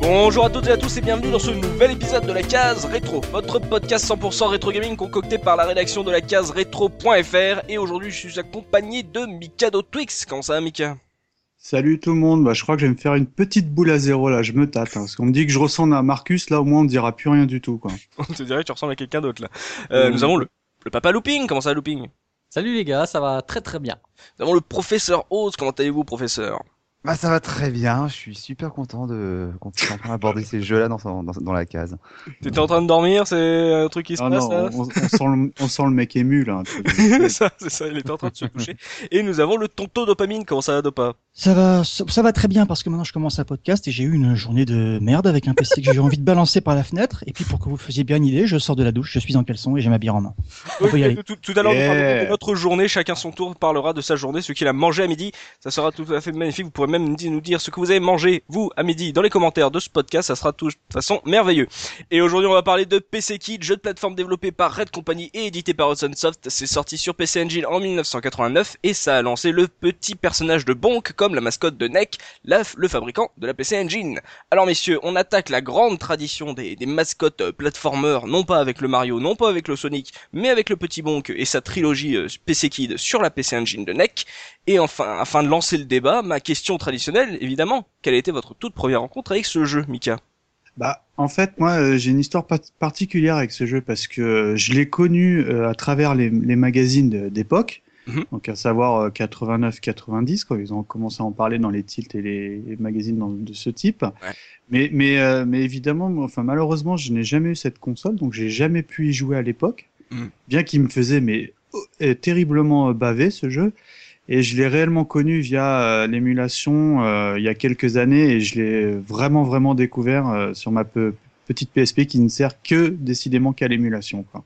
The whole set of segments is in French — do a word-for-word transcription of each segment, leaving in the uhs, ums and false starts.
Bonjour à toutes et à tous et bienvenue dans ce nouvel épisode de la Case Rétro, votre podcast cent pour cent rétro gaming concocté par la rédaction de la case rétro point f r. Et aujourd'hui je suis accompagné de Mikado Twix. Comment ça va, Mika? Salut tout le monde, bah, je crois que je vais me faire une petite boule à zéro là, je me tâte, hein, parce qu'on me dit que je ressemble à Marcus, là au moins on ne dira plus rien du tout, quoi. On te dirait que tu ressembles à quelqu'un d'autre là. Euh, Mmh. Nous avons le, le papa Looping. Comment ça, Looping? Salut les gars, ça va très très bien. Nous avons le professeur Oz. Comment allez-vous, professeur? Bah ça va très bien, je suis super content de qu'on puisse enfin aborder ces jeux-là dans, dans, dans la case. T'étais en train de dormir? C'est un truc qui se Ah passe non, là? on, on sent le, on sent le mec ému là. C'est ça, c'est ça, il était en train de se coucher. Et nous avons le tonto Dopamine. Comment ça va, Dopa? Ça va, ça, ça va très bien parce que maintenant je commence un podcast et j'ai eu une journée de merde avec un P C que j'ai eu envie de balancer par la fenêtre. Et puis pour que vous faisiez bien une idée, je sors de la douche, je suis en caleçon et j'ai ma bière en main. On peut y aller. Tout, tout à l'heure, nous Yeah. parlerons de notre journée. Chacun son tour parlera de sa journée, ce qu'il a mangé à midi. Ça sera tout à fait magnifique. Vous pourrez même nous dire ce que vous avez mangé, vous, à midi, dans les commentaires de ce podcast. Ça sera tout, de toute façon merveilleux. Et aujourd'hui, on va parler de P C Kid, jeu de plateforme développé par Red Company et édité par Hudson Soft. C'est sorti sur P C Engine en mille neuf cent quatre-vingt-neuf et ça a lancé le petit personnage de Bonk comme la mascotte de N E C, la, le fabricant de la P C Engine. Alors messieurs, on attaque la grande tradition des, des mascottes euh, platformers, non pas avec le Mario, non pas avec le Sonic, mais avec le petit Bonk et sa trilogie euh, P C Kid sur la P C Engine de N E C. Et enfin, afin de lancer le débat, ma question traditionnelle, évidemment, quelle a été votre toute première rencontre avec ce jeu, Mika? Bah, en fait, moi, euh, j'ai une histoire pa- particulière avec ce jeu parce que euh, je l'ai connu euh, à travers les, les magazines de- d'époque, Mhm. donc à savoir euh, quatre-vingt-neuf quatre-vingt-dix, quand ils ont commencé à en parler dans les tilts et les, les magazines dans- de ce type. Ouais. Mais, mais, euh, mais évidemment, moi, enfin, malheureusement, je n'ai jamais eu cette console, donc j'ai jamais pu y jouer à l'époque, Mhm. bien qu'il me faisait mais euh, terriblement euh, baver ce jeu. Et je l'ai réellement connu via euh, l'émulation euh, il y a quelques années et je l'ai vraiment vraiment découvert euh, sur ma pe- petite P S P qui ne sert que décidément qu'à l'émulation, quoi.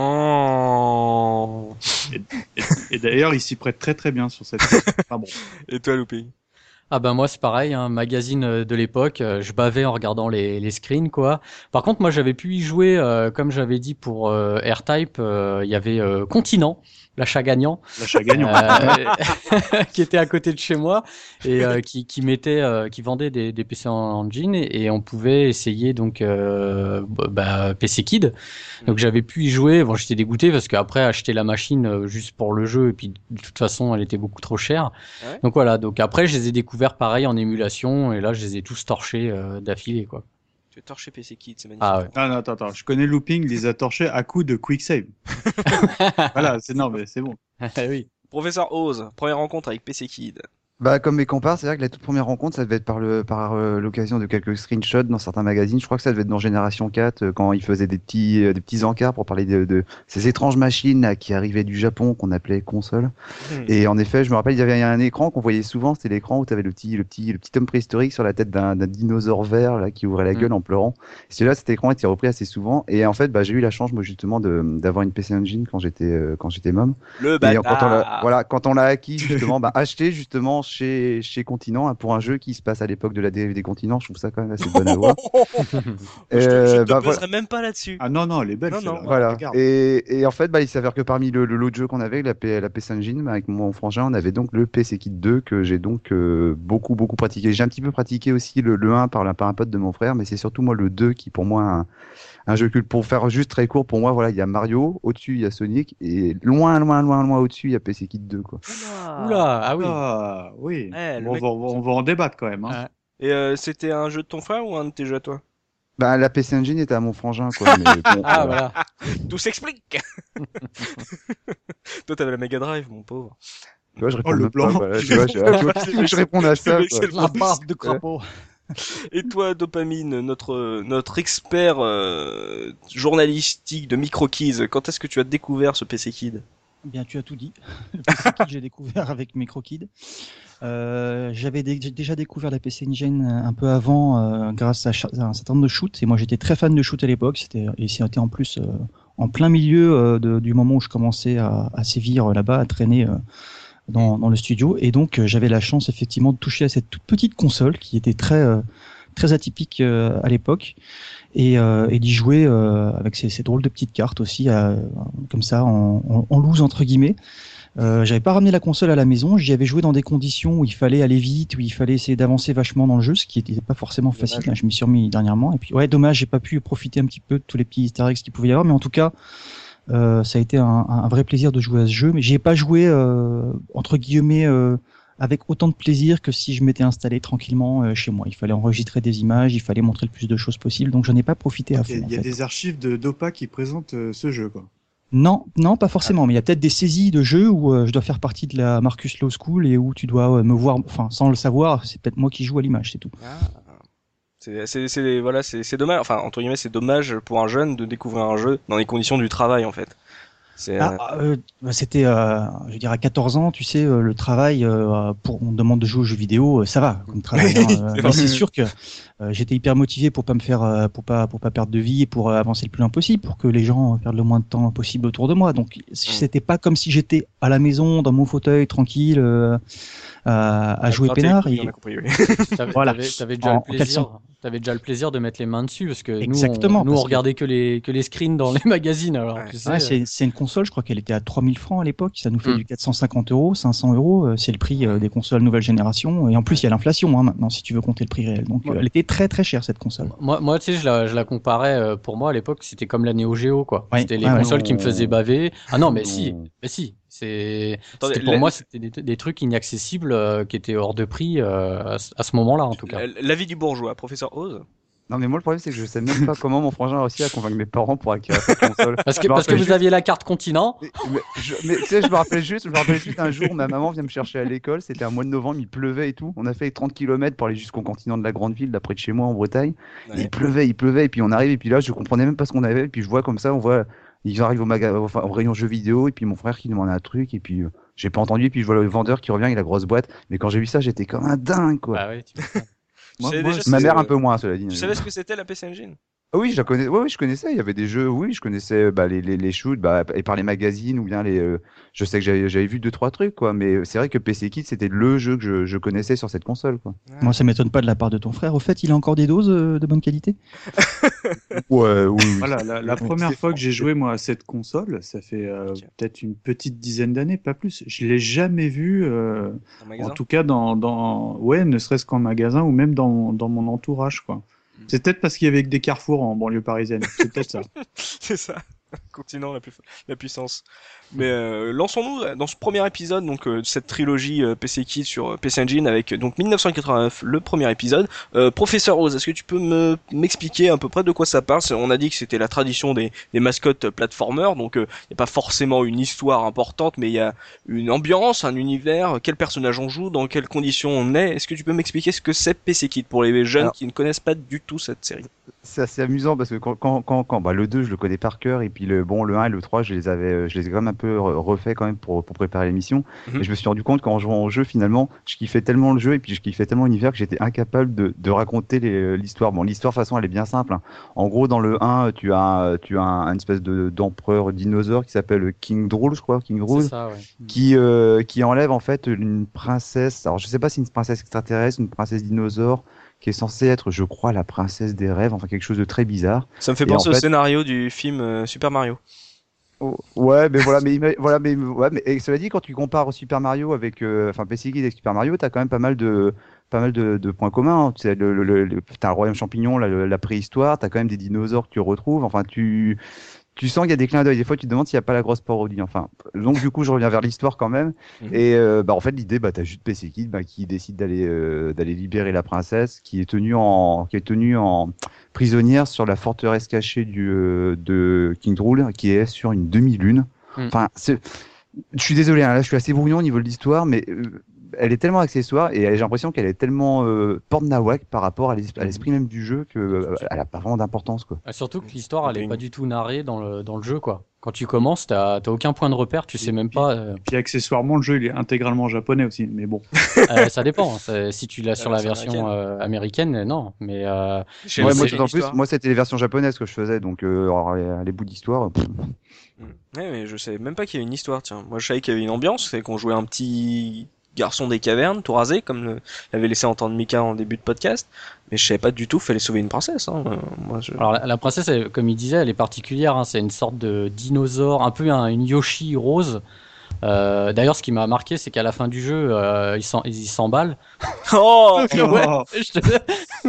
Oh. Et, et- et d'ailleurs, il s'y prête très très bien sur cette. Enfin bon. Et toi, Looping? Ah ben moi c'est pareil, un magazine euh, de l'époque, euh, je bavais en regardant les, les screens quoi. Par contre moi j'avais pu y jouer, euh, comme j'avais dit pour euh, R-Type, euh, il y avait euh, Continent, l'achat gagnant, L'achat gagnant. euh, qui était à côté de chez moi et euh, qui, qui mettait, euh, qui vendait des, des P C en engine et, et on pouvait essayer donc euh, bah, P C Kid. Donc j'avais pu y jouer. Bon j'étais dégoûté parce qu'après acheter la machine euh, juste pour le jeu et puis de toute façon elle était beaucoup trop chère. Ouais. Donc voilà. Donc après je les ai découverts pareil en émulation et là je les ai tous torchés euh, d'affilée quoi. Tu as torché P C Kid, c'est magnifique. Ah ouais. Non, non, attends, attends. Je connais Looping, il les a torchés à coups de quick save. Voilà, c'est non, mais c'est bon. Oui. Professeur Oz, première rencontre avec P C Kid. Bah comme mes compars, c'est vrai que la toute première rencontre, ça devait être par le par euh, l'occasion de quelques screenshots dans certains magazines. Je crois que ça devait être dans Génération quatre euh, quand ils faisaient des petits euh, des petits encarts pour parler de, de ces étranges machines là, qui arrivaient du Japon qu'on appelait consoles. Et en effet, je me rappelle, il y avait un écran qu'on voyait souvent, c'était l'écran où tu avais le petit le petit le petit homme préhistorique sur la tête d'un d'un dinosaure vert là qui ouvrait la Mm. gueule en pleurant. Celui-là, cet écran était repris assez souvent et en fait, bah j'ai eu la chance moi justement de d'avoir une P C Engine quand j'étais euh, quand j'étais môme. Le Et quand on bâtard. l'a, voilà, quand on l'a acquis, justement, bah, acheté justement chez, chez Continent, hein, pour un jeu qui se passe à l'époque de la dérive des continents, je trouve ça quand même assez bon à voir. Je te, je Euh, te bah, poserai voilà. même pas là-dessus. Ah non, non, elle est belle. Non, celle-là. non. Voilà. Regarde. Et, et en fait, bah, il s'avère que parmi le, le lot de jeux qu'on avait, la, P, la P C Engine, bah, avec mon frangin, on avait donc le P C Kid deux que j'ai donc euh, beaucoup, beaucoup pratiqué. J'ai un petit peu pratiqué aussi le, le un par, la- par un pote de mon frère, mais c'est surtout moi le deux qui, pour moi, un, un jeu culte. Pour faire juste très court, pour moi, voilà, il y a Mario, au-dessus, il y a Sonic, et loin, loin, loin, loin au-dessus, il y a P C Kid deux, quoi. Oula, ah oui. Ah oui. Eh, le Bon, mec- on, va, on va en débattre quand même. Hein. Ah. Et euh, c'était un jeu de ton frère ou un de tes jeux à toi? Bah, la P C Engine était à mon frangin, quoi. Mais bon, Ah euh, voilà. Tout s'explique. Toi, t'avais la Mega Drive, mon pauvre. Tu vois, je réponds Oh, le même blanc. pas, voilà, tu vois, je, je, je réponds à ça, mec, quoi. c'est le La barbe de crapaud. Et toi, Dopamine, notre notre expert euh, journalistique de MicroKids, quand est-ce que tu as découvert ce P C Kid? Eh bien, tu as tout dit. Le P C Kid, j'ai découvert avec MicroKid. Euh, j'avais dé- j'ai déjà découvert la P C Engine un peu avant euh, grâce à, cha- à un certain nombre de shoots. Et moi, j'étais très fan de shoot à l'époque. C'était, et c'était en plus euh, en plein milieu euh, de- du moment où je commençais à, à sévir euh, là-bas, à traîner euh, dans, dans le studio. Et donc, euh, j'avais la chance effectivement de toucher à cette toute petite console qui était très euh, très atypique euh, à l'époque. Et, euh, et d'y jouer euh, avec ces, ces drôles de petites cartes aussi, euh, comme ça, en, en, en loose entre guillemets. Euh, j'avais pas ramené la console à la maison, j'y avais joué dans des conditions où il fallait aller vite, où il fallait essayer d'avancer vachement dans le jeu, ce qui était pas forcément Dommage. facile. Hein, je m'y suis remis dernièrement. Et puis, ouais, dommage, j'ai pas pu profiter un petit peu de tous les petits easter eggs qu'il pouvait y avoir, mais en tout cas, euh, ça a été un, un vrai plaisir de jouer à ce jeu. Mais j'y ai pas joué, euh, entre guillemets, euh, avec autant de plaisir que si je m'étais installé tranquillement euh, chez moi. Il fallait enregistrer des images, il fallait montrer le plus de choses possible, donc j'en ai pas profité à Il y fond. a, il y a en fait. des archives de d'Opa qui présentent euh, ce jeu, quoi. Non, non, pas forcément, mais il y a peut-être des saisies de jeux où euh, je dois faire partie de la Marcus Law School et où tu dois euh, me voir, enfin, sans le savoir, c'est peut-être moi qui joue à l'image, c'est tout. Ah. C'est, c'est, c'est, voilà, c'est, c'est dommage. Enfin, entre guillemets, c'est dommage pour un jeune de découvrir un jeu dans les conditions du travail, en fait. C'est, euh, Ah, euh, bah, c'était, euh, je veux dire, à quatorze ans, tu sais, euh, le travail, euh, pour, on te demande de jouer aux jeux vidéo, euh, ça va, comme travail. Hein, euh, C'est mais c'est sûr que euh, j'étais hyper motivé pour pas me faire, euh, pour pas, pour pas perdre de vie et pour euh, avancer le plus loin possible, pour que les gens euh, perdent le moins de temps possible autour de moi. Donc, c'était pas comme si j'étais à la maison, dans mon fauteuil, tranquille, euh, à, à jouer gratter les peinard. couilles, Et... on a compris, oui. T'avais, Voilà. t'avais, t'avais déjà En- le en plaisir. caleçon. T'avais déjà le plaisir de mettre les mains dessus parce que Exactement, nous, on, nous, on parce que- regardait que les que les screens dans les magazines. Alors, Ouais. tu sais, Ouais, c'est, c'est une console, je crois qu'elle était à trois mille francs à l'époque, ça nous fait Mm. du quatre cent cinquante euros, cinq cents euros, euh, c'est le prix euh, des consoles nouvelle génération, et en plus il y a l'inflation hein, maintenant si tu veux compter le prix réel, donc Ouais. euh, elle était très très chère cette console. Moi, moi, tu sais, je la, je la comparais. euh, Pour moi, à l'époque, c'était comme la Neo Geo, quoi. Ouais, C'était les ouais, ouais. consoles qui me faisaient baver. Ah non, mais Non. si, mais si. C'est, Attendez, c'était pour la- moi, c'était des, des trucs inaccessibles euh, qui étaient hors de prix euh, à, ce- à ce moment-là, en tout cas. La- L'avis du bourgeois, professeur Oz. Non, mais moi, le problème, c'est que je sais même pas comment mon frangin a réussi à convaincre mes parents pour acquérir cette console. Parce que, Je me parce que rappelle vous juste- aviez la carte continent. Mais, mais je, mais tu sais, je me rappelle juste, je me rappelle juste un jour, ma maman vient me chercher à l'école, c'était un mois de novembre, il pleuvait et tout. On a fait trente kilomètres pour aller jusqu'au continent de la grande ville, là près de chez moi en Bretagne. Et il pleuvait, il pleuvait, et puis on arrive, et puis là, je comprenais même pas ce qu'on avait, et puis je vois comme ça, on voit, ils arrivent au, maga... enfin, au rayon jeux vidéo, et puis mon frère qui demande un truc, et puis euh, j'ai pas entendu, et puis je vois le vendeur qui revient avec la grosse boîte. Mais quand j'ai vu ça, j'étais comme un dingue, quoi. Bah oui, tu m'étonnes. Moi- savais moi, déjà c'est- Ma c'est- mère un peu moins, cela dit. Tu savais ce que c'était la P C Engine? Ah oui, je la connais. Ouais, oui, je connaissais. Il y avait des jeux. Oui, je connaissais bah, les, les, les shoots, bah, et par les magazines ou bien les. euh, je sais que j'avais j'avais vu deux trois trucs, quoi. Mais c'est vrai que P C Kid, c'était le jeu que je, je connaissais sur cette console, quoi. Moi ça m'étonne pas de la part de ton frère, au fait il a encore des doses euh, de bonne qualité? Ouais, oui. oui. Voilà, la, la Oui, première c'est fois fort. que j'ai joué moi à cette console, ça fait euh, Ok. peut-être une petite dizaine d'années, pas plus. Je l'ai jamais vu, euh, En en magasin. tout cas dans, dans, ouais, ne serait-ce qu'en magasin ou même dans, dans mon entourage, quoi. C'est peut-être parce qu'il y avait que des carrefours en banlieue parisienne. C'est peut-être ça. C'est ça. Continent, la, pu- la puissance. Mais euh, lançons-nous dans ce premier épisode donc euh, de cette trilogie euh, P C Kid sur euh, P C Engine avec euh, donc mille neuf cent quatre-vingt-neuf le premier épisode. Euh, Professeur Oz, est-ce que tu peux me m'expliquer à peu près de quoi ça parle? C'est- On a dit que c'était la tradition des, des mascottes platformers, donc il euh, n'y a pas forcément une histoire importante, mais il y a une ambiance, un univers, quel personnage on joue, dans quelles conditions on est. Est-ce que tu peux m'expliquer ce que c'est P C Kid pour les jeunes Alors- qui ne connaissent pas du tout cette série? C'est assez amusant parce que quand, quand, quand, quand bah, le deux, je le connais par cœur, et puis le, bon, le un et le trois, je les avais, euh, je les ai quand même un peu re- refait quand même pour, pour préparer l'émission. Mhm. Et je me suis rendu compte qu'en jouant au jeu, finalement, je kiffais tellement le jeu et puis je kiffais tellement l'univers que j'étais incapable de, de raconter les- l'histoire. Bon, l'histoire, de toute façon, elle est bien simple, hein. En gros, dans le un, tu as, tu as un, une espèce de, d'empereur dinosaure qui s'appelle King Drool, je crois, King Drool. C'est ça, ouais. qui, euh, qui enlève en fait une princesse. Alors je sais pas si une princesse extraterrestre, une princesse dinosaure, qui est censée être, je crois, la princesse des rêves, enfin quelque chose de très bizarre. Ça me fait Et penser en au fait- scénario du film euh, Super Mario. Oh, ouais, mais voilà, mais, ima- voilà, mais, ouais, mais et cela dit, quand tu compares Super Mario avec, euh, enfin P C Kid avec Super Mario, t'as quand même pas mal de, pas mal de, de points communs, hein. Tu sais, le, le, le- le- t'as un royaume champignon, la, la préhistoire, t'as quand même des dinosaures que tu retrouves. Enfin, tu, tu sens qu'il y a des clins d'œil. Des fois, tu te demandes s'il n'y a pas la grosse parodie. Enfin, donc du coup, je reviens vers l'histoire quand même. Mhm. Et euh, bah en fait, l'idée, bah t'as juste P C Kid bah, qui décide d'aller, euh, d'aller libérer la princesse, qui est tenue en, qui est tenue en prisonnière sur la forteresse cachée du, euh, de King Drool, qui est sur une demi-lune. Mhm. Enfin, c'est, je suis désolé, hein, là, je suis assez brouillon au niveau de l'histoire, mais euh, elle est tellement accessoire et j'ai l'impression qu'elle est tellement euh, porte nawak par rapport à l'es- à l'esprit même du jeu que euh, elle a pas vraiment d'importance, quoi. Ah, surtout que l'histoire, elle est Une- pas du tout narrée dans le, dans le jeu, quoi. Quand tu commences, t'as t'as aucun point de repère, tu sais même pas. euh, Puis accessoirement, le jeu il est intégralement japonais aussi. Mais bon, euh, ça dépend. hein. C'est- Si tu l'as sur la version version euh, américaine, euh, non. Mais euh, Chez Ouais, Ouais, nous, moi, c'est tout en une plus, histoire. moi c'était les versions japonaises que je faisais, donc euh, alors, les, les bouts d'histoire. pff, Mm. Ouais, mais je savais même pas qu'il y avait une histoire, tiens. Moi, je savais qu'il y avait une ambiance, c'est qu'on jouait un petit garçon des cavernes, tout rasé, comme le- l'avait laissé entendre Mika en début de podcast. Mais je savais pas du tout qu'il fallait sauver une princesse, hein. Euh, Moi, je... alors la, la princesse, elle- comme il disait, elle est particulière. hein. C'est une sorte de dinosaure, un peu un- une Yoshi rose. Euh, d'ailleurs, ce qui m'a marqué, c'est qu'à la fin du jeu, euh, ils s'en- ils s'emballent. Oh, Ouais, Oh, je te-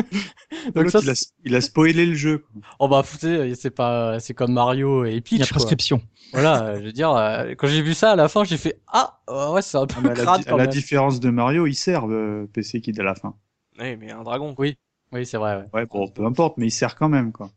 Donc l'autre, ça, il, a, il a spoilé le jeu. quoi. oh bah, tu sais, c'est pas, c'est comme Mario et Il y a Peach, quoi. prescription. Voilà, euh, je veux dire, euh, quand j'ai vu ça à la fin, j'ai fait ah, euh, ouais, c'est un Ah, peu mais à la, crade di- à quand la même. différence de Mario, il sert euh, P C Kid à la fin. ouais, mais un dragon. Oui, oui, c'est vrai. Ouais. Ouais, bon, peu importe, mais il sert quand même, quoi.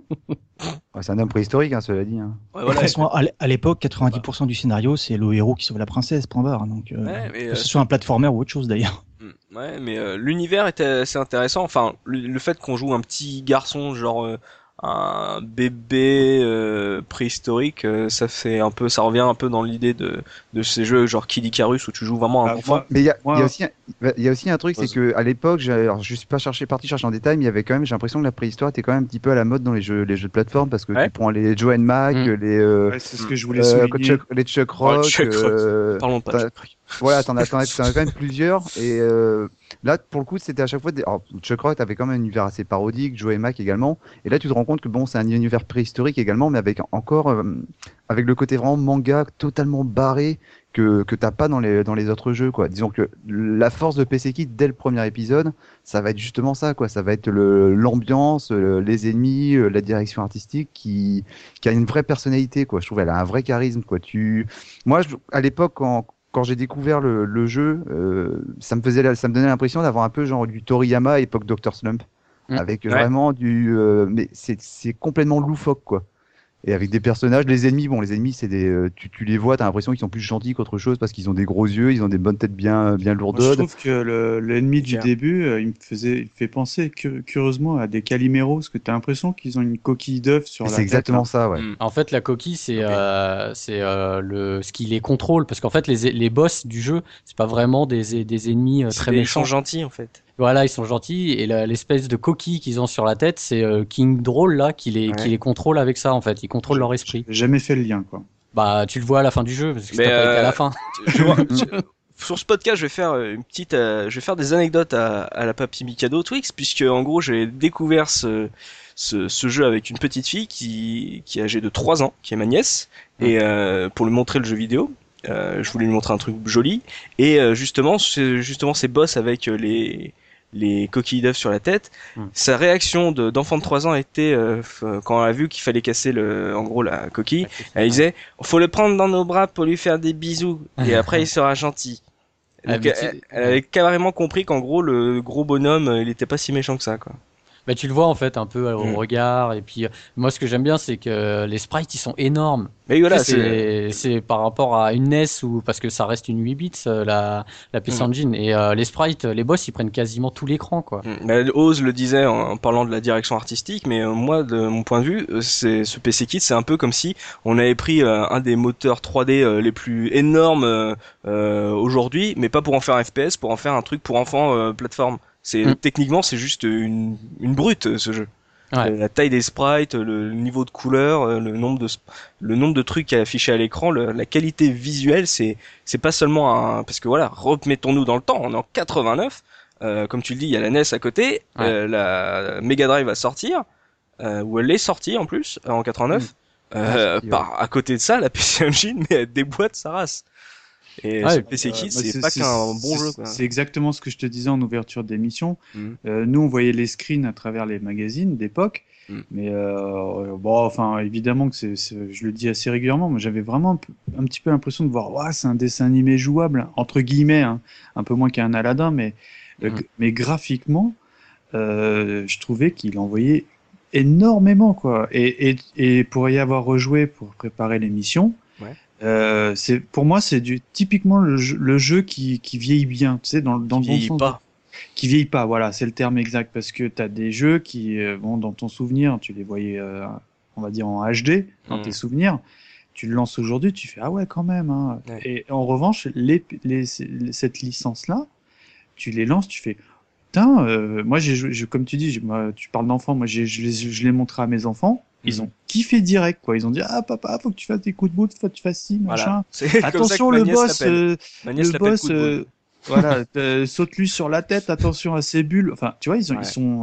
Ouais, c'est un homme préhistorique, hein, cela dit. Hein. Ouais, De voilà. toute façon, à l- à l'époque, quatre-vingt-dix pour cent du scénario, c'est le héros qui sauve la princesse, point barre. Donc, euh, Ouais, mais, que euh, ce soit un platformer ou autre chose d'ailleurs. Hmm, ouais, mais euh, l'univers était assez intéressant. Enfin, le, le fait qu'on joue un petit garçon, genre euh, un bébé euh, préhistorique, euh, ça fait un peu, ça revient un peu dans l'idée de de ces jeux genre Kid Icarus où tu joues vraiment un Ah, enfant. moi, Mais il y a, Moi- il y a aussi, un- il y a aussi un truc, c'est Vas-y. que à l'époque, j'ai- alors, je suis pas cherché, parti chercher en détail, mais il y avait quand même, j'ai l'impression que la préhistoire était quand même un petit peu à la mode dans les jeux, les jeux de plateforme, parce que Ouais. tu prends les Joe and Mac, Mm. les, euh, ouais, c'est ce que je voulais euh, souligner. Chuck- les Chuck Rock, Chuck Rock. euh, Parlons pas. t'as- de trucs. voilà, t'en as, t'en as, t'en as quand même plusieurs, et euh, là, pour le coup, c'était à chaque fois, des... alors, Chuck Rock avait quand même un univers assez parodique, Joe et Mac également, et là, tu te rends compte que bon, c'est un univers préhistorique également, mais avec encore, euh, avec le côté vraiment manga totalement barré que que t'as pas dans les dans les autres jeux, quoi. Disons que la force de P C Kid dès le premier épisode, ça va être justement ça, quoi. Ça va être le l'ambiance, le- les ennemis, euh, la direction artistique qui qui a une vraie personnalité, quoi. Je trouve elle a un vrai charisme, quoi. Tu, moi, je- à l'époque quand quand j'ai découvert le, le jeu, euh, ça me faisait, la- ça me donnait l'impression d'avoir un peu genre du Toriyama époque docteur Slump, Mm. avec Ouais. vraiment du, euh, mais c'est c'est complètement loufoque, quoi. Et avec des personnages, les ennemis, bon, les ennemis, c'est des, euh, tu, tu les vois, t'as l'impression qu'ils sont plus gentils qu'autre chose parce qu'ils ont des gros yeux, ils ont des bonnes têtes bien, bien Moi, je lourdeuses. trouve que le- l'ennemi du Tiens. début, euh, il me faisait, il fait penser cu- curieusement à des Caliméros, parce que t'as l'impression qu'ils ont une coquille d'œuf sur Et la c'est tête. exactement là. ça, ouais. Hmm. En fait, la coquille, c'est Ok. euh, c'est euh, le ce qui les contrôle, parce qu'en fait, les les boss du jeu, c'est pas vraiment des des ennemis euh, très Ils méchants. sont gentils en fait. Voilà, ils sont gentils et la- l'espèce de coquille qu'ils ont sur la tête, c'est euh, King Droll là qui les Ouais. qui les contrôle avec ça en fait. Il contrôle Je- leur esprit. J'ai jamais fait le lien, quoi. Bah, tu le vois à la fin du jeu parce que Mais, t'as pas été à euh, la fin. Je vois- je- Sur ce podcast, je vais faire euh, une petite, euh, je vais faire des anecdotes à, à la papy Mikado Twix, puisque en gros, j'ai découvert ce, ce, ce jeu avec une petite fille qui, qui est âgée de trois ans, qui est ma nièce, et euh, pour lui montrer le jeu vidéo, euh, je voulais lui montrer un truc joli, et euh, justement, c'est justement ces boss avec euh, les les coquilles d'œufs sur la tête. Mm. Sa réaction de- d'enfant de trois ans était euh, f- quand elle a vu qu'il fallait casser le, en gros la coquille. Elle disait, faut le prendre dans nos bras pour lui faire des bisous, et après il sera gentil. Ah, Donc, mais elle, tu- elle avait carrément compris qu'en gros le gros bonhomme, euh, il était pas si méchant que ça, quoi. Bah, tu le vois en fait un peu au Mm. regard et puis euh, moi ce que j'aime bien c'est que les sprites ils sont énormes. Mais voilà, Tu sais, c'est c'est c'est par rapport à une N E S ou parce que ça reste une huit bits euh, la la P C Mm. Engine et euh, les sprites les boss ils prennent quasiment tout l'écran quoi. Mm. Mais Oz le disait en, en parlant de la direction artistique, mais euh, moi, de mon point de vue, euh, c'est ce P C Kit, c'est un peu comme si on avait pris euh, un des moteurs trois D euh, les plus énormes euh, euh, aujourd'hui, mais pas pour en faire un F P S, pour en faire un truc pour enfants euh, plateforme. C'est Mm. techniquement, c'est juste une une brute euh, ce jeu. Ouais. Euh, La taille des sprites, le niveau de couleurs, euh, le nombre de sp- le nombre de trucs qui est affiché à l'écran, le- la qualité visuelle, c'est c'est pas seulement un parce que voilà, remettons-nous dans le temps, on est en quatre-vingt-neuf, euh, comme tu le dis, il y a la N E S à côté, Ouais. euh, la Mega Drive va sortir, euh, ou elle est sortie en plus euh, en quatre-vingt-neuf. Euh, sortie, ouais. par à côté de ça, la P C Engine mais elle déboîte sa race. Et Ouais, ce et P C Kit, Euh, bah, c'est pas qu'un bon c'est- jeu, quoi. C'est exactement ce que je te disais en ouverture d'émission. Mhm. Euh, nous, on voyait les screens à travers les magazines d'époque. Mm. Mais euh, bon, enfin, évidemment que c'est, c'est- je le dis assez régulièrement. Moi, j'avais vraiment un, peu- un petit peu l'impression de voir, ouais, c'est un dessin animé jouable, entre guillemets, hein, un peu moins qu'un Aladdin, mais, euh, Mm. g- mais graphiquement, euh, je trouvais qu'il envoyait énormément, quoi. Et, et, et pour y avoir rejoué pour préparer l'émission, Ouais. euh, c'est pour moi, c'est du typiquement le jeu, le jeu qui, qui vieillit bien, tu sais, dans, dans le bon Vieillit sens. pas. Qui vieillit pas, voilà, c'est le terme exact, parce que tu as des jeux qui, euh, bon, dans ton souvenir, tu les voyais, euh, on va dire en H D, dans Mm. tes souvenirs, tu le lances aujourd'hui, tu fais, ah ouais, quand même, hein. Ouais. Et en revanche, les, les, cette licence-là, tu les lances, tu fais, putain, euh, moi, j'ai joué, je- comme tu dis, j'ai- moi, tu parles d'enfants, moi, j'ai, je les, je l'ai montré à mes enfants, ils Mm. ont kiffé direct, quoi, ils ont dit, ah, papa, faut que tu fasses des coups de bout, faut que tu fasses ci, machin. Voilà. C'est comme ça que Attention, ma le nièce boss, l'appelle. euh, Ma nièce le l'appelle boss, coup de boule. euh, voilà, euh, saute-lui sur la tête, attention à ses bulles. Enfin, tu vois, ils, ont, Ouais. ils sont, euh,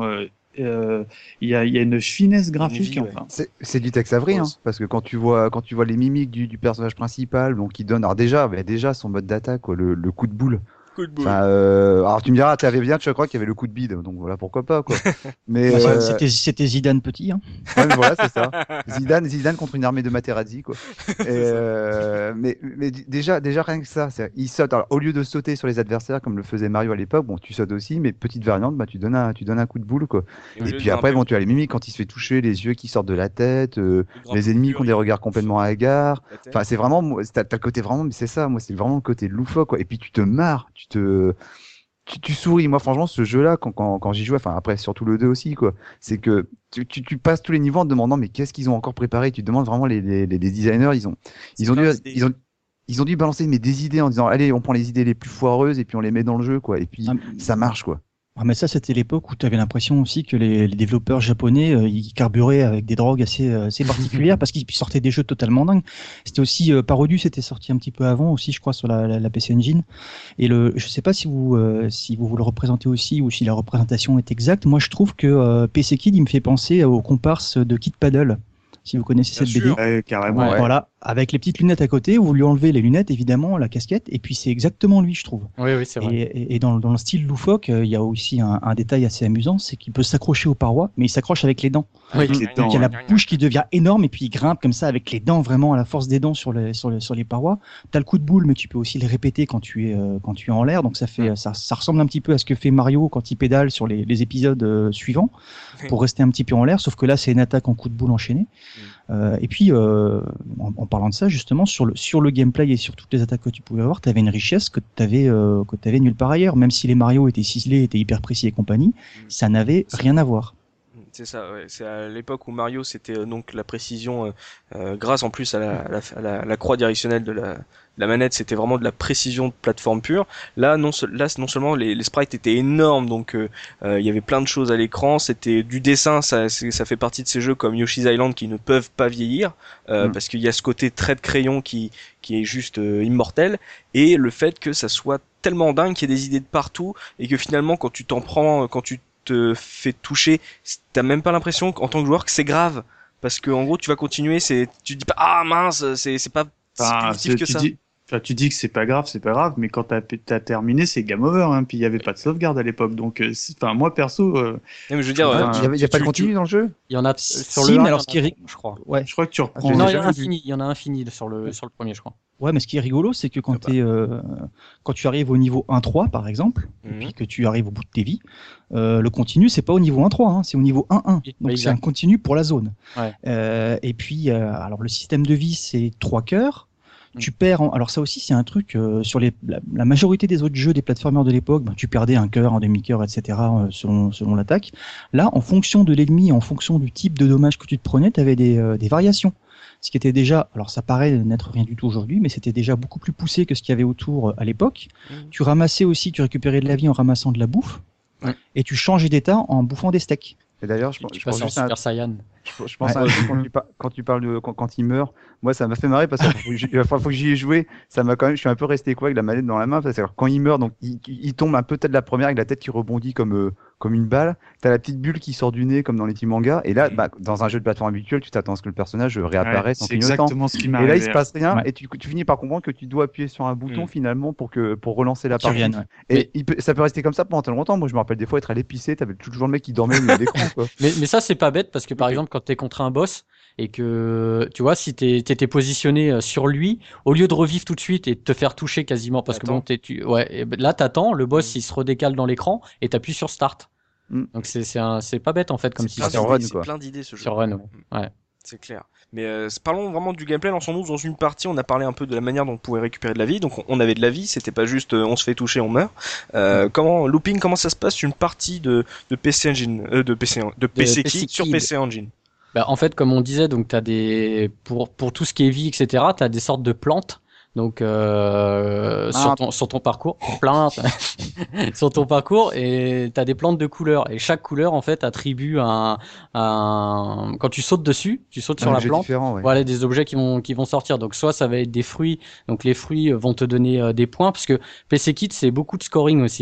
euh, il y a, il y a une finesse graphique. vie, ouais. Enfin. C'est, c'est du Tex Avery, hein, parce que quand tu vois, quand tu vois les mimiques du, du personnage principal, donc il donne, alors déjà, bah déjà son mode d'attaque, quoi, le, le coup de boule. Coup de boule. Enfin, euh, alors tu me diras, tu avais bien, tu crois qu'il y avait le coup de bide, donc voilà, pourquoi pas, quoi. Mais Bah, euh, c'était, c'était Zidane petit. Hein. ouais, mais voilà, c'est ça. Zidane, Zidane contre une armée de Materazzi, quoi. Et, euh, mais, mais d- déjà, déjà rien que ça, c'est, il saute. Alors, au lieu de sauter sur les adversaires comme le faisait Mario à l'époque, bon, tu sautes aussi, mais petite variante, bah, tu donnes un, tu donnes un coup de boule, quoi. au Et lieu puis de après, grimper bon, tu as les mimiques quand il se fait toucher, les yeux qui sortent de la tête, euh, il grimpe les ennemis plus, qui ont des il- regards complètement hagards. la tête. Enfin, c'est vraiment, moi, t'as, t'as le côté vraiment, mais c'est ça, moi, c'est vraiment le côté loufoque, quoi. Et puis tu te marres, tu te, tu, tu souris. Moi, franchement, ce jeu-là, quand, quand, quand j'y jouais, enfin, après, surtout le deux aussi, quoi, c'est que tu, tu, tu passes tous les niveaux en te demandant, mais qu'est-ce qu'ils ont encore préparé? Tu te demandes vraiment, les, les, les designers, ils ont, C'est ils ont dû, plein d'idées. ils ont, ils ont dû balancer mais des idées en disant, allez, on prend les idées les plus foireuses et puis on les met dans le jeu, quoi. Et puis, Ah, ça marche, quoi. Ah, mais ça, c'était l'époque où tu avais l'impression aussi que les, les développeurs japonais, euh, ils carburaient avec des drogues assez, euh, assez particulières parce qu'ils sortaient des jeux totalement dingues. C'était aussi euh, Parodius, c'était sorti un petit peu avant aussi, je crois, sur la, la, la P C Engine. Et le, je sais pas si vous, euh, si vous vous le représentez aussi ou si la représentation est exacte. Moi, je trouve que euh, P C Kid, il me fait penser aux comparses de Kid Paddle. Si vous connaissez Bien cette sûr. B D. Ouais, carrément. Ouais. Voilà, avec les petites lunettes à côté, vous lui enlevez les lunettes, évidemment, la casquette, et puis c'est exactement lui, je trouve. Oui, oui, c'est vrai. Et, et- et dans, dans le style loufoque, euh, il y a aussi un, un détail assez amusant, c'est qu'il peut s'accrocher aux parois, mais il s'accroche avec les dents. Oui. Avec les dents, Donc il y a la ouais. bouche qui devient énorme et puis il grimpe comme ça avec les dents vraiment à la force des dents sur les sur les, sur les parois. T'as le coup de boule, mais tu peux aussi le répéter quand tu es euh, quand tu es en l'air. Donc ça fait ça, ça ressemble un petit peu à ce que fait Mario quand il pédale sur les, les épisodes euh, suivants pour rester un petit peu en l'air. Sauf que là c'est une attaque en coup de boule enchaîné. Euh, et puis euh, en, en parlant de ça justement sur le sur le gameplay et sur toutes les attaques que tu pouvais avoir, t'avais une richesse que t'avais euh, que t'avais nulle part ailleurs. Même si les Mario étaient ciselés, étaient hyper précis et compagnie, ça n'avait rien à voir. C'est ça, ouais. C'est à l'époque où Mario c'était euh, donc la précision, euh, euh, grâce en plus à la, à la, à la, à la croix directionnelle de la, de la manette, c'était vraiment de la précision de plateforme pure. Là, non, se- là non seulement les, les sprites étaient énormes, donc euh, euh, il y avait plein de choses à l'écran, c'était du dessin, ça, c'est- ça fait partie de ces jeux comme Yoshi's Island qui ne peuvent pas vieillir, euh, Mm. parce qu'il y a ce côté trait de crayon qui, qui est juste euh, immortel, et le fait que ça soit tellement dingue qu'il y ait des idées de partout, et que finalement quand tu t'en prends, quand tu te fais toucher, t'as même pas l'impression en tant que joueur que c'est grave, parce que en gros tu vas continuer, c'est tu te dis pas ah mince, c'est c'est pas si Enfin, punitif c'est- que tu ça. dis, enfin, tu dis que c'est pas grave, c'est pas grave, mais quand t'as t'as terminé, c'est game over. Hein, puis il y avait pas de sauvegarde à l'époque, donc euh, c'est- enfin moi perso, euh, Non, mais je veux dire, Enfin, euh, Il y a, il y a tu- pas de tu- continu dans le jeu? Il y en a sur Si, le mais un, alors il y ce qui en a est trois, je crois. Ouais. je crois que tu reprends. j'ai Non, il y jamais en a vu. infini, il y en a infini sur le sur le premier, je crois. Ouais, mais ce qui est rigolo, c'est que quand, Ah bah. t'es, euh, quand tu arrives au niveau un trois, par exemple, Mhm. et puis que tu arrives au bout de tes vies, euh, le continu, c'est pas au niveau un trois, hein, c'est au niveau un un. Oui, Donc exact. c'est un continu pour la zone. Ouais. Euh, et puis, euh, alors le système de vie, c'est trois cœurs. Mm. Tu perds. En... Alors ça aussi, c'est un truc euh, sur les, la, la majorité des autres jeux des plateformers de l'époque. Ben, tu perdais un cœur, un demi-cœur, et cetera. euh, selon selon l'attaque. Là, en fonction de l'ennemi, en fonction du type de dommage que tu te prenais, tu avais des, euh, des variations. Ce qui était déjà, alors ça paraît n'être rien du tout aujourd'hui, mais c'était déjà beaucoup plus poussé que ce qu'il y avait autour euh, à l'époque. Mhm. Tu ramassais aussi, tu récupérais de la vie en ramassant de la bouffe, Ouais. et tu changeais d'état en bouffant des steaks. Et d'ailleurs, je, Tu, pense- tu je pense passes en juste à un- Super Saiyan. Je, je pense Ouais. à un truc quand tu, par- quand tu parles de quand, quand il meurt. Moi, ça m'a fait marrer parce que faut que j'y- la fois fois que j'y ai joué, ça m'a quand même. Je suis un peu resté quoi avec la manette dans la main parce que alors, quand il meurt, donc il, il tombe un peu tête de la première avec la tête qui rebondit comme euh, comme une balle. T'as la petite bulle qui sort du nez comme dans les petits mangas. Et là, Mhm. bah, dans un jeu de plateforme habituel, tu t'attends à ce que le personnage Ouais, réapparaisse en c'est clignotant. exactement ce qui m'est Et là, il arrivé. se passe rien Ouais. et tu, tu finis par comprendre que tu dois appuyer sur un bouton Mhm. finalement pour que pour relancer la Qui partie. reviennent, ouais. Et Mais- il peut, ça peut rester comme ça pendant tellement longtemps. Moi, je me rappelle des fois être à l'épicé, t'avais toujours le mec qui dormait au milieu de l'écran. Quoi. Mais, mais ça, c'est pas bête parce que par Ok. exemple, quand t'es contre un boss et que tu vois, si t'es- t'étais positionné euh, sur lui, au lieu de revivre tout de suite et de te faire toucher quasiment, parce que T'attends. bon, t'es, tu, ouais, et ben là t'attends, le boss Mm. il se redécale dans l'écran et t'appuies sur Start. Mm. Donc c'est c'est un- c'est pas bête en fait comme C'est plein système. sur d'idées, Run, c'est quoi. plein d'idées ce jeu. Sur Run, ouais. Ouais. C'est clair. Mais euh, parlons vraiment du gameplay. Lançons-nous dans une partie. On a parlé un peu de la manière dont on pouvait récupérer de la vie. Donc on- on avait de la vie. C'était pas juste euh, on se fait toucher, on meurt. Euh, comment looping Comment ça se passe une partie de de P C Engine, euh, de P C de P C P C Kid sur Kid. P C Engine. Bah, en fait, comme on disait, donc t'as des pour pour tout ce qui est vie, et cetera. T'as des sortes de plantes. Donc euh, sur Ah. ton sur ton parcours, plainte sur ton parcours et t'as des plantes de couleurs et chaque couleur en fait attribue un, un... quand tu sautes dessus, tu sautes sur Un la objet plante. différent, ouais. Voilà des objets qui vont qui vont sortir. Donc soit ça va être des fruits, donc les fruits vont te donner euh, des points parce que P C Kit c'est beaucoup de scoring aussi. Hein. Ouais.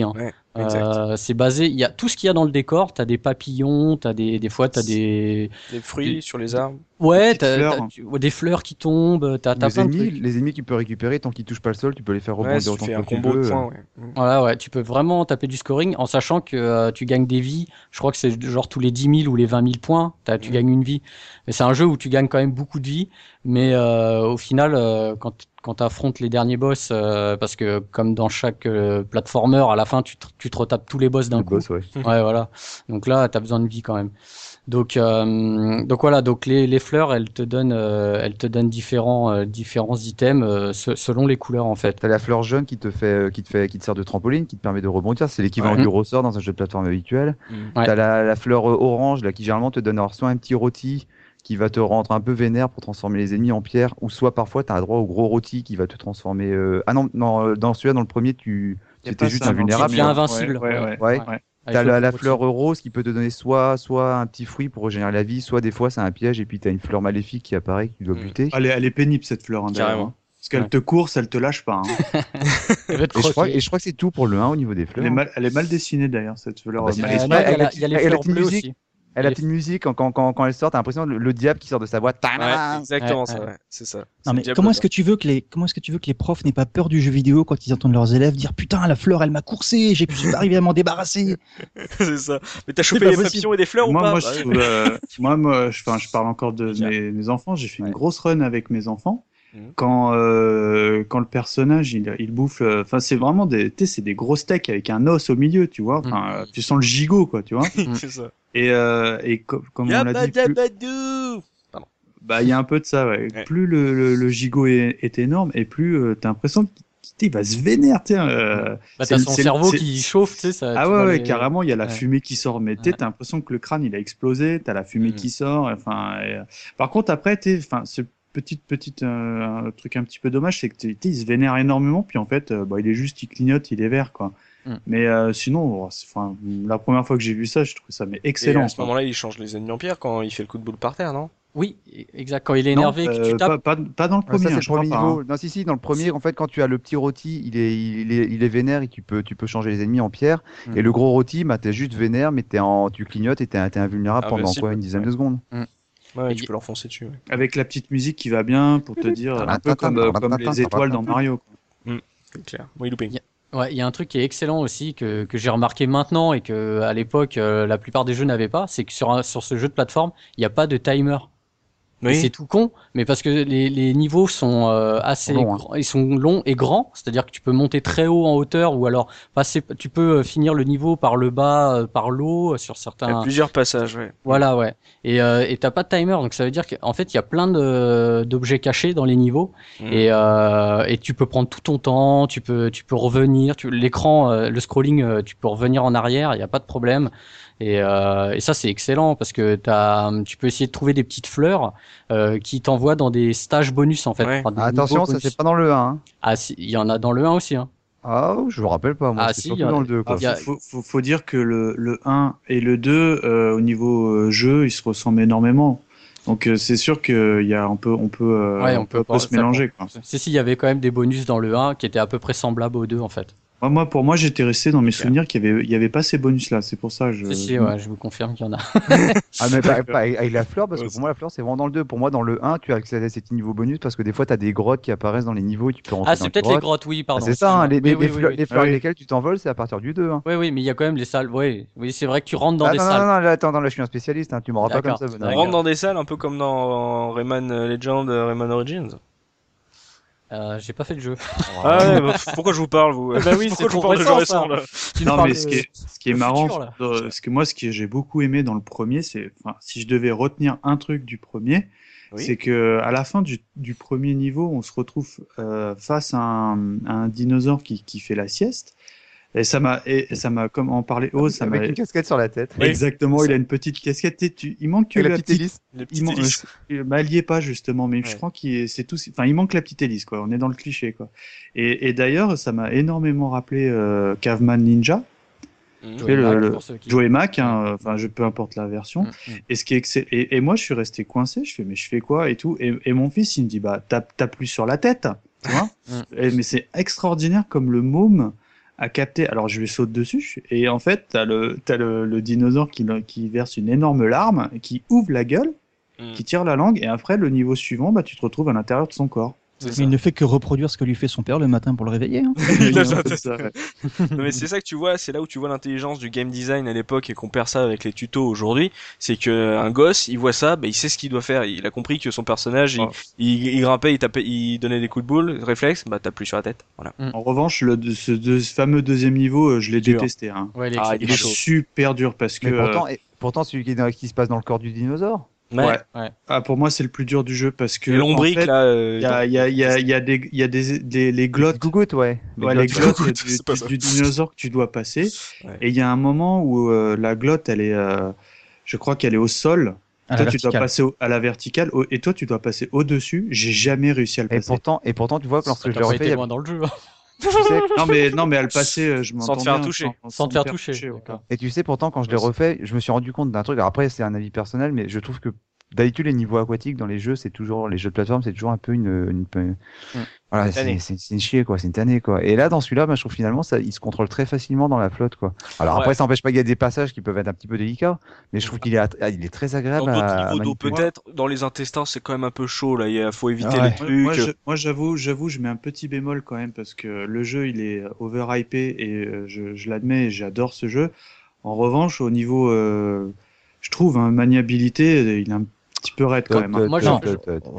Euh, c'est basé, il y a tout ce qu'il y a dans le décor. T'as des papillons, t'as des, des fois t'as des, des fruits des... sur les arbres. Ouais, Petites t'as, fleurs. t'as, tu- ouais, des fleurs qui tombent. T'as, t'as Les plein de ennemis, trucs. les ennemis que tu peux récupérer tant qu'ils touchent pas le sol, tu peux les faire Ouais, rebondir si tu autant fais que un tu combo veux. de points, ouais. Voilà, ouais, tu peux vraiment taper du scoring en sachant que euh, tu gagnes des vies. Je crois que c'est genre tous les dix mille ou les vingt mille points, t'as, tu Mhm. gagnes une vie. Mais c'est un jeu où tu gagnes quand même beaucoup de vie. Mais euh, au final, euh, quand quand tu affrontes les derniers boss, euh, parce que comme dans chaque euh, platformer, à la fin, tu te, tu te retapes tous les boss d'un Le coup. boss, ouais. Ouais, voilà. Donc là, t'as besoin de vie quand même. Donc, euh, donc voilà. Donc les, les fleurs, elles te donnent, euh, elles te donnent différents, euh, différents items euh, se- selon les couleurs en fait. T'as la fleur jaune qui te fait, euh, qui te fait, qui te sert de trampoline, qui te permet de rebondir. C'est l'équivalent Ouais. du ressort dans un jeu de plateforme habituel. Mhm. Ouais. T'as la, la fleur euh, orange là qui généralement te donne alors, soit un petit rôti qui va te rendre un peu vénère pour transformer les ennemis en pierre, ou soit parfois t'as droit au gros rôti qui va te transformer. euh, Ah non, non, euh, dans celui-là, dans le premier, tu Y a c'était pas juste ça dans le invulnérable. Tu deviens premier, invincible. ouais, ouais, ouais, Ouais. ouais. Avec T'as le la, la gros fleur rôti. rose qui peut te donner soit, soit un petit fruit pour régénérer la vie, soit des fois c'est un piège et puis t'as une fleur maléfique qui apparaît que tu dois Mm. buter. Elle est, elle est pénible cette fleur, hein, d'ailleurs, Carrément. hein. Parce qu'elle Ouais. te course, elle te lâche pas, hein. Elle va te Et je, crois, croquer. et je crois que c'est tout pour le un au niveau des fleurs. Elle est mal, elle est mal dessinée d'ailleurs, cette fleur. Ah bah, euh, c'est- mal et Euh, c'est non, pas- il y a elle la- a- il y a les elle a fleurs petite bleues musique. aussi. Elle a les- petite musique quand, quand, quand, quand elle sort, t'as l'impression le, le diable qui sort de sa boîte. Ouais, exactement Ouais, ça, ouais. ouais. C'est ça. C'est Non le mais diable comment est-ce dedans. que tu veux que les comment est-ce que tu veux que les profs n'aient pas peur du jeu vidéo quand ils entendent leurs élèves dire putain la fleur elle m'a coursé, j'ai suis pas arrivé à m'en débarrasser. C'est ça. Mais t'as chopé pas les possible. papillons et des fleurs ou moi, pas moi, Bah, je, trouve, euh, moi, moi, je, enfin, je parle encore de Déjà. mes, mes enfants. J'ai fait Ouais. une grosse run avec mes enfants. Mhm. Quand, euh, quand le personnage il, il bouffe, euh, enfin c'est vraiment des, tu sais, c'est des gros steaks avec un os au milieu, tu vois. Enfin, euh, tu sens le gigot, quoi, tu vois. C'est ça. Et, euh, et co- comme on l'a dit, plus- Yabadabadou. bah il y a un peu de ça, ouais. Ouais. Plus le, le, le gigot est, est énorme, et plus euh, t'as l'impression qu'il il va se vénère, tu sais. Euh, Bah, c'est t'as le- son c'est le- cerveau c'est- qui chauffe, tu sais. Ça, Ah tu ouais, vois ouais, les- carrément, il y a la Ouais. fumée qui sort, mais tu sais, Ouais. t'as l'impression que le crâne il a explosé, t'as la fumée Mhm. qui sort, enfin. et, euh, Par contre, après, t'es, enfin, ce petit, petit euh, un truc un petit peu dommage, c'est que t'es- t'es, il se vénère énormément, puis en fait, euh, bah, il est juste, il clignote, il est vert, quoi. Mhm. Mais euh, sinon, oh, c'est- enfin, la première fois que j'ai vu ça, je trouve ça mais Et excellent. à ce quoi. moment-là, il change les ennemis en pierre quand il fait le coup de boule par terre, non Oui, exact. Quand il est Non, énervé, que euh, tu tapes. pas, pas, pas dans le Ouais, premier, ça, c'est hein, le je crois premier pas, niveau. hein. Non, si, si, dans le premier, en fait, quand tu as le petit rôti, il est, il est, il est vénère et tu peux, tu peux changer les ennemis en pierre. Mm. Et le gros rôti, bah, t'es juste vénère, mais t'es en, tu clignotes et t'es, t'es invulnérable pendant Invincible, quoi, une dizaine ouais. de secondes. Ouais, Et tu y- peux leur foncer dessus. Ouais. Avec la petite musique qui va bien pour te dire, un peu comme, euh, comme les étoiles dans Mario. quoi. C'est clair. Oui, looping. Y- Ouais, il y a un truc qui est excellent aussi que, que j'ai remarqué maintenant et que à l'époque euh, la plupart des jeux n'avaient pas, c'est que sur un, sur ce jeu de plateforme, il n'y a pas de timer. Et c'est tout con, mais parce que les, les niveaux sont euh, assez Longs, hein. grands, ils sont longs et grands, c'est-à-dire que tu peux monter très haut en hauteur ou alors passer, tu peux euh, finir le niveau par le bas, euh, par l'eau euh, sur Il y a certains. plusieurs passages, ouais. Voilà, ouais. Et euh, et t'as pas de timer, donc ça veut dire qu'en fait il y a plein de d'objets cachés dans les niveaux Mhm. et euh, et tu peux prendre tout ton temps, tu peux tu peux revenir, tu l'écran, euh, le scrolling, euh, tu peux revenir en arrière, il y a pas de problème. Et, euh, et ça c'est excellent parce que t'as, tu peux essayer de trouver des petites fleurs euh, qui t'envoient dans des stages bonus en fait. Ouais. Enfin, des Ah, attention, niveaux ça bonus. c'est pas dans le un. Hein. Ah si, il y en a dans le un aussi. Hein. Ah, je me rappelle pas, moi, Ah, c'est si, surtout y a- dans le deux. Quoi. Ah, Il y a- faut, faut, faut, faut dire que le, le un et le deux, euh, au niveau euh, jeu, ils se ressemblent énormément. Donc euh, c'est sûr qu'il y a, on peut, on peut, euh, Ouais, on on peut, peut pas pas- se ça mélanger. Quoi. Si si, il y avait quand même des bonus dans le un qui étaient à peu près semblables aux deux en fait. Moi, moi, pour moi, j'étais resté dans mes Clair. souvenirs qu'il y avait, il y avait pas ces bonus-là. C'est pour ça que je. Si si, ouais, je vous confirme qu'il y en a. Ah, mais pas, pas avec avec la fleur, parce que Ouais, pour moi, la fleur, c'est vraiment dans le deux. Pour moi, dans le un, tu as accès à ces petits niveaux bonus parce que des fois, tu as des grottes qui apparaissent dans les niveaux et tu peux rentrer Ah, dans c'est peut-être les grottes. grottes, oui, Ah, pardon. c'est ça, hein, les, les, Oui, oui, les oui, fleurs, oui. les fleurs Ah oui. avec lesquelles tu t'envoles, c'est à partir du deux. Hein. Oui, oui, mais il y a quand même les salles. Oui, oui, c'est vrai que tu rentres dans Ah, des non, salles. non, non, là, attends, attends, là, je suis un spécialiste, hein, tu m'auras pas comme D'accord. ça. On Benoît. D'accord. rentre dans des salles un peu comme dans Rayman Legend, euh, Rayman Origins. Euh, j'ai pas fait le jeu. Ah ouais, bah, pourquoi je vous parle, vous Bah oui, Pourquoi c'est je vous trop parle de jeux récent, récents, là Tu me Non, parles mais de- ce qui est, ce qui est le marrant, futur, là. euh, ce que moi, ce que j'ai beaucoup aimé dans le premier, c'est, enfin, si je devais retenir un truc du premier, Oui. c'est que à la fin du, du premier niveau, on se retrouve euh, face à un, à un dinosaure qui, qui fait la sieste. Et ça m'a, et ça m'a, comme en parlait Oz, ça m'a. Avec une casquette sur la tête. Oui. Exactement, c'est il ça. a une petite casquette. Et tu, il manque que Et la la petite petite. hélice. Les Il petites man- hélices. euh, bah, elle y est pas justement, mais je Ouais. crois qu'il est- c'est tout. Enfin, il manque la petite hélice, quoi. On est dans le cliché, quoi. Et, et d'ailleurs, ça m'a énormément rappelé euh, Caveman Ninja, Mhm. fais le- Mac, le- pour ceux qui- Joe et Mac. Hein, euh, enfin, je peu importe la version. Mm, mm. Et ce qui est excell- et, et moi, je suis resté coincé. Je fais, mais je fais quoi et tout. Et, et mon fils, il me dit, bah, tape, tape lui sur la tête, tu vois. Mm. Et- mais c'est extraordinaire comme le môme à capter. Alors je lui saute dessus et en fait t'as le t'as le, le dinosaure qui qui verse une énorme larme, qui ouvre la gueule, mm. qui tire la langue et après le niveau suivant, bah tu te retrouves à l'intérieur de son corps. Mais il ne fait que reproduire ce que lui fait son père le matin pour le réveiller. Hein. c'est ça, ouais. Non, mais c'est ça que tu vois, c'est là où tu vois l'intelligence du game design à l'époque et qu'on perd ça avec les tutos aujourd'hui. C'est que un gosse, il voit ça, bah, il sait ce qu'il doit faire. Il a compris que son personnage, oh. il, il, il grimpait, il tapait, il donnait des coups de boule, réflexe, bah tape plus sur la tête. Voilà. Mm. En revanche, le ce, de, ce fameux deuxième niveau, je l'ai dur. détesté. Hein. Ouais, il est, ah, il est super dur parce que. Mais pourtant, euh... et, pourtant celui qui, est, qui se passe dans le corps du dinosaure. Ouais. ouais. ouais. Ah, pour moi, c'est le plus dur du jeu parce que. L'ombrique, en fait, là. Il y a, il y a, il y a, il y a des, il y a des, des, les glottes. Les gougoutes, ouais. Les ouais, glottes, les glottes du, du, du dinosaure que tu dois passer. Ouais. Et il y a un moment où euh, la glotte, elle est, euh, je crois qu'elle est au sol. À toi, tu dois passer au, à la verticale. Au, et toi, tu dois passer au-dessus. J'ai jamais réussi à le passer. Et pourtant, et pourtant, tu vois que lorsque je l'ai refait, il y a moins dans le jeu. Tu sais, non mais non mais à le passer, je m'entends sans te faire bien, toucher, sans, sans te faire toucher. toucher ouais. Et tu sais pourtant quand je l'ai refait, je me suis rendu compte d'un truc. Alors après c'est un avis personnel, mais je trouve que d'habitude les niveaux aquatiques dans les jeux, c'est toujours les jeux de plateforme, c'est toujours un peu une, une, une... Mmh. voilà, c'est, c'est, c'est une chier quoi, c'est une tannée quoi. Et là dans celui-là, bah, je trouve finalement ça, il se contrôle très facilement dans la flotte quoi. Alors ouais. après ça n'empêche pas qu'il y a des passages qui peuvent être un petit peu délicats, mais je trouve qu'il est, il est très agréable. Dans d'autres à, niveaux d'eau peut-être, dans les intestins c'est quand même un peu chaud là, il faut éviter ah ouais. les trucs. Moi, je, moi j'avoue, j'avoue, je mets un petit bémol quand même parce que le jeu il est overhypé et euh, je, je l'admets, et j'adore ce jeu. En revanche, au niveau, euh, je trouve, hein, maniabilité, il est un petit peu raide quand même. Hein. Moi, j'aurais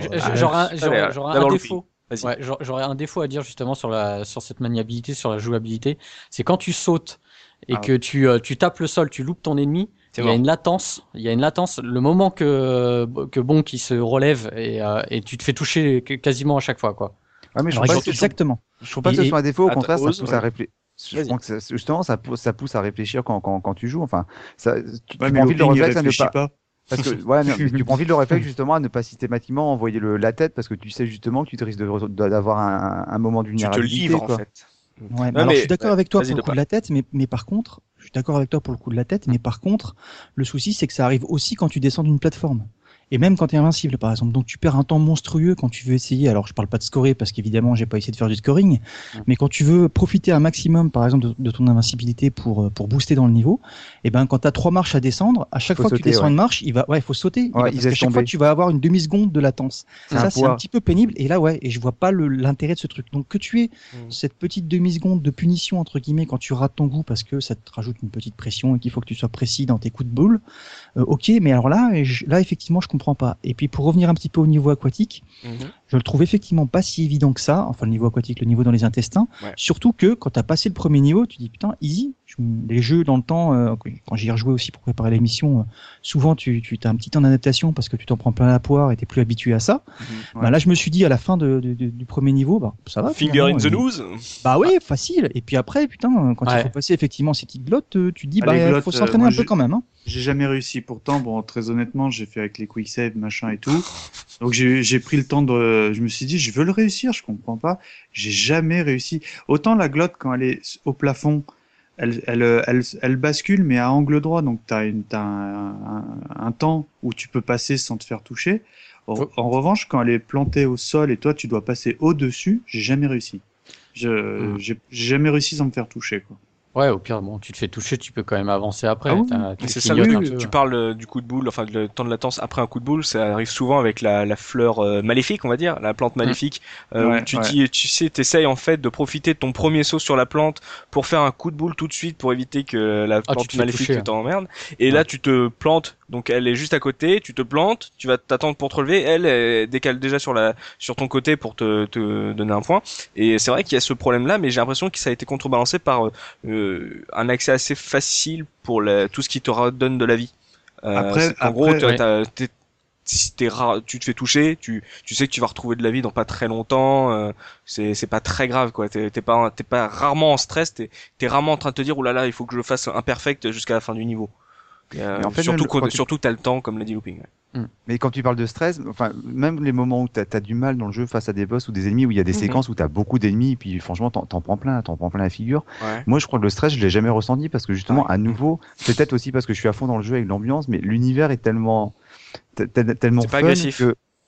un défaut. Ouais, j'aurais un défaut à dire justement sur la sur cette maniabilité, sur la jouabilité. C'est quand tu sautes et ah, que tu euh, tu tapes le sol, tu loupes ton ennemi. Il y a une latence. Il y a une latence. Le moment que que bon qui se relève et euh, et tu te fais toucher quasiment à chaque fois quoi. Ah mais je trouve pas que exactement. Je trouve pas que ce soit un défaut. Au contraire, ça pousse à réfléchir. Je pense que ça, justement, ça pousse, ça pousse à réfléchir quand, quand, quand tu joues. Enfin, ça, tu, ouais, tu prends vite le réflexe à ne pas. pas. Parce que, ouais, mais tu prends vite le réflexe justement à ne pas systématiquement envoyer le, la tête parce que tu sais justement que tu te risques de, d'avoir un, un moment de vulnérabilité. Tu te livres quoi. en fait. Ouais, mais alors mais, je suis d'accord ouais, avec toi pour le coup de la tête, mais, mais par contre, je suis d'accord avec toi pour le coup de la tête, mais par contre, le souci c'est que ça arrive aussi quand tu descends d'une plateforme. Et même quand tu es invincible, par exemple. Donc tu perds un temps monstrueux quand tu veux essayer. Alors je parle pas de scorer parce qu'évidemment j'ai pas essayé de faire du scoring, mmh. mais quand tu veux profiter un maximum, par exemple, de, de ton invincibilité pour pour booster dans le niveau, et ben quand t'as trois marches à descendre, à chaque faut fois sauter, que tu descends ouais. une marche, il va, ouais, il faut sauter. Ouais, va, parce qu'à chaque fois tu vas avoir une demi seconde de latence. C'est ça un c'est un petit peu pénible. Et là ouais, et je vois pas le, l'intérêt de ce truc. Donc que tu aies mmh. cette petite demi seconde de punition entre guillemets quand tu rates ton goût parce que ça te rajoute une petite pression et qu'il faut que tu sois précis dans tes coups de boule. Euh, ok, mais alors là, je, là effectivement je comprends pas. Et puis pour revenir un petit peu au niveau aquatique, mmh. je le trouve effectivement pas si évident que ça, enfin le niveau aquatique, le niveau dans les intestins, ouais. surtout que quand t'as passé le premier niveau, tu dis putain, easy, je, les jeux dans le temps, euh, quand j'y ai rejoué aussi pour préparer l'émission, euh, souvent tu, tu as un petit temps d'adaptation parce que tu t'en prends plein la poire et t'es plus habitué à ça. Mmh. Ouais. Bah, là je me suis dit à la fin de, de, de, du premier niveau, bah ça va. Finger in the et... nose. Bah ouais, facile. Et puis après, putain, quand ouais. il faut passer effectivement ces petites glottes, tu dis bah il faut s'entraîner euh, un peu quand même. Hein. J'ai jamais réussi. Pourtant, bon, très honnêtement, j'ai fait avec les quick save, machin et tout. Donc j'ai, j'ai pris le temps de. Je me suis dit, je veux le réussir. Je comprends pas. J'ai jamais réussi. Autant la glotte quand elle est au plafond, elle, elle, elle, elle, elle bascule, mais à angle droit. Donc t'as une, t'as un, un, un temps où tu peux passer sans te faire toucher. En, en revanche, quand elle est plantée au sol et toi tu dois passer au dessus, j'ai jamais réussi. Je, mmh. j'ai, j'ai jamais réussi sans me faire toucher, quoi. Ouais, au pire, bon, tu te fais toucher, tu peux quand même avancer après. Ah oui, c'est ça, tu, tu parles euh, du coup de boule, enfin, le temps de latence après un coup de boule, ça arrive souvent avec la, la fleur euh, maléfique, on va dire, la plante maléfique. Mmh. Euh, ouais, où tu ouais. dis, tu sais, t'essayes en fait de profiter de ton premier saut sur la plante pour faire un coup de boule tout de suite pour éviter que la plante ah, maléfique toucher, te t'emmerde. Et ouais. là, tu te plantes. Donc elle est juste à côté, tu te plantes, tu vas t'attendre pour te relever, elle, elle décale déjà sur la sur ton côté pour te, te donner un point. Et c'est vrai qu'il y a ce problème-là, mais j'ai l'impression que ça a été contrebalancé par euh, un accès assez facile pour la, tout ce qui te redonne de la vie. Euh, après, en après, gros, t'as, t'as, t'es, si t'es rare, tu te fais toucher, tu tu sais que tu vas retrouver de la vie dans pas très longtemps. Euh, c'est c'est pas très grave quoi. T'es t'es pas t'es pas rarement en stress. T'es t'es rarement en train de te dire oh là là, il faut que je fasse un perfect jusqu'à la fin du niveau. Euh, en fait, surtout quand, tu... surtout t'as le temps comme l'a dit Looping. Ouais. Mais quand tu parles de stress, enfin même les moments où t'as as du mal dans le jeu face à des boss ou des ennemis où il y a des mm-hmm. séquences où t'as beaucoup d'ennemis et puis franchement t'en, t'en prends plein, t'en prends plein la figure. Ouais. Moi je crois que le stress je l'ai jamais ressenti parce que justement ouais. à nouveau, c'est peut-être aussi parce que je suis à fond dans le jeu avec l'ambiance, mais l'univers est tellement t- t- tellement c'est pas fun agressif. que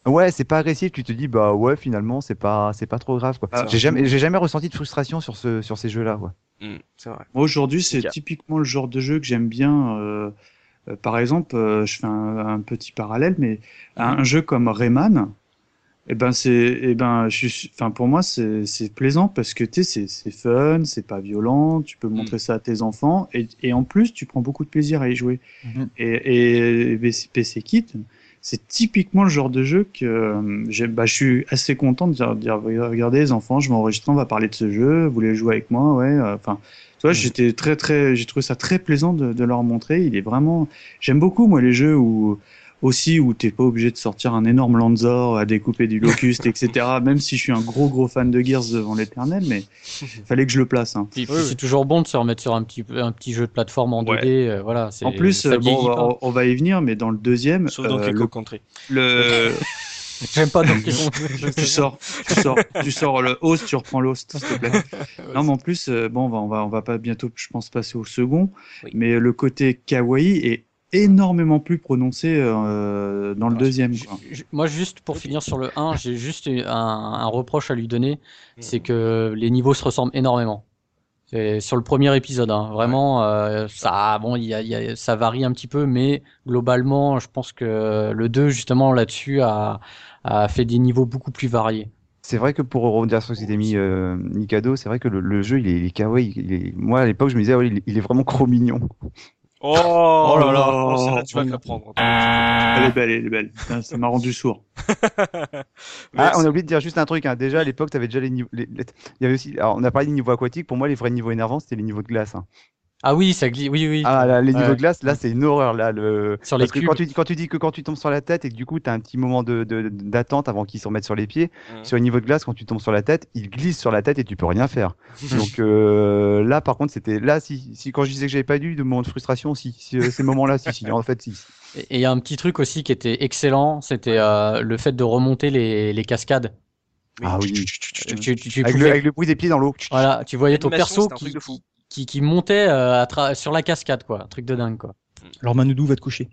Ouais, c'est pas agressif. Tu te dis bah ouais, finalement c'est pas c'est pas trop grave quoi. Ah, j'ai jamais j'ai jamais ressenti de frustration sur ce sur ces jeux-là quoi. Mm, c'est vrai. Moi, aujourd'hui, c'est Nika. typiquement le genre de jeu que j'aime bien. Euh, euh, par exemple, euh, je fais un, un petit parallèle, mais un, un jeu comme Rayman, eh ben c'est, eh ben, je suis, enfin pour moi c'est c'est plaisant parce que tu sais c'est c'est fun, c'est pas violent, tu peux montrer ça à tes enfants et et en plus tu prends beaucoup de plaisir à y jouer. Mhm. Et et P C Kit, c'est typiquement le genre de jeu que euh, j'ai, bah je suis assez content de dire, dire regardez les enfants, je vais enregistrer, on va parler de ce jeu, vous voulez jouer avec moi, ouais, euh, enfin. Tu vois, j'étais très très, j'ai trouvé ça très plaisant de, de leur montrer. Il est vraiment, j'aime beaucoup moi les jeux où aussi où t'es pas obligé de sortir un énorme Lanzor à découper du Locust, et cetera. Même si je suis un gros gros fan de Gears devant l'éternel, mais fallait que je le place. Hein. Puis, puis Oui, c'est oui. toujours bon de se remettre sur un petit, un petit jeu de plateforme en Ouais. deux D. euh, voilà, c'est- En plus, ça euh, bon, vieillit on pas. va, on va y venir, mais dans le deuxième, Sauf euh, Donkey le, Kong Country. le J'aime pas Donkey Kong. je sais tu bien. sors, tu sors, tu sors le host, tu reprends l'host, s'il te plaît. Non, mais en plus, euh, bon, on va, on va, on va pas bientôt, je pense, passer au second, Oui. mais le côté kawaii est énormément plus prononcé euh, dans le deuxième. Quoi. Je- Moi, juste pour finir sur le un, j'ai juste un, un reproche à lui donner, c'est que les niveaux se ressemblent énormément. C'est sur le premier épisode, hein. Vraiment, euh, ça, bon, il y a, il y a- ça varie un petit peu, mais globalement, je pense que le deux, justement, là-dessus, a, a fait des niveaux beaucoup plus variés. C'est vrai que pour rebondir sur ce que t'as mis euh, Mikado, c'est vrai que le, le jeu il est, il est kawaii. Il est... Moi à l'époque je me disais ouais, il, est, il est vraiment trop mignon. Oh, Oh là là. oh, celle-là, tu vas te la prendre. Elle est belle, elle est belle. Putain, ça m'a rendu sourd. Mais Ah, on c'est- a oublié de dire juste un truc. Hein. Déjà à l'époque t'avais déjà les niveaux. les- les- Il y avait aussi. Alors on a parlé des niveaux aquatiques. Pour moi les vrais niveaux énervants c'était les niveaux de glace. Hein. Ah oui, ça glisse, oui, oui. Ah là, les niveaux Ouais. de glace là c'est une horreur là. Le... Sur les Parce que cubes. quand tu, quand tu dis que quand tu tombes sur la tête et que du coup t'as un petit moment de, de- d'attente avant qu'ils se remettent sur les pieds. Mhm. Sur les niveaux de glace quand tu tombes sur la tête il glisse sur la tête et tu peux rien faire. Donc euh, là par contre c'était là si, si quand je disais que j'avais pas eu de moment de frustration si, si euh, ces moments-là si, si en fait si. Et il y a un petit truc aussi qui était excellent, c'était euh, le fait de remonter les, les cascades. Ah oui. Tu, tu, tu Avec, pouvais- le, avec le bruit des pieds dans l'eau. Voilà, tu voyais ton L'animation, perso c'était un qui, truc de fou. qui, qui montait euh, à tra- sur la cascade, quoi. Un truc de dingue, quoi. Alors Manoudou va te coucher.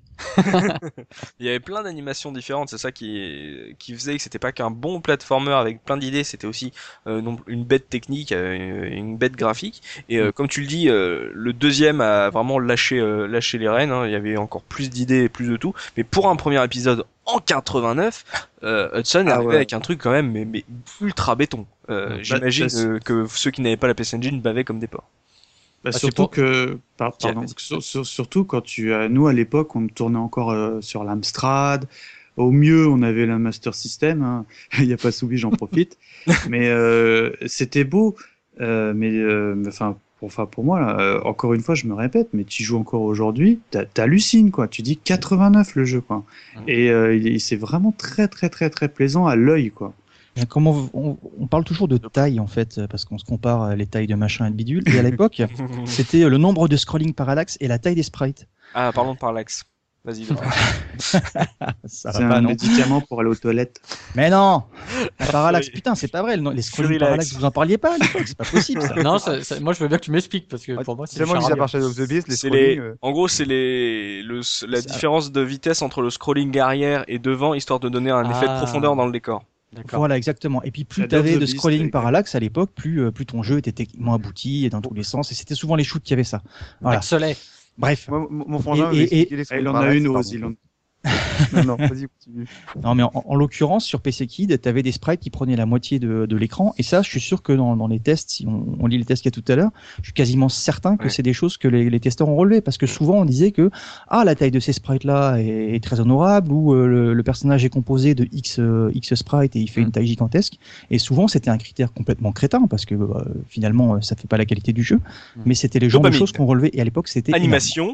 Il y avait plein d'animations différentes, c'est ça qui qui faisait que c'était pas qu'un bon platformer avec plein d'idées, c'était aussi euh, non, une bête technique, euh, une bête graphique. Et euh, comme tu le dis, euh, le deuxième a vraiment lâché euh, lâché les rênes. Hein. Il y avait encore plus d'idées et plus de tout. Mais pour un premier épisode en quatre-vingt-neuf, euh, Hudson est Ah arrivé ouais. avec un truc quand même mais, mais ultra béton. Euh, Bah, J'imagine bah, euh, que ceux qui n'avaient pas la P S Engine bavaient comme des porcs. Bah, Ah, c'est surtout pour- que, par- Tiens, pardon, vas-y. sur- sur- surtout quand tu, euh, nous à l'époque, on tournait encore euh, sur l'Amstrad. Au mieux, on avait la Master System. Hein. Il n'y a pas soubi, j'en profite. mais euh, c'était beau. Euh, mais euh, enfin, pour, enfin, pour moi, là, euh, encore une fois, je me répète, mais tu joues encore aujourd'hui, t'a- t'hallucines quoi. Tu dis quatre-vingt-neuf le jeu quoi. Mhm. Et euh, il est- c'est vraiment très très très très plaisant à l'œil quoi. Et Comment on, on parle toujours de taille en fait, parce qu'on se compare à les tailles de machin et de bidule. Et à l'époque, c'était le nombre de scrolling parallaxe et la taille des sprites. Ah, parlons de parallaxe. Vas-y. Laurent. Ça C'est va pas, un non médicament pour aller aux toilettes. Mais non, la parallaxe, putain, c'est pas vrai. le nom- Les scrolling Furilax. parallaxe, vous en parliez pas à l'époque, c'est pas possible ça. Non, ça, ça- moi je veux bien que tu m'expliques parce que pour moi c'est Seulement mis à charabia. part Shadow of the Beast, les C'est scrolling, les, euh, en gros, c'est les, le, la C'est- différence de vitesse entre le scrolling arrière et devant, histoire de donner un effet de Ah. profondeur dans le décor. D'accord. Voilà, exactement. Et puis plus Shadow of t'avais the de Beast, scrolling avec- parallaxe à l'époque, plus, euh, plus ton jeu était techniquement abouti et dans tous les sens. Et c'était souvent les shoots qui avaient ça. Voilà. Axelet. Bref. Moi, mon mon frangin Et- m'avait et- expliqué les Ah, scrolling il en a parallaxe, une pardon. aux îles. Non, non, vas-y, continue. Non, mais en, en l'occurrence, sur P C Kid, t'avais des sprites qui prenaient la moitié de, de l'écran. Et ça, je suis sûr que dans, dans les tests, si on, on lit les tests qu'il y a tout à l'heure, je suis quasiment certain que Ouais. c'est des choses que les, les testeurs ont relevées. Parce que souvent, on disait que, ah, la taille de ces sprites-là est, est très honorable, ou euh, le, le personnage est composé de X, euh, X sprites et il fait une taille gigantesque. Et souvent, c'était un critère complètement crétin, parce que euh, finalement, euh, ça fait pas la qualité du jeu. Mais c'était les genres de Dopamine. choses qu'on relevait. Et à l'époque, c'était énorme. Animation.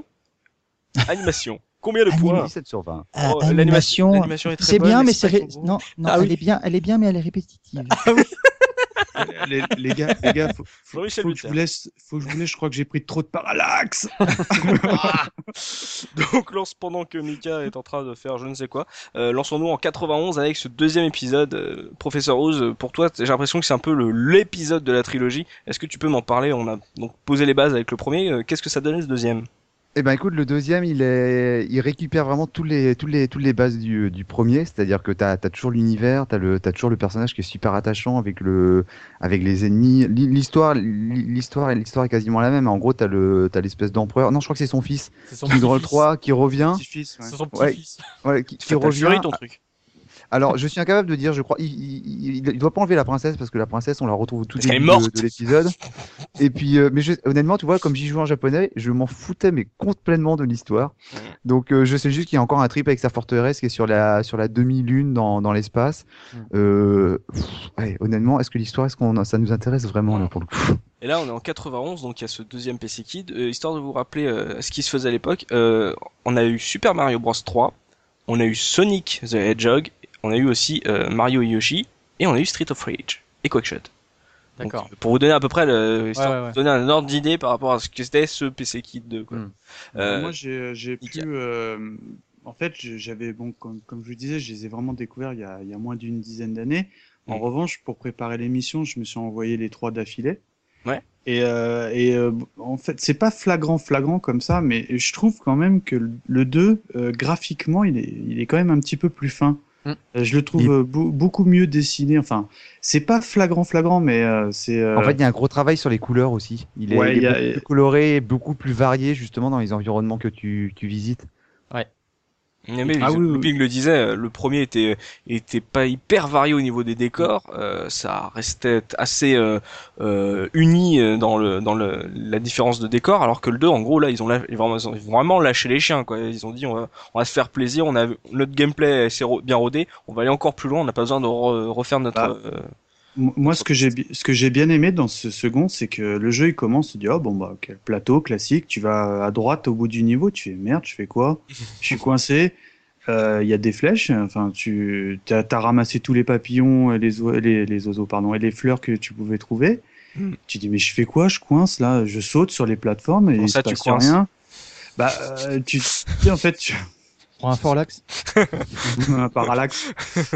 Animation. Combien de Anima- points? dix-sept sur vingt. Ah, Oh, animation, l'animation est très c'est bonne, bien, mais c'est c'est pas ré- trop non, non, Ah elle oui. est bien, elle est bien, mais elle est répétitive. les, les gars, les gars, faut, faut, Jean-Michel faut que je Luther. vous laisse, faut que je vous laisse. Je crois que j'ai pris trop de parallaxe. Donc, lance pendant que Mika est en train de faire je ne sais quoi, euh, lançons-nous en quatre-vingt-onze avec ce deuxième épisode. Euh, Professeur Oz, euh, pour toi, j'ai l'impression que c'est un peu le l'épisode de la trilogie. Est-ce que tu peux m'en parler? On a donc posé les bases avec le premier. Euh, Qu'est-ce que ça donne ce deuxième? Eh ben écoute, le deuxième, il est, il récupère vraiment tous les, tous les, toutes les bases du, du premier, c'est-à-dire que t'as, t'as toujours l'univers, t'as le, t'as toujours le personnage qui est super attachant avec le, avec les ennemis. L'hi- L'histoire, l'histoire, l'histoire est quasiment la même. En gros, t'as le, t'as l'espèce d'empereur. Non, je crois que c'est son fils. C'est son Qui dans le petit-fils. trois, qui revient, Petit-fils, ouais. C'est son Ouais. petit-fils. ouais, qui, qui T'as le revient. Fury, ton truc. Alors, je suis incapable de dire, je crois, il, il, il, il doit pas enlever la princesse parce que la princesse, on la retrouve au tout Parce qu'elle début est morte. de, de l'épisode. Et puis, euh, mais je- honnêtement, tu vois, comme j'y joue en japonais, je m'en foutais mais complètement de l'histoire. Ouais. Donc, euh, je sais juste qu'il y a encore un trip avec sa forteresse qui est sur la sur la demi-lune dans dans l'espace. Mm. Euh, pff, ouais, honnêtement, est-ce que l'histoire, est-ce qu'on ça nous intéresse vraiment là pour le coup? Et là, on est en quatre-vingt-onze, donc il y a ce deuxième P C Kid. Euh, histoire de vous rappeler euh, ce qui se faisait à l'époque, euh, on a eu Super Mario Bros trois, on a eu Sonic the Hedgehog, on a eu aussi euh, Mario et Yoshi, et on a eu Street of Rage et Quackshot. Donc, D'accord. euh, pour vous donner à peu près, le, histoire Ouais, ouais, de ouais. vous donner un ordre d'idée par rapport à ce que c'était ce P C Kid deux, quoi. Mm. Euh, Moi, j'ai j'ai pu. nickel. euh, en fait, je- j'avais bon, comme, comme je vous disais, je les ai vraiment découverts il y a, il y a moins d'une dizaine d'années. En Mm. revanche, pour préparer l'émission, je me suis envoyé les trois d'affilée. Ouais. Et, euh, et euh, en fait, c'est pas flagrant, flagrant comme ça, mais je trouve quand même que le- le deux, euh, graphiquement, il est, il est quand même un petit peu plus fin. Mm. Euh, Je le trouve Il- euh, beau- beaucoup mieux dessiné. Enfin, c'est pas flagrant, flagrant, mais euh, c'est. euh, En fait, il y a un gros travail sur les couleurs aussi. Il est, Ouais, il est il y a- beaucoup plus coloré, beaucoup plus varié justement dans les environnements que tu tu visites. Mais oui, Ah le- oui, le oui. Ping le disait, euh, le premier était était pas hyper varié au niveau des décors, euh, ça restait assez euh, euh, uni euh, dans le dans le la différence de décor, alors que le deux, en gros là, ils ont, la- ils ont vraiment, ils ont vraiment lâché les chiens, quoi. Ils ont dit on va on va se faire plaisir, on a notre gameplay c'est ro- bien rodé, on va aller encore plus loin, on n'a pas besoin de re- refaire notre Bah, euh, M- Moi, ce que j'ai bi- ce que j'ai bien aimé dans ce second, c'est que le jeu il commence, tu dis oh bon bah quel plateau classique, tu vas à droite au bout du niveau, tu fais merde, je fais quoi? Je suis coincé. Euh, Il y a des flèches, enfin tu t'as, t'as ramassé tous les papillons, et les, oi- les les oiseaux pardon et les fleurs que tu pouvais trouver. Mm. Tu dis mais je fais quoi? Je coince là, je saute sur les plateformes et Comment il ça, se tu passe coinces rien. Bah euh, tu tu sais en fait tu... Prends un Forlax. un parallaxe.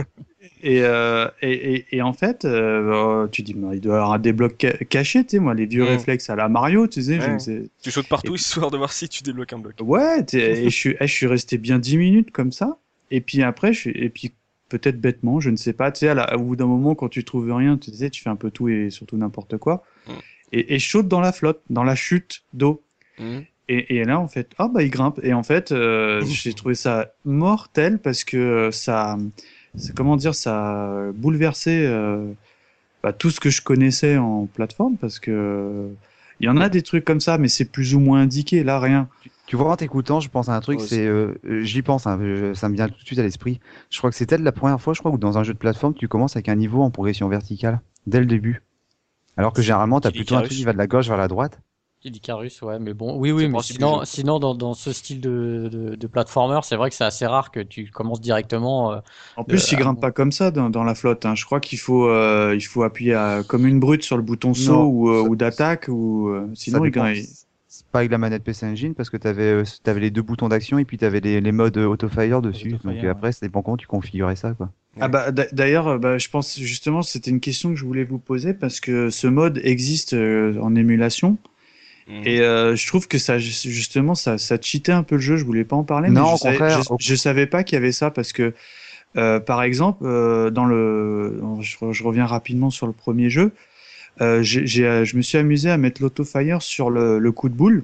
Et, euh, et, et, et en fait, euh, tu dis, bah, il doit y avoir des blocs ca- cachés, tu sais, moi, les vieux Mm. réflexes à la Mario, tu sais, je Ouais. ne sais. tu sautes partout Et- histoire de voir si tu débloques un bloc. Ouais, t'es- et je suis, eh, je suis resté bien dix minutes comme ça. Et puis après, je suis, et puis peut-être bêtement, je ne sais pas, tu sais, à la- au bout d'un moment, quand tu trouves rien, tu sais, tu fais un peu tout et surtout n'importe quoi. Mm. Et, et je saute dans la flotte, dans la chute d'eau. Mm. Et, et là, en fait, ah bah il grimpe. Et en fait, euh, j'ai trouvé ça mortel parce que euh, ça, c'est comment dire, ça a bouleversé euh, bah, tout ce que je connaissais en plateforme parce que euh, il y en a des trucs comme ça, mais c'est plus ou moins indiqué. Là, rien. Tu vois, en t'écoutant, je pense à un truc, Ouais, c'est, euh, euh, j'y pense, hein, je- ça me vient tout de suite à l'esprit. Je crois que c'est peut-être la première fois, je crois, où dans un jeu de plateforme, tu commences avec un niveau en progression verticale, dès le début. Alors que généralement, t'as Kid plutôt un Icarus. truc qui va de la gauche vers la droite. Kid Icarus, ouais, mais bon, oui, C'est oui, le mais principe du sinon, jeu. sinon dans, dans ce style de, de, de platformer, c'est vrai que c'est assez rare que tu commences directement. euh, En plus, Euh, il grimpe pas comme ça dans, dans la flotte. Hein. Je crois qu'il faut, euh, il faut appuyer à- comme une brute sur le bouton saut Non, ou, euh, ça- ou d'attaque ou euh, sinon Ça il dépend. grimpe. C'est pas avec la manette P C Engine parce que t'avais, euh, t'avais les deux boutons d'action et puis t'avais les, les modes auto-fire dessus. Auto-fire, Donc euh, après, ça dépend comment tu configurais ça, quoi. Ah bah d'a- d'ailleurs, euh, bah, je pense justement c'était une question que je voulais vous poser parce que ce mode existe euh, en émulation Mm. et euh, je trouve que ça justement ça ça cheatait un peu le jeu. Je voulais pas en parler, Non, mais je au savais, contraire, je, au- je savais pas qu'il y avait ça parce que euh, par exemple euh, dans le, je, je reviens rapidement sur le premier jeu, euh, j'ai, j'ai, euh, je me suis amusé à mettre l'autofire sur le, le coup de boule.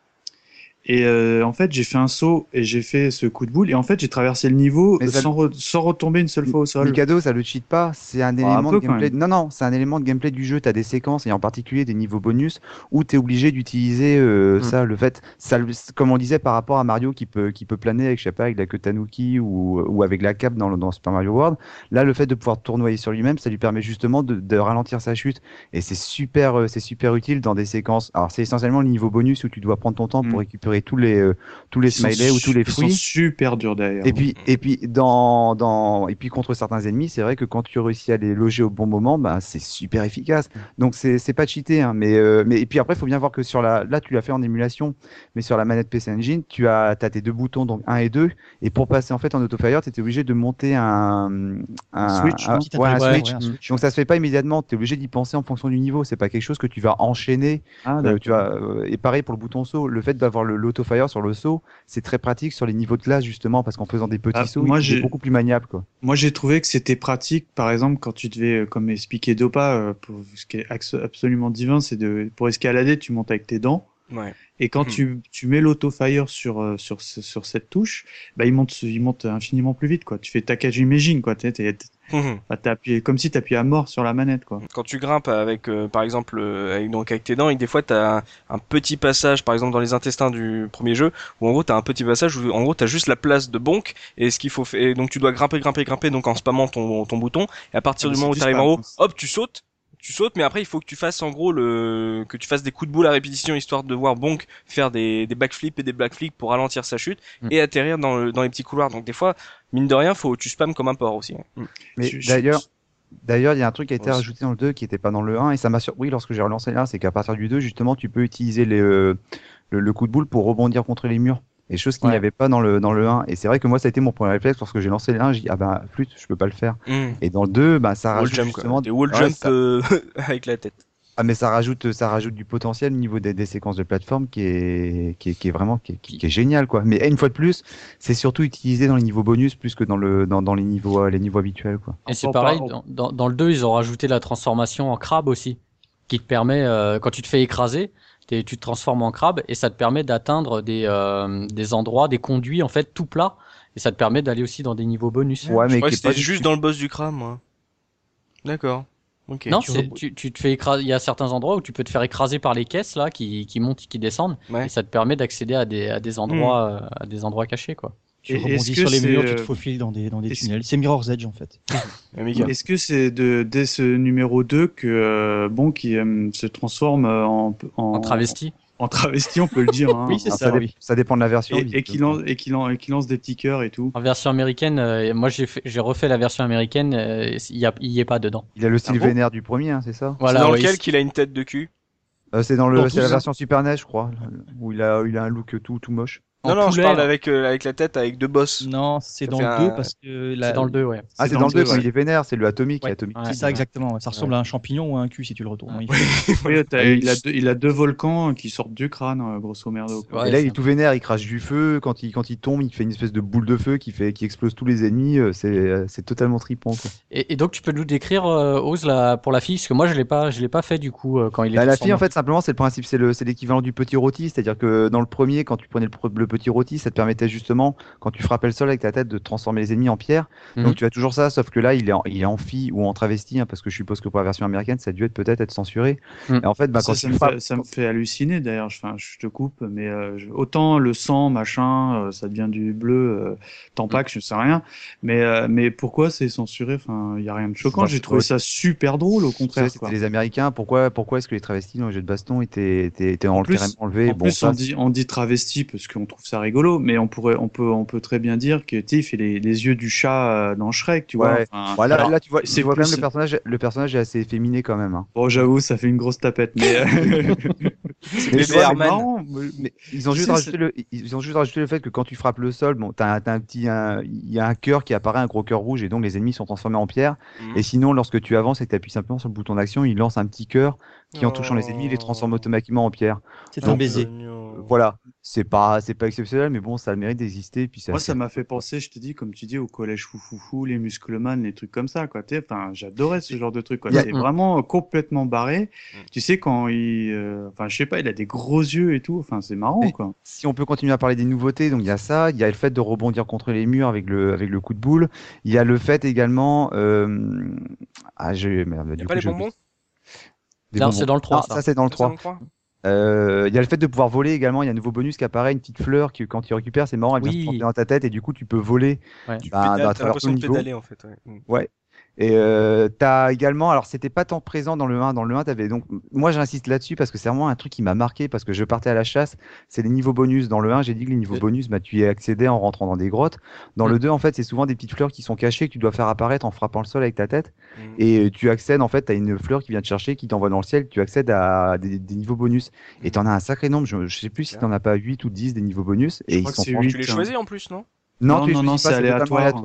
Et euh, en fait, j'ai fait un saut et j'ai fait ce coup de boule. Et en fait, j'ai traversé le niveau Mais ça- sans, re- sans retomber une seule fois au sol. Mikado, ça le cheat pas, c'est un un élément peu, de quand gameplay. même. Non, non, c'est un élément de gameplay du jeu. Tu as des séquences et en particulier des niveaux bonus où tu es obligé d'utiliser euh, Mm. ça, le fait, ça, le- comme on disait par rapport à Mario qui peut, qui peut planer avec, je sais pas, avec la queue Tanuki ou, ou avec la cape dans, le- dans Super Mario World. Là, le fait de pouvoir tournoyer sur lui-même, ça lui permet justement de, de ralentir sa chute. Et c'est super, euh, c'est super utile dans des séquences. Alors, c'est essentiellement le niveau bonus où tu dois prendre ton temps pour Mm. récupérer tous les, euh, tous les Ils sont smileys ou tous les su- Ils fruits. sont super durs d'ailleurs. Et puis, et puis, dans, dans, et puis contre certains ennemis, c'est vrai que quand tu réussis à les loger au bon moment, bah, c'est super efficace. Donc, c'est, c'est pas cheaté, hein, mais, euh, mais, et puis après, il faut bien voir que sur la, là, tu l'as fait en émulation, mais sur la manette P C Engine, tu as, t'as tes deux boutons, donc un et deux, et pour passer en fait en autofire, tu étais obligé de monter un, un, switch, un- un petit ouais, un interface, switch. ouais, un switch. Donc, ça se fait pas immédiatement, tu es obligé d'y penser en fonction du niveau. C'est pas quelque chose que tu vas enchaîner Ah, euh, d'accord. tu vois, euh, et pareil pour le bouton saut, le fait d'avoir le, l'auto-fire sur le saut, c'est très pratique sur les niveaux de glace justement parce qu'en faisant des petits Ah, sauts, moi, c'est j'ai- beaucoup plus maniable quoi. Moi, j'ai trouvé que c'était pratique, par exemple, quand tu devais, euh, comme expliquait Dopa, euh, pour ce qui est ax- absolument divin, c'est de, pour escalader, tu montes avec tes dents. Ouais. Et quand Mhm. tu, tu mets l'auto-fire sur, euh, sur, ce- sur cette touche, bah, il monte, il monte infiniment plus vite, quoi. Tu fais ta cage imagine, quoi. T'es, t'es, t'es- Mhm. bah, t'as appuyé, comme si t'appuyais à mort sur la manette, quoi. Quand tu grimpes avec, euh, par exemple, euh, avec, donc avec tes dents, et que des fois t'as un, un petit passage, par exemple dans les intestins du premier jeu, où en gros t'as un petit passage où en gros t'as juste la place de bonk, et ce qu'il faut faire, et donc tu dois grimper, grimper, grimper, donc en spammant ton, ton bouton, et à partir Ah, du mais moment où c'est du t'arrives en spam, haut, hein. hop, tu sautes, tu sautes, mais après il faut que tu fasses en gros le, que tu fasses des coups de boule à répétition histoire de voir bonk faire des, des backflips et des backflips pour ralentir sa chute, Mm. et atterrir dans, le, dans les petits couloirs. Donc des fois, mine de rien, faut tu spams comme un porc aussi. Mm. Mais Je- je- d'ailleurs, d'ailleurs, il y a un truc qui a été Aussi. rajouté dans le deux qui n'était pas dans le un et ça m'a surpris lorsque j'ai relancé le un, c'est qu'à partir du deux, justement, tu peux utiliser les, euh, le, le coup de boule pour rebondir contre les murs. Et chose qu'il n'y Ouais. avait pas dans le, dans le un. Et c'est vrai que moi, ça a été mon premier réflexe lorsque j'ai lancé le un, j'ai dit, ah ben, flûte, je peux pas le faire. Mm. Et dans le deux, bah, ça Wall rajoute jump, justement. quoi. Des wall Ouais, jump ça- euh, avec la tête. Ah, mais ça rajoute, ça rajoute du potentiel au niveau des, des séquences de plateforme qui est, qui est, qui est vraiment, qui est, qui- qui est génial, quoi. Mais une fois de plus, c'est surtout utilisé dans les niveaux bonus plus que dans le, dans, dans les niveaux, euh, les niveaux habituels, quoi. Et c'est On peut en pareil, par- dans, dans, dans le deux, ils ont rajouté la transformation en crabe aussi, qui te permet, euh, quand tu te fais écraser, t'es- tu te transformes en crabe et ça te permet d'atteindre des, euh, des endroits, des conduits en fait tout plats. Et ça te permet d'aller aussi dans des niveaux bonus. Ouais, Je mais crois qui que est pas c'était du juste tout- dans le boss du crâne, moi. D'accord. Ok. Non, tu c'est- re- tu, tu te fais écraser. Il y a certains endroits où tu peux te faire écraser par les caisses là, qui, qui montent, et qui descendent, Ouais. et ça te permet d'accéder à des, à des endroits, euh, à des endroits cachés quoi. Tu Et rebondis est-ce que sur les c'est, murs, tu te euh, faufiles dans des, dans des est-ce- tunnels. C'est Mirror's Edge en fait. Amiga. Est-ce que c'est de, dès ce numéro deux que, euh, bon, qui euh, se transforme euh, en, en, En travesti. en travesti, on peut le dire, hein. Oui, c'est Alors, ça, dé- oui. ça dépend de la version. Et, et qui lance, et qui lance, et qui lance des petits cœurs et tout. En version américaine, euh, moi j'ai fait- j'ai refait la version américaine, euh, il y a, il y est pas dedans. Il a le style Ah bon vénère du premier, hein, c'est ça? Voilà. c'est dans ouais, lequel il- qu'il a une tête de cul. Euh, c'est dans Dans le, c'est la douze, version Super N E S, je crois, où il a, il a un look tout, tout moche. Non, En non, je poulet, parle hein. avec, euh, avec la tête avec deux bosses. Non, c'est Ça dans fait le un- deux parce que la... C'est dans le deux, ouais. Ah, c'est dans dans le le deux deux, quand ouais. il est vénère, c'est le Atomic, Ouais. Atomic Ouais. C'est Kid. ça exactement. Ça ressemble à un champignon ou à un cul si tu le retournes. Ouais. Il faut- Oui, t'as- Et il, a il- deux, il a deux volcans qui sortent du crâne, euh, grosso merdo, quoi. Ouais, Et là, il c'est est tout vénère, il crache du feu. Quand il, quand il tombe, il fait une espèce de boule de feu qui fait, qui explose tous les ennemis. euh, C'est, euh, c'est totalement trippant, quoi. Et, et donc tu peux nous décrire euh, Oz la, pour la fille, parce que moi je l'ai pas, je l'ai pas fait du coup euh, quand il est. Bah, la transformé. fille, en fait, simplement, c'est le principe, c'est le, c'est l'équivalent du petit rôti. C'est-à-dire que dans le premier, quand tu prenais le, pre- le petit rôti, ça te permettait justement, quand tu frappais le sol avec ta tête, de transformer les ennemis en pierre. Mhm. Donc tu as toujours ça, sauf que là, il est en, il est en fille ou en travesti, hein, parce que je suppose que pour la version américaine, ça a dû être peut-être être censuré. Mhm. Et en fait, bah, Ça, quand ça tu me frappes, fait, ça me fait halluciner d'ailleurs. Je- Enfin, je te coupe, mais euh, je- autant le sang, machin, euh, ça devient du bleu, euh, tampac, je sais rien. Mais euh, mais pourquoi c'est censuré? Enfin, il y a rien de choquant. Bah, J'ai c'est trouvé pas- ça super drôle, au tu sais, contraire, c'était quoi. les Américains. Pourquoi, pourquoi est-ce que les travestis dans les jeux de baston étaient, étaient, étaient En plus- enlevé enlevés? En Bon, plus, ça, on dit on dit travesti parce qu'on trouve ça rigolo, mais on pourrait on peut on peut très bien dire que tu sais, il fait les, les yeux du chat euh, dans Shrek, tu vois. Ouais. Enfin, Voilà, alors, là, tu vois, c'est tu vois quand plus- même le personnage, le personnage est assez efféminé quand même. Hein. Bon, j'avoue, ça fait une grosse tapette, mais euh, C'est Mais bébé tu vois, Herman. marrant, mais- Mais ils ont Tu juste sais, rajouté le, ils ont juste rajouté le fait que quand tu frappes le sol, bon, t'as, un- t'as un petit, un- il y a un cœur qui apparaît, un gros cœur rouge, et donc les ennemis sont transformés en pierre. Mhm. Et sinon, lorsque tu avances et que tu appuies simplement sur le bouton d'action, il lance un petit cœur qui, en touchant les ennemis, les transforme Oh. automatiquement en pierre. C'est Donc, un baiser. Euh, Voilà, c'est pas, c'est pas exceptionnel, mais bon, ça a le mérite d'exister. Puis moi, ça m'a fait penser, je te dis, comme tu dis, au collège foufoufou, les muscleman, les trucs comme ça, quoi. Tu sais, enfin, j'adorais ce genre de truc, quoi. Il y a- C'est vraiment complètement barré. Mm. Tu sais, quand il, euh, enfin, je sais pas, il a des gros yeux et tout. Enfin, c'est marrant, Et- quoi. Si on peut continuer à parler des nouveautés, donc il y a ça, il y a le fait de rebondir contre les murs avec le, avec le coup de boule, il y a le fait également, euh... ah, j'ai, merde, Y du a coup, pas les j'ai bonbons? oublié. Des Non, bonbons. c'est dans le trois, Non, ça. ça c'est dans le Ça, trois. c'est dans le trois. Euh, Il y a le fait de pouvoir voler également. Il y a un nouveau bonus qui apparaît, une petite fleur qui, quand tu récupères, c'est marrant, elle vient Oui. se planter dans ta tête et du coup, tu peux voler. Ouais. Tu Bah, pédales, à t'as travers l'impression tout de le niveau. pédaler en fait. Ouais. Mm. Et euh, t'as également, alors c'était pas tant présent dans le un, dans le un, t'avais donc, moi j'insiste là-dessus parce que c'est vraiment un truc qui m'a marqué parce que je partais à la chasse, c'est les niveaux bonus. Dans le un, j'ai dit que les niveaux Euh. bonus, bah, tu y accédais en rentrant dans des grottes. Dans Mm. le deux, en fait, c'est souvent des petites fleurs qui sont cachées que tu dois faire apparaître en frappant le sol avec ta tête. Mm. Et tu accèdes, en fait, à une fleur qui vient te chercher, qui t'envoie dans le ciel, tu accèdes à des, des niveaux bonus. Et t'en as un sacré nombre, je, je sais plus si t'en as pas huit ou dix des niveaux bonus. Je Et ils crois que sont c'est franchement- huit. Tu les hein. choisis en plus, non? Non, Non, tu les non, non, choisis pas, c'est c'est totalement aléatoire. aléatoire.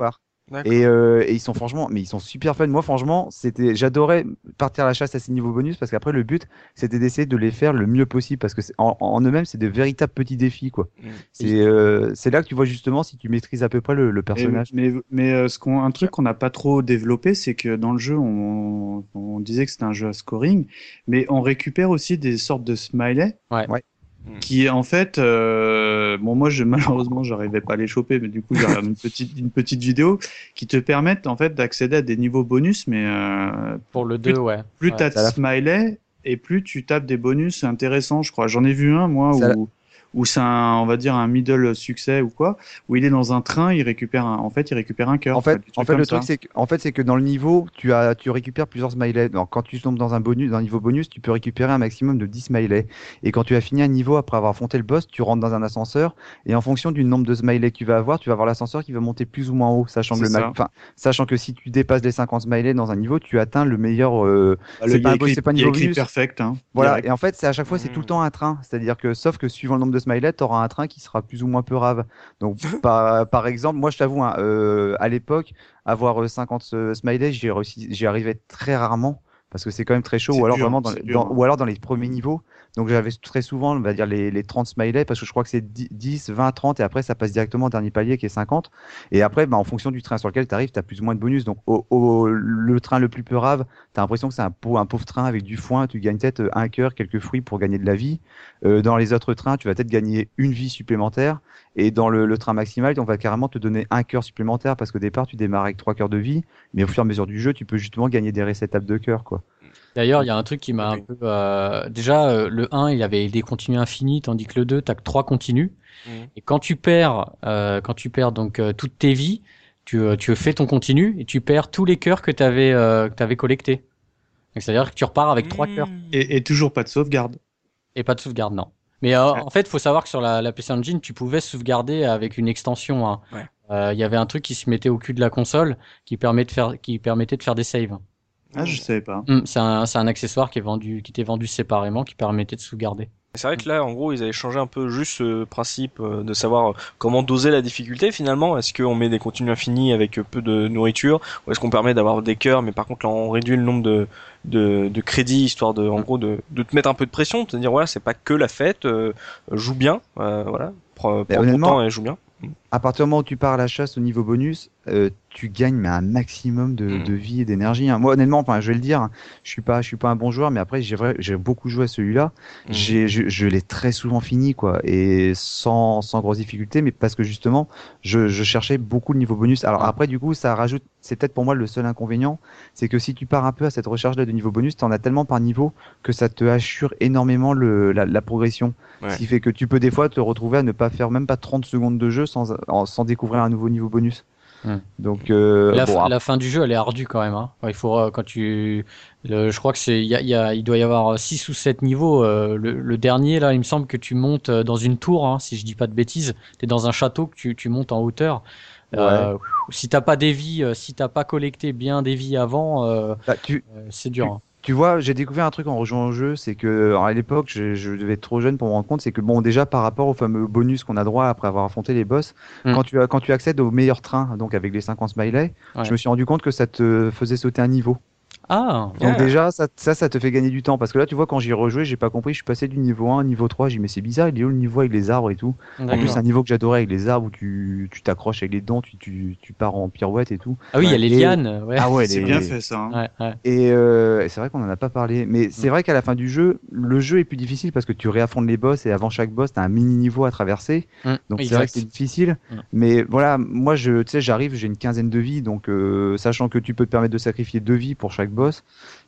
D'accord. Et, euh, et ils sont franchement, mais ils sont super fun. Moi, franchement, c'était, j'adorais partir à la chasse à ces niveaux bonus parce qu'après, le but, c'était d'essayer de les faire le mieux possible parce que c'est- en, en eux-mêmes, c'est de véritables petits défis, quoi. Mm. C'est, euh, c'est là que tu vois justement si tu maîtrises à peu près le, le Mais, personnage. mais, mais euh, ce qu'on, un truc qu'on n'a pas trop développé, c'est que dans le jeu, on, on disait que c'était un jeu à scoring, mais on récupère aussi des sortes de smileys Ouais. Ouais. qui, en fait, euh, bon, moi, je, malheureusement, j'arrivais pas à les choper, mais du coup, j'ai regardé une petite, une petite vidéo qui te permettent, en fait, d'accéder à des niveaux bonus, mais euh, Pour le Plus- deux, ouais. plus Ouais. t'as de c'est à la- smiley et plus tu tapes des bonus intéressants, je crois. J'en ai vu un, moi, C'est à la- où, où c'est un, on va dire, un middle succès ou quoi, où il est dans un train, il récupère un, en fait, il récupère un cœur. En fait, des trucs en fait, comme le ça. truc, c'est que, en fait, c'est que dans le niveau, tu as, tu récupères plusieurs smileys. Donc, quand tu tombes dans un bonus, dans un niveau bonus, tu peux récupérer un maximum de dix smileys. Et quand tu as fini un niveau après avoir affronté le boss, tu rentres dans un ascenseur. Et en fonction du nombre de smileys que tu vas avoir, tu vas avoir l'ascenseur qui va monter plus ou moins haut, sachant que C'est le ma- ça. enfin, sachant que si tu dépasses les cinquante smileys dans un niveau, tu atteins le meilleur, euh, Bah, le- c'est il y pas a un boss, écrit, c'est pas un il y a niveau écrit bonus. perfect, hein. Voilà. direct. Et en fait, c'est à chaque fois, c'est tout le temps un train. C'est-à-dire que, sauf que suivant le nombre de smileys, tu auras un train qui sera plus ou moins peu rave. Donc, par, par exemple, moi, je t'avoue, hein, euh, à l'époque, avoir euh, cinquante euh, smileys, j'y réussi- j'y arrivais très rarement parce que c'est quand même très chaud. C'est Ou alors dur, vraiment dans, c'est les- dur, dans- hein. ou alors dans les premiers niveaux. Donc, j'avais très souvent, on va dire, les, les trente smileys parce que je crois que c'est dix, vingt, trente et après, ça passe directement au dernier palier qui est cinquante. Et après, bah, en fonction du train sur lequel tu arrives, tu as plus ou moins de bonus. Donc, au, au- le train le plus peu rave, tu as l'impression que c'est un, pau- un pauvre train avec du foin. Tu gagnes peut-être euh, un cœur, quelques fruits pour gagner de la vie. Euh, dans les autres trains, tu vas peut-être gagner une vie supplémentaire. Et dans le, le train maximal, on va carrément te donner un cœur supplémentaire parce qu'au départ, tu démarres avec trois cœurs de vie. Mais au fur et à mesure du jeu, tu peux justement gagner des récétables de cœur, quoi. D'ailleurs, il y a un truc qui m'a Ok. un peu. euh, Déjà, euh, le un, il y avait des continues infinis, tandis que le deux, t'as que trois continues. Mhm. Et quand tu perds, euh, quand tu perds donc euh, toutes tes vies, tu, euh, tu fais ton continu et tu perds tous les cœurs que t'avais euh, que t'avais collectés. Donc, c'est-à-dire que tu repars avec trois cœurs Et, et toujours pas de sauvegarde. et pas de sauvegarde, non. Mais euh, en fait, il faut savoir que sur la, la P C Engine, tu pouvais sauvegarder avec une extension, hein. Ouais. Euh, Il y avait un truc qui se mettait au cul de la console qui permet de faire, qui permettait de faire des saves. Ah, je savais pas. Hum, c'est un, c'est un accessoire qui est vendu, qui était vendu séparément, qui permettait de sauvegarder. C'est vrai que là, en gros, ils avaient changé un peu juste ce principe euh, de savoir euh, comment doser la difficulté finalement. Est-ce qu'on met des contenus infinis avec euh, peu de nourriture, ou est-ce qu'on permet d'avoir des cœurs, mais par contre là, on réduit le nombre de de, de crédits histoire de, en gros, de, de te mettre un peu de pression, de te dire voilà, c'est pas que la fête, euh, joue bien, euh, voilà, prends, prends ton honnêtement, temps et joue bien. À partir du moment où tu pars à la chasse au niveau bonus, euh, tu gagnes mais un maximum de, Mm. de vie et d'énergie, hein. Moi, honnêtement, enfin, je vais le dire, hein, je suis pas, je suis pas un bon joueur, mais après, j'ai vrai, j'ai beaucoup joué à celui-là. Mm. J'ai, je, je l'ai très souvent fini, quoi, et sans, sans grosse difficulté, mais parce que justement, je, je cherchais beaucoup de niveau bonus. Alors après, du coup, ça rajoute, c'est peut-être pour moi le seul inconvénient, c'est que si tu pars un peu à cette recherche-là de niveau bonus, t'en as tellement par niveau que ça te assure énormément le, la, la progression. Ouais. Ce qui fait que tu peux des fois te retrouver à ne pas faire même pas trente secondes de jeu sans, en- sans découvrir un nouveau niveau bonus. Hmm. Donc, euh, la, bon, fin, après- la fin du jeu, elle est ardue quand même, hein. Ouais, il faut euh, quand tu, le, je crois que c'est, il y a, il y a, il doit y avoir six ou sept niveaux. Euh, le, le dernier là, il me semble que tu montes euh, dans une tour, hein, si je dis pas de bêtises. T'es dans un château que tu, tu montes en hauteur. Euh, si t'as pas des vies, euh, si t'as pas collecté bien des vies avant, euh, bah, tu, euh, c'est dur, hein. tu vois, j'ai découvert un truc en rejoignant le jeu, c'est que alors, à l'époque, je, je devais être trop jeune pour me rendre compte, c'est que bon, déjà par rapport au fameux bonus qu'on a droit après avoir affronté les boss, Mm. quand tu as, quand tu accèdes au meilleur train, donc avec les cinquante smileys, Ouais. je me suis rendu compte que ça te faisait sauter un niveau. Ah, Donc Ah. déjà, ça, ça, ça te fait gagner du temps. Parce que là, tu vois, quand j'y ai rejoué, j'ai pas compris. Je suis passé du niveau un au niveau trois. J'ai dit, mais c'est bizarre, il est où le niveau avec les arbres et tout? En plus, d'accord. c'est un niveau que j'adorais avec les arbres où tu tu t'accroches avec les dents, tu, tu, tu pars en pirouette et tout. Ah oui, il y a Ouais. les Et- lianes, ouais. Ah ouais, C'est les- bien fait ça. hein. Ouais, ouais. Et, euh, et c'est vrai qu'on en a pas parlé. Mais c'est vrai qu'à la fin du jeu, le jeu est plus difficile parce que tu réaffrontes les boss et avant chaque boss, t'as un mini niveau à traverser. Mm, Donc c'est exact. vrai que c'est difficile. Mm. Mais voilà, moi, je, tu sais, j'arrive, j'ai une quinzaine de vies. Donc euh, sachant que tu peux te permettre de sacrifier deux vies pour chaque boss,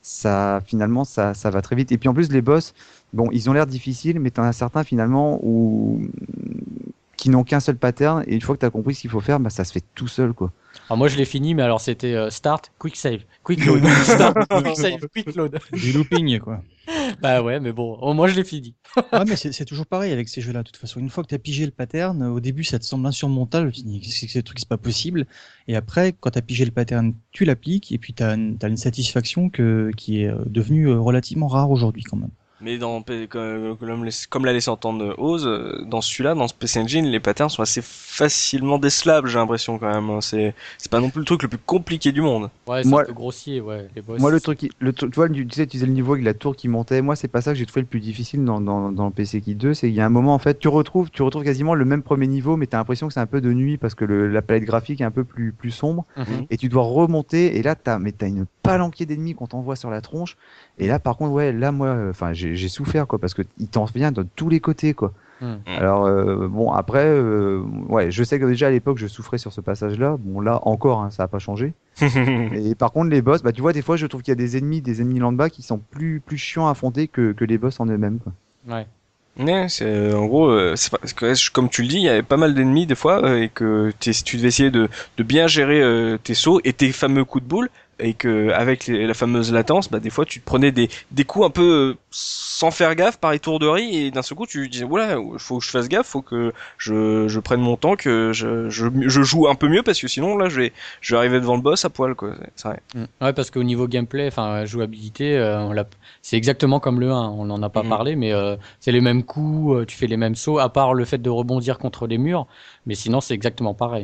ça finalement ça, ça va très vite. Et puis en plus les boss, bon, ils ont l'air difficiles, mais t'en as certains finalement où qui n'ont qu'un seul pattern et une fois que t'as compris ce qu'il faut faire, bah ça se fait tout seul quoi. Alors moi je l'ai fini, mais alors c'était euh, start, quick save, quick load, start, quick save, quick load. Du looping, quoi. Bah ouais, mais bon, au moins je l'ai fini. Ah, mais c'est c'est toujours pareil avec ces jeux-là. De toute façon, une fois que tu as pigé le pattern, au début, ça te semble insurmontable. Tu te dis, qu'est-ce que ce truc, c'est pas possible. Et après, quand tu as pigé le pattern, tu l'appliques et puis tu as une, t'as une satisfaction que, qui est euh, devenue euh, relativement rare aujourd'hui quand même. Mais dans, P- comme, comme laisse- comme l'a laissé entendre Oz, euh, dans celui-là, dans ce P C Engine, les patterns sont assez facilement décelables, j'ai l'impression quand même. hein. C'est, c'est pas non plus le truc le plus compliqué du monde. Ouais, c'est Moi- un peu grossier, ouais. Les boss. Moi, le truc, qui- le, tru- tu vois, tu disais, tu disais le niveau avec la tour qui montait. Moi, c'est pas ça que j'ai trouvé le plus difficile dans, dans, dans le P C Kit deux. C'est qu'il y a un moment, en fait, tu retrouves, tu retrouves quasiment le même premier niveau, mais t'as l'impression que c'est un peu de nuit parce que le, la palette graphique est un peu plus, plus sombre. Mhm. Et tu dois remonter. Et là, t'as, mais t'as une palanquée d'ennemis qu'on t'envoie sur la tronche. Et là, par contre, ouais, là, moi, enfin, j'ai, j'ai souffert, quoi, parce que il t'en vient de tous les côtés, quoi. Mhm. Alors, euh, bon, après, euh, ouais, je sais que déjà à l'époque, je souffrais sur ce passage-là. Bon, là, encore, hein, ça a pas changé. Et par contre, les boss, bah, tu vois, des fois, je trouve qu'il y a des ennemis, des ennemis lambda qui sont plus, plus chiants à affronter que, que les boss en eux-mêmes, quoi. Ouais. Ouais, c'est en gros, euh, c'est pas, parce que, comme tu le dis, il y avait pas mal d'ennemis des fois euh, et que t'es- si tu devais essayer de, de bien gérer euh, tes sauts et tes fameux coups de boule et que avec les- la fameuse latence, bah des fois tu te prenais des des coups un peu euh, sans faire gaffe par étourderie et d'un seul coup tu disais voilà, faut que je fasse gaffe, faut que je je prenne mon temps, que je je, je joue un peu mieux parce que sinon là je vais je vais arriver devant le boss à poil quoi. C'est- C'est vrai. Mm. Ouais, parce qu'au niveau gameplay, enfin jouabilité, euh, on l'a... c'est exactement comme le un. On n'en a pas Mhm. parlé, mais euh, c'est les mêmes coups, euh, tu fais les mêmes sauts, à part le fait de rebondir contre les murs. Mais sinon, c'est exactement pareil.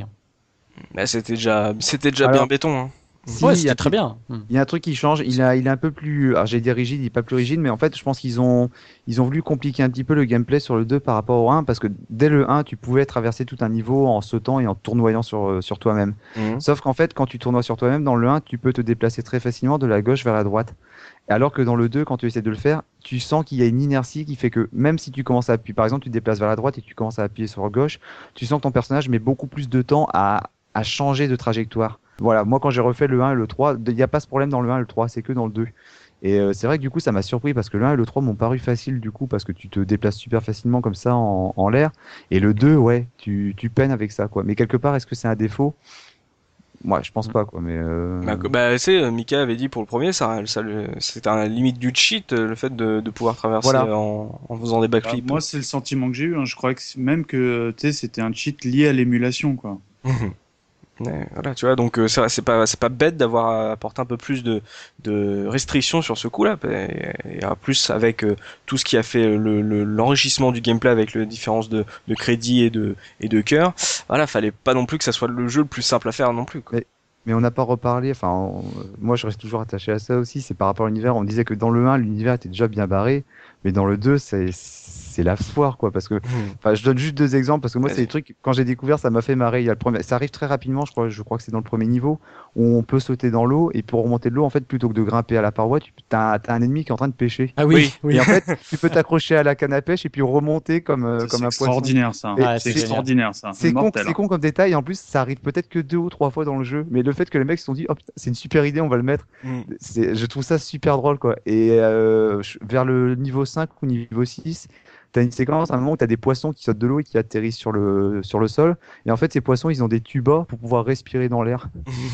Bah c'était déjà c'était déjà Alors, bien béton. Hein. Si, Ouais, il y c'était a très bien. Mm. Il y a un truc qui change, il, a, il est un peu plus, alors j'ai dit rigide, il est pas plus rigide, mais en fait je pense qu'ils ont, ils ont voulu compliquer un petit peu le gameplay sur le deux par rapport au un, parce que dès le un tu pouvais traverser tout un niveau en sautant et en tournoyant sur, euh, sur toi-même. Mhm. Sauf qu'en fait quand tu tournoies sur toi-même, dans le un tu peux te déplacer très facilement de la gauche vers la droite. Alors que dans le deux, quand tu essaies de le faire, tu sens qu'il y a une inertie qui fait que même si tu commences à appuyer, par exemple tu te déplaces vers la droite et tu commences à appuyer sur gauche, tu sens que ton personnage met beaucoup plus de temps à, à changer de trajectoire. Voilà, moi quand j'ai refait le un et le trois, il n'y a pas ce problème dans le un et le trois, c'est que dans le deux. Et euh, c'est vrai que du coup ça m'a surpris parce que le un et le trois m'ont paru faciles du coup parce que tu te déplaces super facilement comme ça en, en l'air. Et le deux, ouais, tu, tu peines avec ça quoi. Mais quelque part, est-ce que c'est un défaut? Moi, je pense pas quoi, mais euh... Bah, que- bah, c'est, euh, Mika avait dit pour le premier, ça, ça, le- c'était un limite du cheat, euh, le fait de, de pouvoir traverser Voilà. en, en faisant des Bah, backflips. moi, c'est le sentiment que j'ai eu. hein. Je crois que c'est- même que tu sais, c'était un cheat lié à l'émulation, quoi. Ouais, voilà, tu vois, donc euh, c'est vrai, c'est pas, c'est pas bête d'avoir apporté un peu plus de, de restrictions sur ce coup-là, et, et en plus avec euh, tout ce qui a fait le, le- l'enrichissement du gameplay avec les différences de, de crédit et de, et de cœur. Voilà, fallait pas non plus que ça soit le jeu le plus simple à faire non plus. Quoi. Mais- Mais on n'a pas reparlé, enfin, on- moi je reste toujours attaché à ça aussi, c'est par rapport à l'univers. On disait que dans le un, l'univers était déjà bien barré, mais dans le deux, c'est c'est la foire, quoi. Parce que, enfin, je donne juste deux exemples, parce que moi, c'est Vas-y. des trucs, quand j'ai découvert, ça m'a fait marrer. Il y a le premier, ça arrive très rapidement, je crois, je crois que c'est dans le premier niveau, où on peut sauter dans l'eau, et pour remonter de l'eau, en fait, plutôt que de grimper à la paroi, tu as, un ennemi qui est en train de pêcher. Ah oui, oui. Et en fait, tu peux t'accrocher à la canne à pêche et puis remonter comme, euh, C'est comme un poisson. extraordinaire, ça. Et Ah, c'est c'est génial. extraordinaire, ça. C'est con, mortel. c'est con comme détail, en plus ça arrive peut-être que deux ou trois fois dans le jeu, mais le fait que les mecs se sont dit, oh, putain, c'est une super idée, on va le mettre, Mm. c'est, je trouve ça super drôle quoi. Et euh, je- vers le niveau cinq ou niveau six, t'as une séquence, à un moment où t'as des poissons qui sautent de l'eau et qui atterrissent sur le, sur le sol, et en fait ces poissons ils ont des tubas pour pouvoir respirer dans l'air.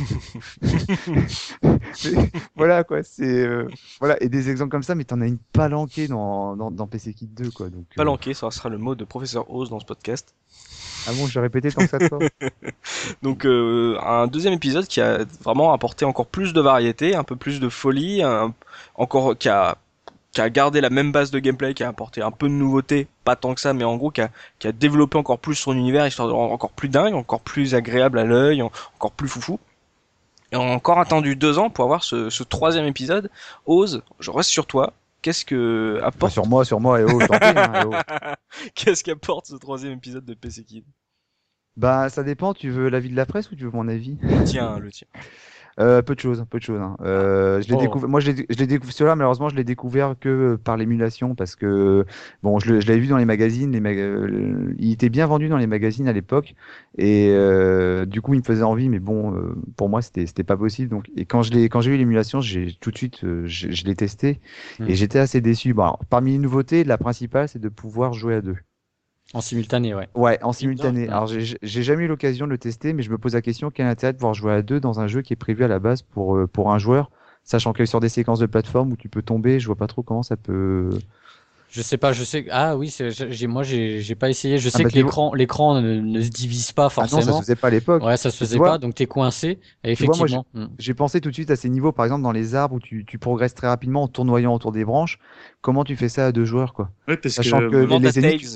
Mais voilà quoi, c'est euh, voilà, et des exemples comme ça, mais t'en as une palanquée dans, dans, dans P C Kit deux quoi. Donc, euh, Palanqué, ça sera le mot de professeur Oz dans ce podcast. ah bon, je vais répéter tant que ça toi. Donc euh, un deuxième épisode qui a vraiment apporté encore plus de variété, un peu plus de folie, un- encore qui a qui a gardé la même base de gameplay, qui a apporté un peu de nouveauté, pas tant que ça, mais en gros qui a qui a développé encore plus son univers, histoire de le rendre encore plus dingue, encore plus agréable à l'œil, en- encore plus foufou. Et on a encore attendu deux ans pour avoir ce, ce troisième épisode. Ose, je reste sur toi. Qu'est-ce que Pas apporte sur moi, sur moi, et oh, tant pis, hein, et oh. Qu'est-ce qu'apporte ce troisième épisode de P C Kid? Bah, ça dépend. Tu veux l'avis de la presse ou tu veux mon avis? Tiens, le tien. Euh, peu de choses, peu de choses. hein. Euh, je l'ai Oh. découvert. Moi, je l'ai je l'ai découvert. Celui-là, malheureusement, je l'ai découvert que par l'émulation parce que bon, je le- je l'avais vu dans les magazines. Les mag- euh, il était bien vendu dans les magazines à l'époque et euh, du coup, il me faisait envie. Mais bon, euh, pour moi, c'était c'était pas possible. Donc, et quand je l'ai quand j'ai eu l'émulation, j'ai tout de suite, euh, je, je l'ai testé Hmm. et j'étais assez déçu. Bon, alors, parmi les nouveautés, la principale, c'est de pouvoir jouer à deux. En simultané, ouais. Ouais, en simultané. Putain. Alors, j'ai j'ai jamais eu l'occasion de le tester, mais je me pose la question, quel intérêt de pouvoir jouer à deux dans un jeu qui est prévu à la base pour, euh, pour un joueur, sachant que sur des séquences de plateforme où tu peux tomber, je vois pas trop comment ça peut, Je sais pas, je sais. Ah oui, c'est- j'ai, moi j'ai, j'ai pas essayé. Je Ah sais bah, que tu vois- l'écran, l'écran ne, ne se divise pas Ah non, forcément. ça se faisait pas à l'époque. Ouais, ça se Et tu faisait vois- pas, donc t'es coincé. Et Tu vois, moi, effectivement. hmm. J'ai pensé tout de suite à ces niveaux, par exemple, dans les arbres où tu, tu progresses très rapidement en tournoyant autour des branches. Comment tu fais ça à deux joueurs, quoi? Ouais, parce Sachant que que les, Demande à les ennemis, tu- Tails.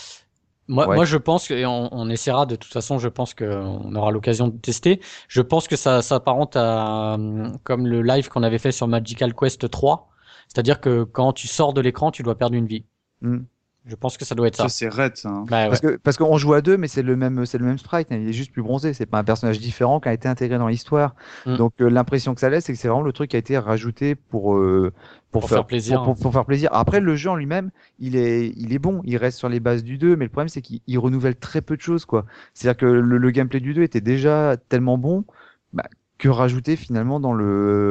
Moi, Ouais. moi, je pense que et on, on essaiera de toute façon. Je pense qu'on aura l'occasion de tester. Je pense que ça s'apparente à hum, comme le live qu'on avait fait sur Magical Quest trois. C'est-à-dire que quand tu sors de l'écran, tu dois perdre une vie. Hmm. Je pense que ça doit être ça. ça, c'est raide, ça. hein. Bah ouais. Parce que parce qu'on joue à deux, mais c'est le même c'est le même sprite, hein. Il est juste plus bronzé. C'est pas un personnage différent qui a été intégré dans l'histoire. Mm. Donc euh, l'impression que ça laisse, c'est que c'est vraiment le truc qui a été rajouté pour euh, pour, Pour faire plaisir. Pour, pour- pour faire plaisir. Après, le jeu en lui-même, il est il est bon. Il reste sur les bases du deux, mais le problème c'est qu'il il renouvelle très peu de choses, quoi. C'est-à-dire que le, le gameplay du deux était déjà tellement bon. Bah, que rajouter finalement dans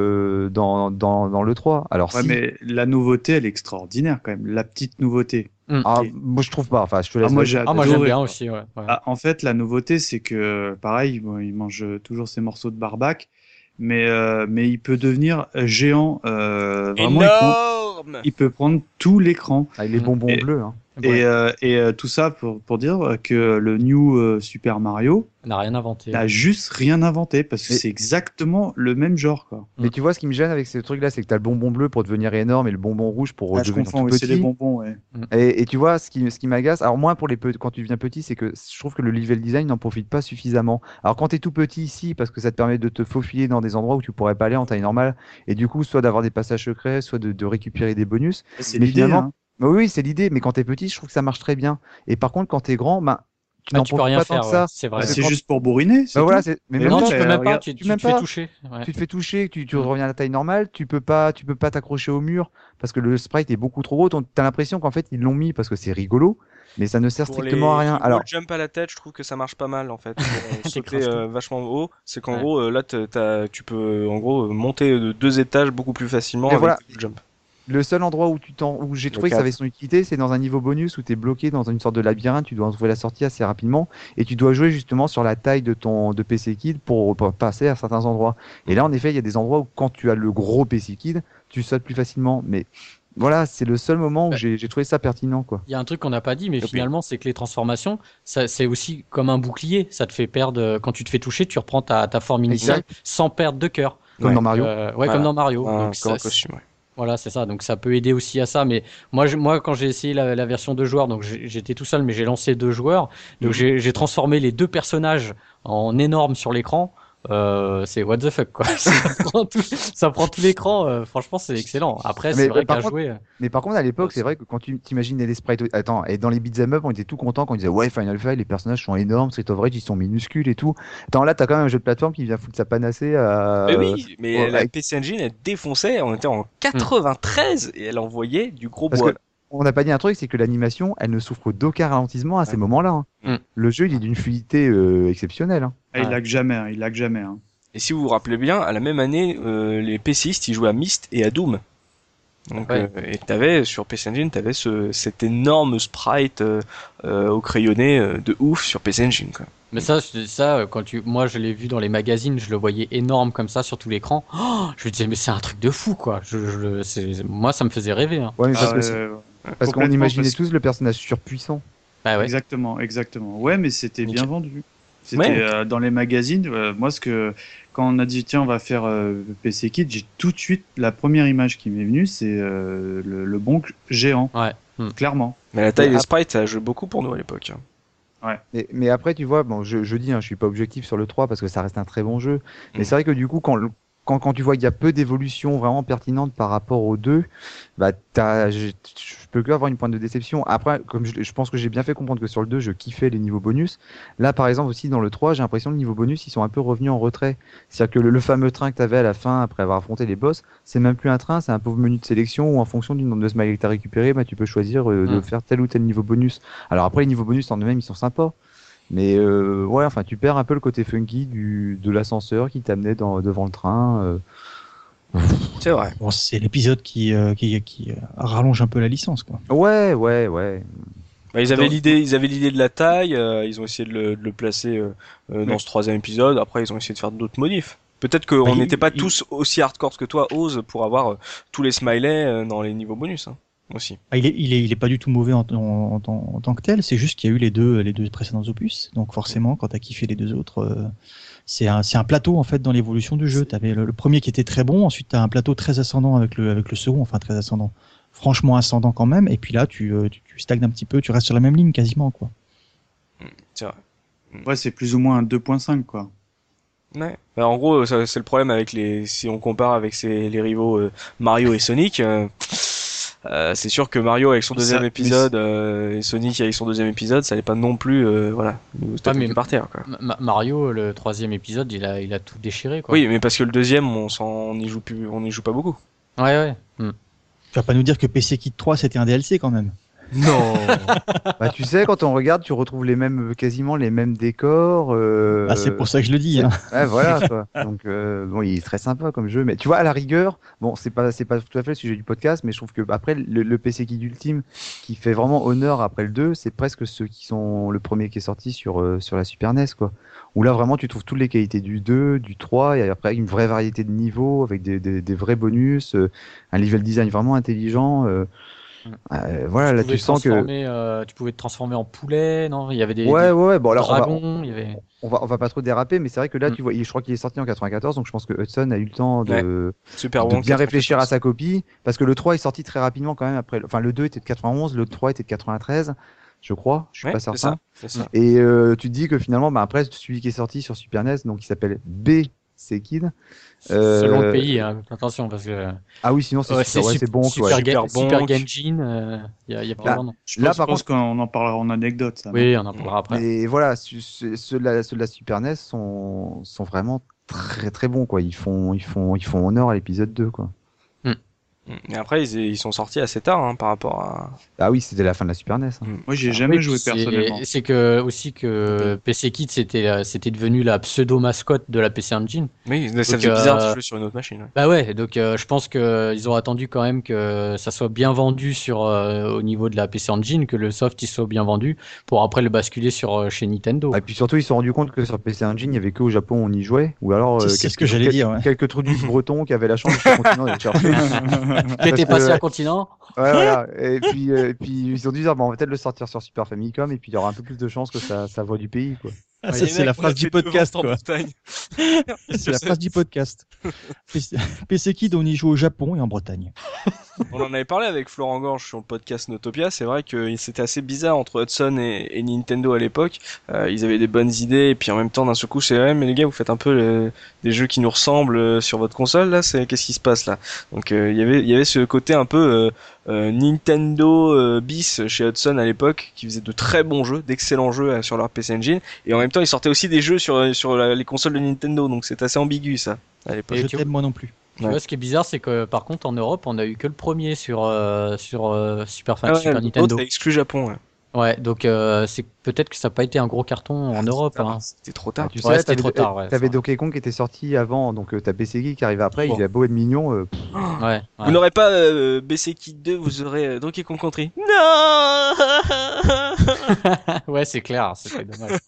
le dans dans dans le trois. Alors Ouais, si mais la nouveauté, elle est extraordinaire quand même. La petite nouveauté. ah, moi je trouve pas. Enfin, je te laisse. Ah, moi, vas-y. j'ai Ah, moi j'aime adoré, bien quoi. aussi. Ouais. ouais. Ah, en fait, la nouveauté, c'est que, pareil, bon, il mange toujours ses morceaux de barbac, mais, euh, mais il peut devenir géant. Euh, vraiment, il, prend- Énorme. il peut prendre tout l'écran. Ah, les bonbons Et- bleus. Hein. Ouais. Et, euh, et euh, tout ça pour, pour dire que le New euh, Super Mario On n'a rien inventé. n'a juste rien inventé, parce que Mais- c'est exactement le même genre, quoi. Mais Mm. tu vois, ce qui me gêne avec ce truc-là, c'est que tu as le bonbon bleu pour devenir énorme et le bonbon rouge pour Ah, je devenir confonds, tout oui, c'est petit. les bonbons, ouais. Et, et tu vois, ce qui, ce qui m'agace, alors moins pour les petits, quand tu deviens petit, c'est que je trouve que le level design n'en profite pas suffisamment. Alors quand tu es tout petit ici, parce que ça te permet de te faufiler dans des endroits où tu pourrais pas aller en taille normale, et du coup, soit d'avoir des passages secrets, soit de, de récupérer des bonus. C'est Mais l'idée, finalement, hein. Bah oui, c'est l'idée, mais quand t'es petit, je trouve que ça marche très bien. Et par contre, quand t'es grand, ben, tu Ah, n'en tu peux profites rien pas tant faire. que ouais, ça. C'est Bah, vrai. parce c'est que quand- juste pour bourriner, c'est Bah voilà, tout. c'est- mais Mais même non, non, pas, tu mais peux même pas. regarde, Tu, tu tu même te fais pas. toucher. Ouais. tu te fais toucher, tu, tu Mm. reviens à la taille normale, tu peux pas, tu peux pas t'accrocher au mur parce que le sprite est beaucoup trop gros. T'as t'as l'impression qu'en fait ils l'ont mis parce que c'est rigolo, mais ça ne sert Pour strictement à les, rien. les Alors, wall jump à la tête, je trouve que ça marche pas mal en fait. Pour euh, sauter crasse tout. euh, vachement haut, c'est qu'en Ouais. gros euh, là t'as- t'as- tu peux en gros euh, monter de deux étages beaucoup plus facilement Mais avec voilà. le wall jump. le seul endroit où tu t'en, où j'ai Le trouvé que ça quatre. avait son utilité, c'est dans un niveau bonus où tu es bloqué dans une sorte de labyrinthe, tu dois en trouver la sortie assez rapidement et tu dois jouer justement sur la taille de ton de P C Kid pour, pour passer à certains endroits. Et là, en effet, il y a des endroits où quand tu as le gros P C Kid, tu sautes plus facilement. Mais voilà, c'est le seul moment où Ouais. j'ai j'ai trouvé ça pertinent, quoi. Il y a un truc qu'on n'a pas dit, mais Ok. finalement, c'est que les transformations, ça, c'est aussi comme un bouclier. Ça te fait perdre, euh, quand tu te fais toucher, tu reprends ta, ta forme initiale sans perdre de cœur. Comme Ouais. dans Mario. Euh, ouais, Voilà. comme dans Mario. Un, Donc, comme un ça, costume. Ouais. Voilà, c'est ça. Donc ça peut aider aussi à ça. Mais moi, je, moi quand j'ai essayé la, la version deux joueurs, donc j'ai- j'étais tout seul, mais j'ai lancé deux joueurs. Donc Mhm. j'ai j'ai transformé les deux personnages en énormes sur l'écran. Euh, c'est what the fuck, quoi. ça, prend tout, ça prend tout l'écran. euh, franchement, c'est excellent. Après, Mais, c'est vrai euh, par qu'à contre, jouer. euh, Mais par contre, à l'époque, Ouais, c'est c'est- vrai que quand tu t'imagines les sprites, attends, et dans les beat'em up, on était tout contents quand on disait ouais, Final Fight, les personnages sont énormes, Street of Rage, ils sont minuscules et tout. Attends, là, t'as quand même un jeu de plateforme qui vient foutre sa panacée à. Mais oui, mais ouais, la avec- P C Engine elle défonçait. On était en quatre-vingt-treize et elle envoyait du gros Parce bois. que on n'a pas dit un truc, c'est que l'animation, elle ne souffre d'aucun ralentissement à ces Ouais. moments-là. hein. Mm. Le jeu, il est d'une fluidité euh, exceptionnelle. hein. Ah, il Ouais. lag jamais, hein, il lag jamais. Hein. Et si vous vous rappelez bien, à la même année, euh, les PCistes ils jouaient à Myst et à Doom. Donc, Ouais. euh, et t'avais sur P C Engine, t'avais ce, cet énorme sprite euh, euh, au crayonné euh, de ouf sur P C Engine. Quoi. Mais ça, c'est- ça, quand tu, moi, je l'ai vu dans les magazines, je le voyais énorme comme ça sur tout l'écran. Oh, je me disais, mais c'est un truc de fou, quoi. Je, je, c'est, moi, ça me faisait rêver. Hein. Ouais, mais Ah, parce que ouais, c'est- ouais, ouais. parce qu'on complètement, imaginait parce- tous le personnage surpuissant. Bah ouais. Exactement, exactement. Ouais, mais c'était bien Nickel. vendu. C'était Ouais. euh, dans les magazines. euh, moi, ce que quand on a dit tiens, on va faire euh, P C Kit, j'ai tout de suite la première image qui m'est venue, c'est euh, le, le bon géant, Ouais. Hmm. clairement. Mais la taille Mais des ap- sprites, ça jouait beaucoup pour nous à l'époque. hein. Mais, mais après, tu vois, bon, je, je dis, hein, je suis pas objectif sur le trois parce que ça reste un très bon jeu. Mais Mm. c'est vrai que du coup, quand, le- quand, quand tu vois qu'il y a peu d'évolutions vraiment pertinentes par rapport aux deux, bah, t'as, je, je peux que avoir une pointe de déception. Après, comme je, je pense que j'ai bien fait comprendre que sur le deux, je kiffais les niveaux bonus. Là, par exemple, aussi dans le trois, j'ai l'impression que les niveaux bonus, ils sont un peu revenus en retrait. C'est-à-dire que le, le fameux train que tu avais à la fin, après avoir affronté les boss, c'est même plus un train, c'est un pauvre menu de sélection où en fonction du nombre de smileys que tu as récupéré, bah, tu peux choisir euh, de Mm. faire tel ou tel niveau bonus. Alors après, les niveaux bonus en eux-mêmes, ils sont sympas. Mais euh, ouais, enfin, tu perds un peu le côté funky du, de l'ascenseur qui t'amenait dans, devant le train. euh. C'est vrai. Bon, c'est l'épisode qui, euh, qui, qui euh, rallonge un peu la licence, quoi. Ouais, ouais, ouais. Bah, ils avaient Donc- l'idée, ils avaient l'idée de la taille. euh, ils ont essayé de le, de le placer euh, euh, dans Ouais. ce troisième épisode. Après, ils ont essayé de faire d'autres modifs. Peut-être qu'on Bah, il- n'était pas il- tous aussi hardcore que toi, Oz, pour avoir euh, tous les smileys euh, dans les niveaux bonus. Hein. aussi. Ah, il, est, il, est, il est pas du tout mauvais en, en, en, en, en tant que tel, c'est juste qu'il y a eu les deux, les deux précédents opus, donc forcément, quand t'as kiffé les deux autres, euh, c'est un, c'est un plateau en fait dans l'évolution du jeu. T'avais le, le premier qui était très bon, ensuite t'as un plateau très ascendant avec le, avec le second, enfin très ascendant, franchement ascendant quand même, et puis là tu, tu, tu stagnes un petit peu, tu restes sur la même ligne quasiment, quoi. C'est vrai. Ouais, c'est plus ou moins un deux point cinq, quoi. Ouais. Bah, en gros, ça, c'est le problème avec les, si on compare avec ses, les rivaux euh, Mario et Sonic. Euh, euh, c'est sûr que Mario avec son Mais deuxième ça- épisode euh, et Sonic avec son deuxième épisode, ça n'est pas non plus, euh, voilà, nous taper mais- par terre, quoi. Ma- Mario, le troisième épisode, il a, il a tout déchiré, quoi. Oui, mais parce que le deuxième, on s'en, on n'y joue plus, on n'y joue pas beaucoup. Ouais, ouais. Hmm. Tu vas pas nous dire que P C Kid trois c'était un D L C quand même. Non. Bah, tu sais, quand on regarde, tu retrouves les mêmes, quasiment les mêmes décors. Euh... Ah, c'est pour ça que je le dis. Hein. Ouais, voilà, quoi. Donc, euh, bon, il est très sympa comme jeu. Mais tu vois, à la rigueur, bon, c'est pas, c'est pas tout à fait le sujet du podcast, mais je trouve que après, le, le P C Kid Ultime, qui fait vraiment honneur après le deux, c'est presque ceux qui sont le premier qui est sorti sur, euh, sur la Super N E S, quoi. Où là, vraiment, tu trouves toutes les qualités du deux, du trois, et après, une vraie variété de niveaux, avec des, des, des vrais bonus, euh, un level design vraiment intelligent. Euh, euh, voilà, là, pouvais tu te sens que. transformer, euh, tu pouvais te transformer en poulet, non? Il y avait des, Ouais, des ouais, ouais. Bon, alors, on va, dragons, il y avait. on va, on va pas trop déraper, mais c'est vrai que là, Mm. tu vois, il- je crois qu'il est sorti en quatre-vingt-quatorze, donc je pense que Hudson a eu le temps de, Super de bon. bien réfléchir à sa copie, parce que le trois est sorti très rapidement quand même après. Enfin, le deux était de quatre-vingt-onze, le trois était de quatre-vingt-treize, je crois. Je suis Ouais, pas c'est certain. ça. C'est ça. Et euh, tu te dis que finalement, bah, après, celui qui est sorti sur Super N E S, donc il s'appelle B C Kid. Euh, Selon le pays, hein. Attention, parce que. Ah oui, sinon c'est Ouais, super, ouais, sup- c'est bon. Super, quoi. Ga- Super Super bon. Genjin, euh, il y a, il y a Là, plein de noms. Je Là, pense, par je pense qu'on en parlera en anecdote, ça. non Oui, on en parlera après. Mais voilà, ce- ce- ceux de la, ceux de la Super N E S sont, sont vraiment très très bons, quoi. Ils font, ils font, ils font honneur à l'épisode deux, quoi. Mais après, ils, ils sont sortis assez tard, hein, par rapport à. Ah oui, c'était la fin de la Super N E S. hein. Moi, j'ai jamais Oui, joué c'est- personnellement. C'est que aussi que P C Kid c'était euh, c'était devenu la pseudo mascotte de la P C Engine. Oui, ça Donc, faisait bizarre euh, de jouer sur une autre machine. Ouais. Bah ouais, donc euh, je pense que ils ont attendu quand même que ça soit bien vendu sur euh, au niveau de la P C Engine, que le soft il soit bien vendu pour après le basculer sur euh, chez Nintendo. Et puis surtout, ils se sont rendus compte que sur P C Engine, il y avait que au Japon on y jouait, ou alors C'est- euh, c'est ce quelques- que j'allais quel- dire, ouais. quelques trous du bretons qui avaient la chance de se continuer à chercher. Qui était parce passé que- à continent. Ouais, voilà. Et puis, euh, et puis ils se sont dit, ah, bon, on va peut-être le sortir sur Super Famicom, et puis il y aura un peu plus de chances que ça, ça voit du pays, quoi. Ah, ça, c'est la phrase du podcast, quoi. C'est la phrase du podcast. P C P C Kid, on y joue au Japon et en Bretagne. On en avait parlé avec Florent Gorge sur le podcast Notopia. C'est vrai que c'était assez bizarre entre Hudson et, et Nintendo à l'époque. Euh, ils avaient des bonnes idées et puis en même temps d'un seul coup c'est vrai, mais les gars vous faites un peu le- des jeux qui nous ressemblent euh, sur votre console là. C'est qu'est-ce qui se passe là? Donc euh, il y avait il y avait ce côté un peu euh, euh, Nintendo euh, bis chez Hudson à l'époque qui faisait de très bons jeux, d'excellents jeux euh, sur leur P C Engine et en même temps ils sortaient aussi des jeux sur sur la- les consoles de Nintendo. Donc c'est assez ambigu ça à l'époque. Et Je tu- t'aime moi non plus. Tu Ouais. vois, ce qui est bizarre, c'est que par contre en Europe, on a eu que le premier sur euh, sur euh, Super, Ah ouais, Super l'autre Nintendo. a exclu Japon. Ouais. Ouais, donc euh, c'est peut-être que ça n'a pas été un gros carton en Europe. Hein. C'était trop tard. Ah, tu Ouais, sais, c'était t'avais, trop tard, ouais, t'avais ça. Donkey Kong qui était sorti avant, donc euh, t'as P C Kid qui arrive après, Bon. il a beau être mignon. euh, pff, Ouais, Vous ouais. n'aurez pas euh, B C Kid deux, vous aurez euh, Donkey Kong Country. Non. Ouais, c'est clair, c'était dommage.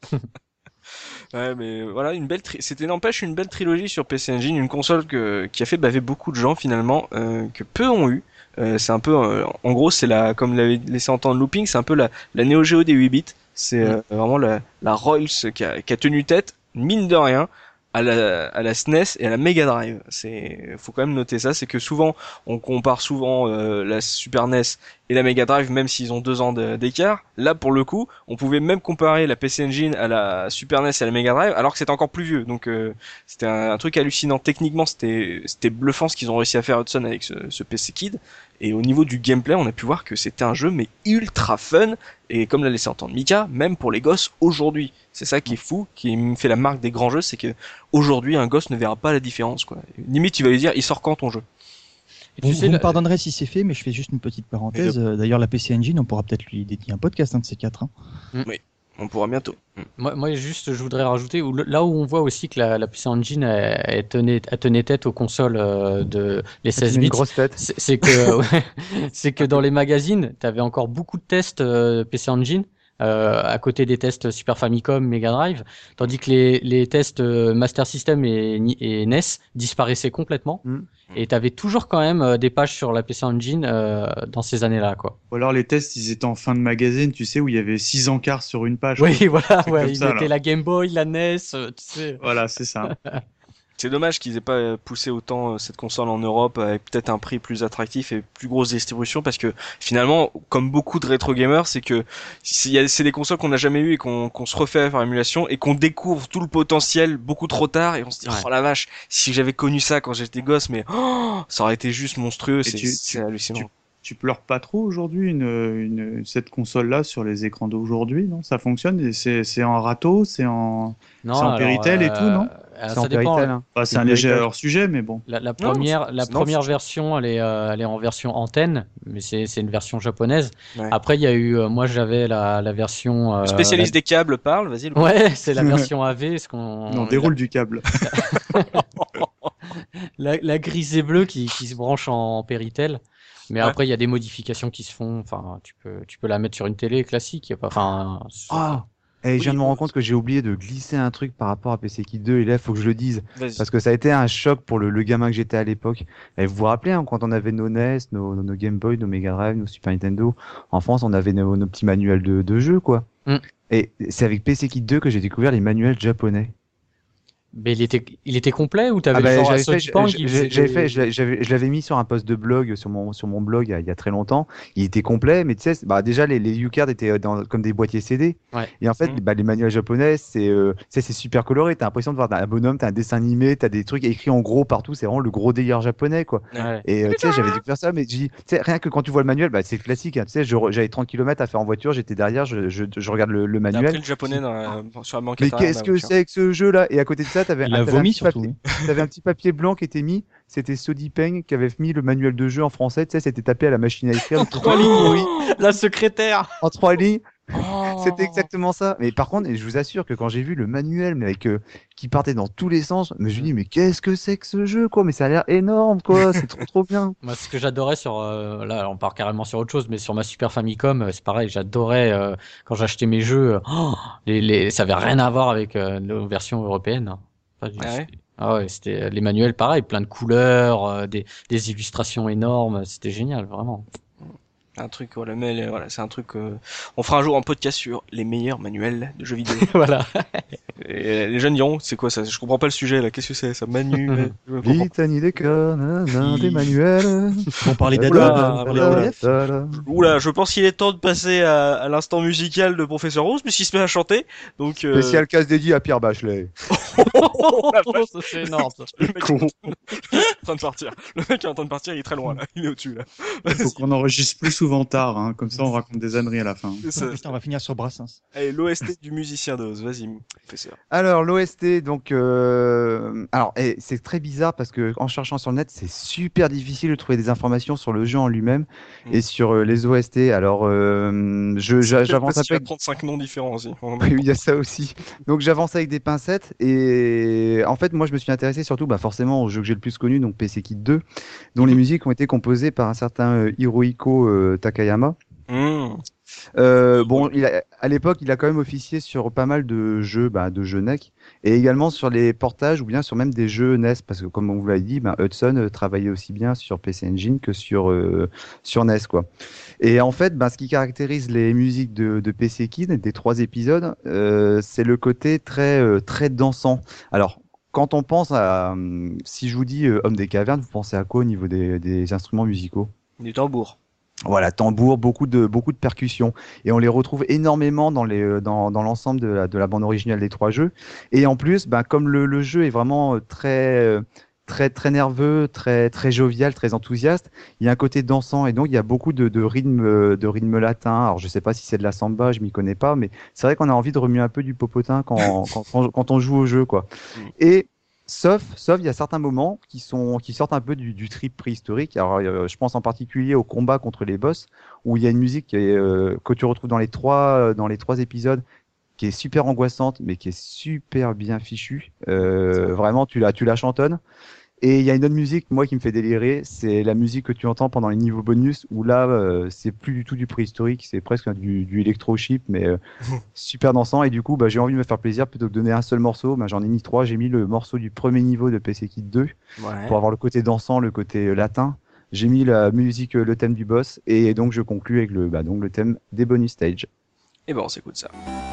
Ouais, mais voilà, une belle, tri- c'était n'empêche une belle trilogie sur P C Engine, une console que qui a fait baver beaucoup de gens finalement, euh, que peu ont eu. Euh, c'est un peu, euh, en gros, c'est la, comme l'avait laissé entendre Looping, c'est un peu la, la Neo Geo des huit bits. C'est euh, vraiment la, la Royals qui a, qui a tenu tête, mine de rien, à la, à la S N E S et à la Mega Drive. C'est, faut quand même noter ça, c'est que souvent, on compare souvent euh, la Super N E S et la Mega Drive, même s'ils ont deux ans de- d'écart. Là, pour le coup, on pouvait même comparer la P C Engine à la Super N E S et à la Mega Drive, alors que c'était encore plus vieux. Donc, euh, c'était un, un truc hallucinant. Techniquement, c'était, c'était bluffant ce qu'ils ont réussi à faire Hudson avec ce, ce P C Kid. Et au niveau du gameplay, on a pu voir que c'était un jeu mais ultra fun. Et comme l'a laissé entendre Mika, même pour les gosses aujourd'hui. C'est ça qui est fou, qui me fait la marque des grands jeux, c'est que aujourd'hui un gosse ne verra pas la différence, quoi. Limite, il va lui dire, il sort quand ton jeu? Et Vous, tu sais, vous me la- pardonnerez si c'est fait, mais je fais juste une petite parenthèse. Euh, D'ailleurs, la P C Engine, on pourra peut-être lui dédier un podcast, un de ces quatre. Hein. On pourra bientôt. Moi, moi, juste, je voudrais rajouter, où, là où on voit aussi que la, la P C Engine a, a, tenu, a tenu tête aux consoles euh, de les c'est seize une bits, grosse tête. c'est c'est que, ouais, c'est que dans les magazines, tu avais encore beaucoup de tests euh, P C Engine, euh, à côté des tests Super Famicom, Mega Drive, tandis que les, les tests euh, Master System et, et N E S disparaissaient complètement. Mm. Et tu avais toujours quand même euh, des pages sur la P C Engine euh, dans ces années-là, quoi. Ou alors les tests, ils étaient en fin de magazine, tu sais, où il y avait six encarts sur une page. Oui, voilà, C'est ouais, comme ils ça, mettaient là. la Game Boy, la N E S, euh, tu sais. Voilà, c'est ça. C'est dommage qu'ils aient pas euh, poussé autant euh, cette console en Europe avec peut-être un prix plus attractif et plus grosse distribution parce que finalement, comme beaucoup de rétro gamers, c'est que s'il y a- c'est des consoles qu'on n'a jamais eues et qu'on qu'on se refait par émulation et qu'on découvre tout le potentiel beaucoup trop tard et on se dit Ouais. oh la vache, si j'avais connu ça quand j'étais gosse, mais oh, ça aurait été juste monstrueux, Et c'est tu- c'est tu- hallucinant. Tu pleures pas trop aujourd'hui une, une, cette console-là sur les écrans d'aujourd'hui, non? Ça fonctionne? Et C'est c'est en râteau, c'est en, Non, c'est en alors, Péritel et tout, non? euh, C'est ça en dépend. Péritel, hein. Enfin, C'est c'est un du léger héritage. hors-sujet, mais bon. La, la Non, première, la c'est- non, première c'est- version, elle est, euh, elle est en version antenne, mais c'est, c'est une version japonaise. Ouais. Après, il y a eu, euh, moi, j'avais la, la version. euh, Le spécialiste des câbles parle, vas-y. le- la- Ouais, c'est la version A V, ce qu'on. Non, déroule du câble. La, la grise et bleue qui, qui se branche en Péritel. Mais Ouais. après, il y a des modifications qui se font. Enfin, tu peux, tu peux la mettre sur une télé classique. Y a pas, enfin. sur- Ah Et Oui, je viens de me oui. rendre compte que j'ai oublié de glisser un truc par rapport à P C Kit deux, et là, il faut que je le dise. Vas-y. Parce que ça a été un choc pour le, le gamin que j'étais à l'époque. Et vous vous rappelez, hein, quand on avait nos N E S, nos, nos, nos Game Boy, nos Mega Drive, nos Super Nintendo, en France, on avait nos, nos petits manuels de, de jeux, quoi. Mm. Et c'est avec P C Kit deux que j'ai découvert les manuels japonais. Mais il était, il était complet ou t'avais Ah bah, le genre j'avais à fait, Sonic j'ai- j'ai- j'avais fait, je l'avais- j'avais- je l'avais mis sur un post de blog sur mon sur mon blog il y a, il y a très longtemps. Il était complet, mais tu sais, c'est- bah déjà les les U-cards étaient dans, comme des boîtiers C D. Ouais. Et en fait, Mhm. bah, les manuels japonais, c'est euh, tu sais, c'est super coloré. T'as l'impression de voir un bonhomme, t'as un dessin animé, t'as des trucs écrits en gros partout. C'est vraiment le gros délire japonais, quoi. Ouais. Et euh, tu sais, j'avais découvert ça, mais j'ai dit, tu sais, rien que quand tu vois le manuel, bah, c'est classique. Hein, tu sais, je re- j'avais trente kilomètres à faire en voiture, j'étais derrière, je, je, je regarde le, le T'as appris manuel. le japonais dans la- sur la banquette. Mais arrière de qu'est-ce la que voiture. c'est que ce jeu-là? Et à côté de ça, t'avais Il un, a t'avais un vomi petit surtout. papier, hein. t'avais un petit papier blanc qui était mis. C'était Sodi Peng qui avait mis le manuel de jeu en français. Tu sais, c'était tapé à la machine à écrire. Trois lignes, oui. La secrétaire. En trois lignes. Oh. C'était exactement ça. Mais par contre, et je vous assure que quand j'ai vu le manuel, mais avec euh, qui partait dans tous les sens, mais je me dis mais qu'est-ce que c'est que ce jeu, quoi? Mais ça a l'air énorme, quoi. C'est trop trop bien. Moi, ce que j'adorais sur, euh, là, on part carrément sur autre chose, mais sur ma Super Famicom, euh, c'est pareil, j'adorais euh, quand j'achetais mes jeux, euh, oh, les, les, ça avait rien à voir avec euh, nos versions européennes. hein. Pas du- Ah ouais Ah ouais, c'était euh, les manuels, pareil, plein de couleurs, euh, des, des illustrations énormes, c'était génial, vraiment. Un truc, voilà, mais euh, voilà, c'est un truc. euh, On fera un jour un podcast sur les meilleurs manuels de jeux vidéo. Voilà. Et les jeunes diront, c'est quoi ça? Je comprends pas le sujet là. Qu'est-ce que c'est? Ça manu. euh, je comprends pas. Litanie des cas, nanana, Il- des manuels. Pour parler Oula, d'Adobe, oula, on parlait oula. d'A D F. Voilà. Oula, je pense qu'il est temps de passer à, à l'instant musical de Professeur Rose, puisqu'il se met à chanter. Donc. euh, Spécial casse dédié à Pierre Bachelet. Oh, la vache, Ça, c'est énorme. ça. le mec est en train de partir. Le mec est en train de partir, il est très loin là. Il est au-dessus là. Il faut qu'on enregistre plus souvent tard, hein. Comme ça on raconte des âneries à la fin. C'est ça. Putain, on va finir sur Brassens. Allez, l'O S T du musicien d'Oz. Vas-y, Professeur. Alors l'O S T, donc euh, alors et c'est très bizarre parce que en cherchant sur le net, c'est super difficile de trouver des informations sur le jeu en lui-même Mm. et sur euh, les O S T. Alors euh, je j'a- j'avance un Tu peu. vas avec- prendre cinq noms différents aussi. Oui, il y a ça aussi. Donc j'avance avec des pincettes et en fait moi je me suis intéressé surtout bah, forcément au jeu que j'ai le plus connu, donc P C Kit deux, dont les musiques ont été composées par un certain euh, Hirohiko euh, Takayama. Mmh. Euh, bon, il a- à l'époque, il a quand même officié sur pas mal de jeux, bah, de jeux N E C, et également sur les portages ou bien sur même des jeux N E S, parce que comme on vous l'a dit, bah, Hudson euh, travaillait aussi bien sur P C Engine que sur euh, sur N E S, quoi. Et en fait, bah, ce qui caractérise les musiques de, de P C Kid, des trois épisodes, euh, c'est le côté très euh, très dansant. Alors. Quand on pense à, hum, si je vous dis euh, Homme des cavernes, vous pensez à quoi au niveau des, des instruments musicaux? Du tambour. Voilà, tambour, beaucoup de beaucoup de percussions, et on les retrouve énormément dans les euh, dans, dans l'ensemble de la, de la bande originale des trois jeux. Et en plus, bah, comme le, le jeu est vraiment euh, très euh, très très nerveux, très très jovial, très enthousiaste, il y a un côté dansant, et donc il y a beaucoup de, de rythmes euh, de rythmes latins. Alors je sais pas si c'est de la samba, je m'y connais pas, mais c'est vrai qu'on a envie de remuer un peu du popotin quand quand, quand, quand on joue au jeu, quoi. Mm. Et Sauf, sauf, il y a certains moments qui sont, qui sortent un peu du, du trip préhistorique. Alors, euh, je pense en particulier au combat contre les boss, où il y a une musique qui est, euh, que tu retrouves dans les trois, dans les trois épisodes, qui est super angoissante, mais qui est super bien fichue. Euh, vraiment, tu la, tu la chantonnes. Et il y a une autre musique, moi, qui me fait délirer, c'est la musique que tu entends pendant les niveaux bonus, où là, euh, c'est plus du tout du préhistorique, c'est presque du, du électro-chip, mais euh, super dansant. Et du coup, bah, j'ai envie de me faire plaisir, plutôt que de donner un seul morceau, bah, j'en ai mis trois. J'ai mis le morceau du premier niveau de P C Kid deux, Ouais. pour avoir le côté dansant, le côté euh, latin. J'ai mis la musique, euh, le thème du boss, et donc je conclus avec le, bah, donc, le thème des bonus stage. Et ben on s'écoute ça.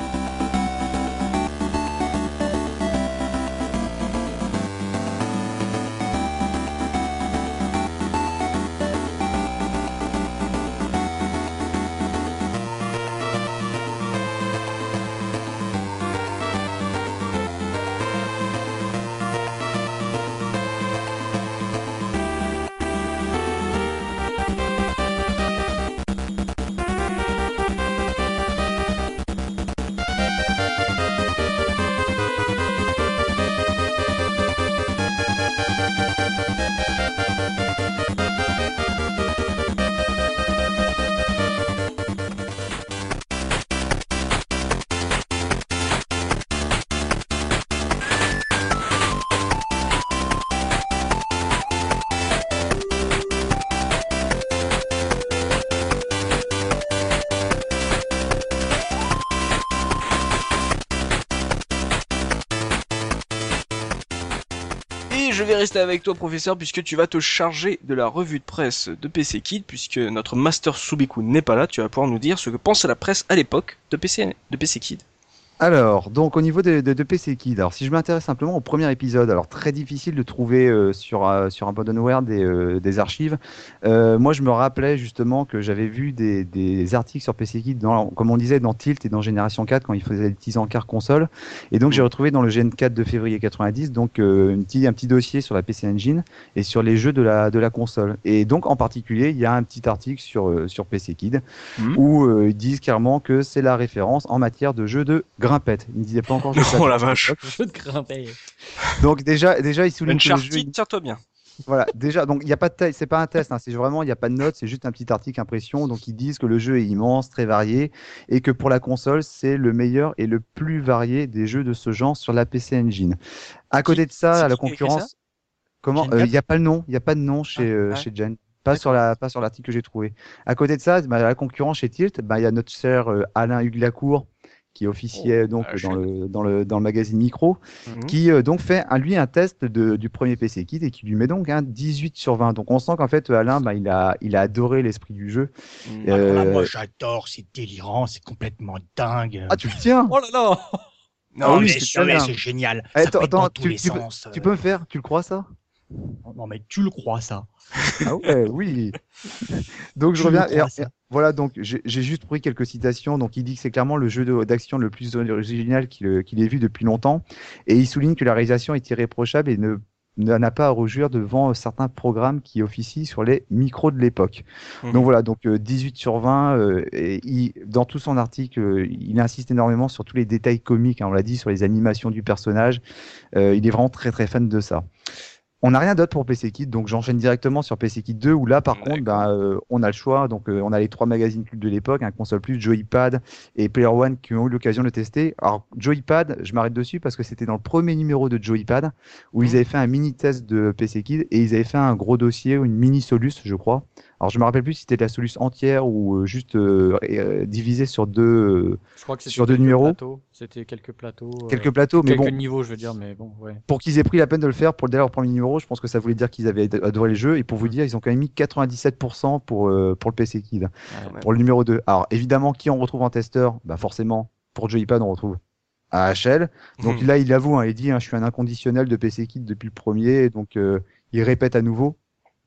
Je vais rester avec toi, professeur, puisque tu vas te charger de la revue de presse de P C Kid, puisque notre master Subiku n'est pas là. Tu vas pouvoir nous dire ce que pense la presse à l'époque de P C, de P C Kid. Alors, donc au niveau de, de, de P C Kid, alors si je m'intéresse simplement au premier épisode, alors très difficile de trouver euh, sur, euh, sur Abandonware des, euh, des archives. Euh, moi, je me rappelais justement que j'avais vu des, des articles sur P C Kid, dans, comme on disait, dans Tilt et dans Génération quatre, quand ils faisaient des petits encarts console. Et donc, j'ai retrouvé dans le Gen quatre de février quatre-vingt-dix, donc euh, une petit, un petit dossier sur la P C Engine et sur les jeux de la, de la console. Et donc, en particulier, il y a un petit article sur, euh, sur P C Kid mmh. où euh, ils disent clairement que c'est la référence en matière de jeux de grimpette. Il ne disait pas encore. Oh la vache. Jeu de grimpette. Donc déjà, déjà, il souligne que le jeu. Tiens-toi bien. Voilà, déjà, donc il n'y a pas de test, c'est pas un test, hein, c'est vraiment, il n'y a pas de notes, c'est juste un petit article impression. Donc ils disent que le jeu est immense, très varié, et que pour la console, c'est le meilleur et le plus varié des jeux de ce genre sur la P C Engine. À côté de ça, à la concurrence, comment, il n'y euh, a pas le nom, il n'y a pas de nom chez, ah, euh, ouais. chez Gen. Pas sur la, pas sur l'article que j'ai trouvé. À côté de ça, bah, la concurrence chez Tilt, bah, il y a notre cher euh, Alain Huglacourt, qui officiait oh, donc dans le, dans, le, dans le magazine Micro, mmh. qui euh, donc fait un, lui un test de, du premier P C Kit et qui lui met donc un dix-huit sur vingt. Donc on sent qu'en fait Alain, bah, il, a, il a adoré l'esprit du jeu. Mmh. Euh... Alors là, moi j'adore, c'est délirant, c'est complètement dingue. Ah tu le tiens? Oh là là. Non, ah, oui, mais c'est, c'est génial. Eh, ça attends, pète dans attends, tous tu, les tu, sens. Tu peux me faire? Tu le crois ça? Non mais tu le crois ça? Ah ouais, oui. Donc je tu reviens. Et, et, voilà, donc j'ai, j'ai juste pris quelques citations. Donc il dit que c'est clairement le jeu de, d'action le plus original qu'il, qu'il ait vu depuis longtemps. Et il souligne que la réalisation est irréprochable et ne n'a pas à rougir devant certains programmes qui officient sur les micros de l'époque. Mmh. Donc voilà, donc euh, dix-huit sur vingt. Euh, et il, dans tout son article, euh, il insiste énormément sur tous les détails comiques. Hein, on l'a dit, sur les animations du personnage. Euh, il est vraiment très très fan de ça. On n'a rien d'autre pour P C Kid, donc j'enchaîne directement sur P C Kid deux, où là, par D'accord. contre, ben, euh, on a le choix. Donc, euh, on a les trois magazines cultes de l'époque, un Console Plus, Joypad et Player One, qui ont eu l'occasion de le tester. Alors, Joypad, je m'arrête dessus parce que c'était dans le premier numéro de Joypad, où mmh. ils avaient fait un mini-test de P C Kid et ils avaient fait un gros dossier, ou une mini-solus, je crois. Alors, je me rappelle plus si c'était de la solus entière ou euh, juste euh, euh, divisée sur deux, euh, je crois que c'était sur deux numéros. Plateaux. C'était quelques plateaux. Euh, quelques plateaux, mais quelques bon. niveaux, je veux dire, mais bon, ouais. Pour qu'ils aient pris la peine de le faire pour le leur premier numéro, je pense que ça voulait dire qu'ils avaient adoré le jeu. Et pour vous dire, ils ont quand même mis quatre-vingt-dix-sept pour cent pour, euh, pour le P C Kid, ouais, pour le numéro deux. Alors, évidemment, qui on retrouve en testeur? Bah, forcément, pour Joypad, on retrouve A H L. Donc mmh. là, il avoue, hein, il dit, hein, je suis un inconditionnel de P C Kid depuis le premier. Donc, euh, il répète à nouveau.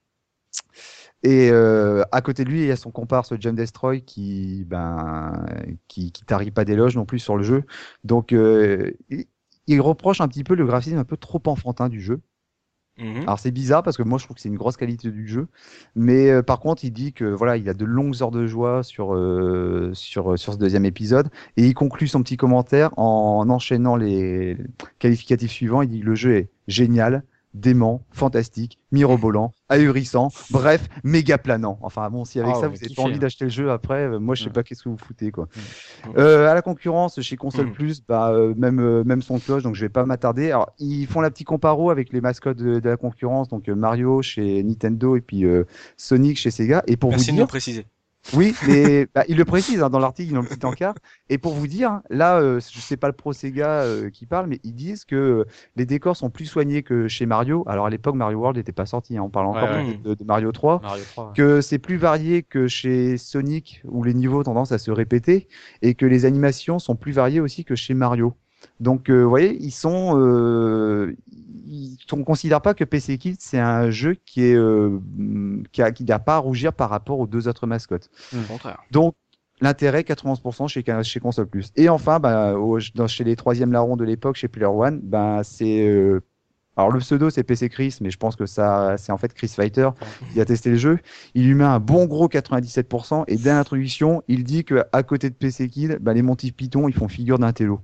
Et euh, à côté de lui, il y a son comparse Jam Destroy qui, ben, qui, qui tarit pas d'éloges non plus sur le jeu. Donc, euh, il, il reproche un petit peu le graphisme un peu trop enfantin du jeu. Mmh. Alors c'est bizarre parce que moi je trouve que c'est une grosse qualité du jeu, mais euh, par contre il dit que voilà il a de longues heures de joie sur euh, sur sur ce deuxième épisode et il conclut son petit commentaire en enchaînant les qualificatifs suivants. Il dit que le jeu est génial, dément, fantastique, mirobolant, ahurissant, bref, méga planant. Enfin bon, si avec Ah, ça on vous va avez kiffer, pas envie hein. d'acheter le jeu après, euh, moi je sais Mm. pas qu'est-ce que vous foutez quoi. Mm. Euh, à la concurrence chez Console Mm. Plus, bah euh, même euh, même son cloche, donc je vais pas m'attarder. Alors ils font la petite comparo avec les mascottes de, de la concurrence, donc euh, Mario chez Nintendo et puis euh, Sonic chez Sega. Et pour Merci vous de nous dire, le préciser. oui, mais bah, il le précise hein, dans l'article, ils ont le petit encart. Et pour vous dire, là, euh, je sais pas le pro Sega euh, qui parle, mais ils disent que euh, les décors sont plus soignés que chez Mario. Alors à l'époque, Mario World n'était pas sorti, hein, on parle encore Ouais, ouais. peut-être de, de Mario trois. Mario trois. Ouais. Que c'est plus varié que chez Sonic, où les niveaux ont tendance à se répéter, et que les animations sont plus variées aussi que chez Mario. Donc, euh, vous voyez, ils sont, euh, ils, on ne considère pas que P C Kids c'est un jeu qui est, euh, qui a, qui n'a pas à rougir par rapport aux deux autres mascottes. Au contraire. Donc, l'intérêt quatre-vingts pour cent chez, chez Console Plus. Et enfin, bah, au, dans, chez les troisièmes larrons de l'époque, chez Player One, bah, c'est euh, alors le pseudo c'est P C Chris, mais je pense que ça c'est en fait Chris Fighter qui a testé le jeu. Il lui met un bon gros quatre-vingt-dix-sept pour cent et dès l'introduction, il dit que à côté de P C Kid, bah, les Monty Python ils font figure d'un télo.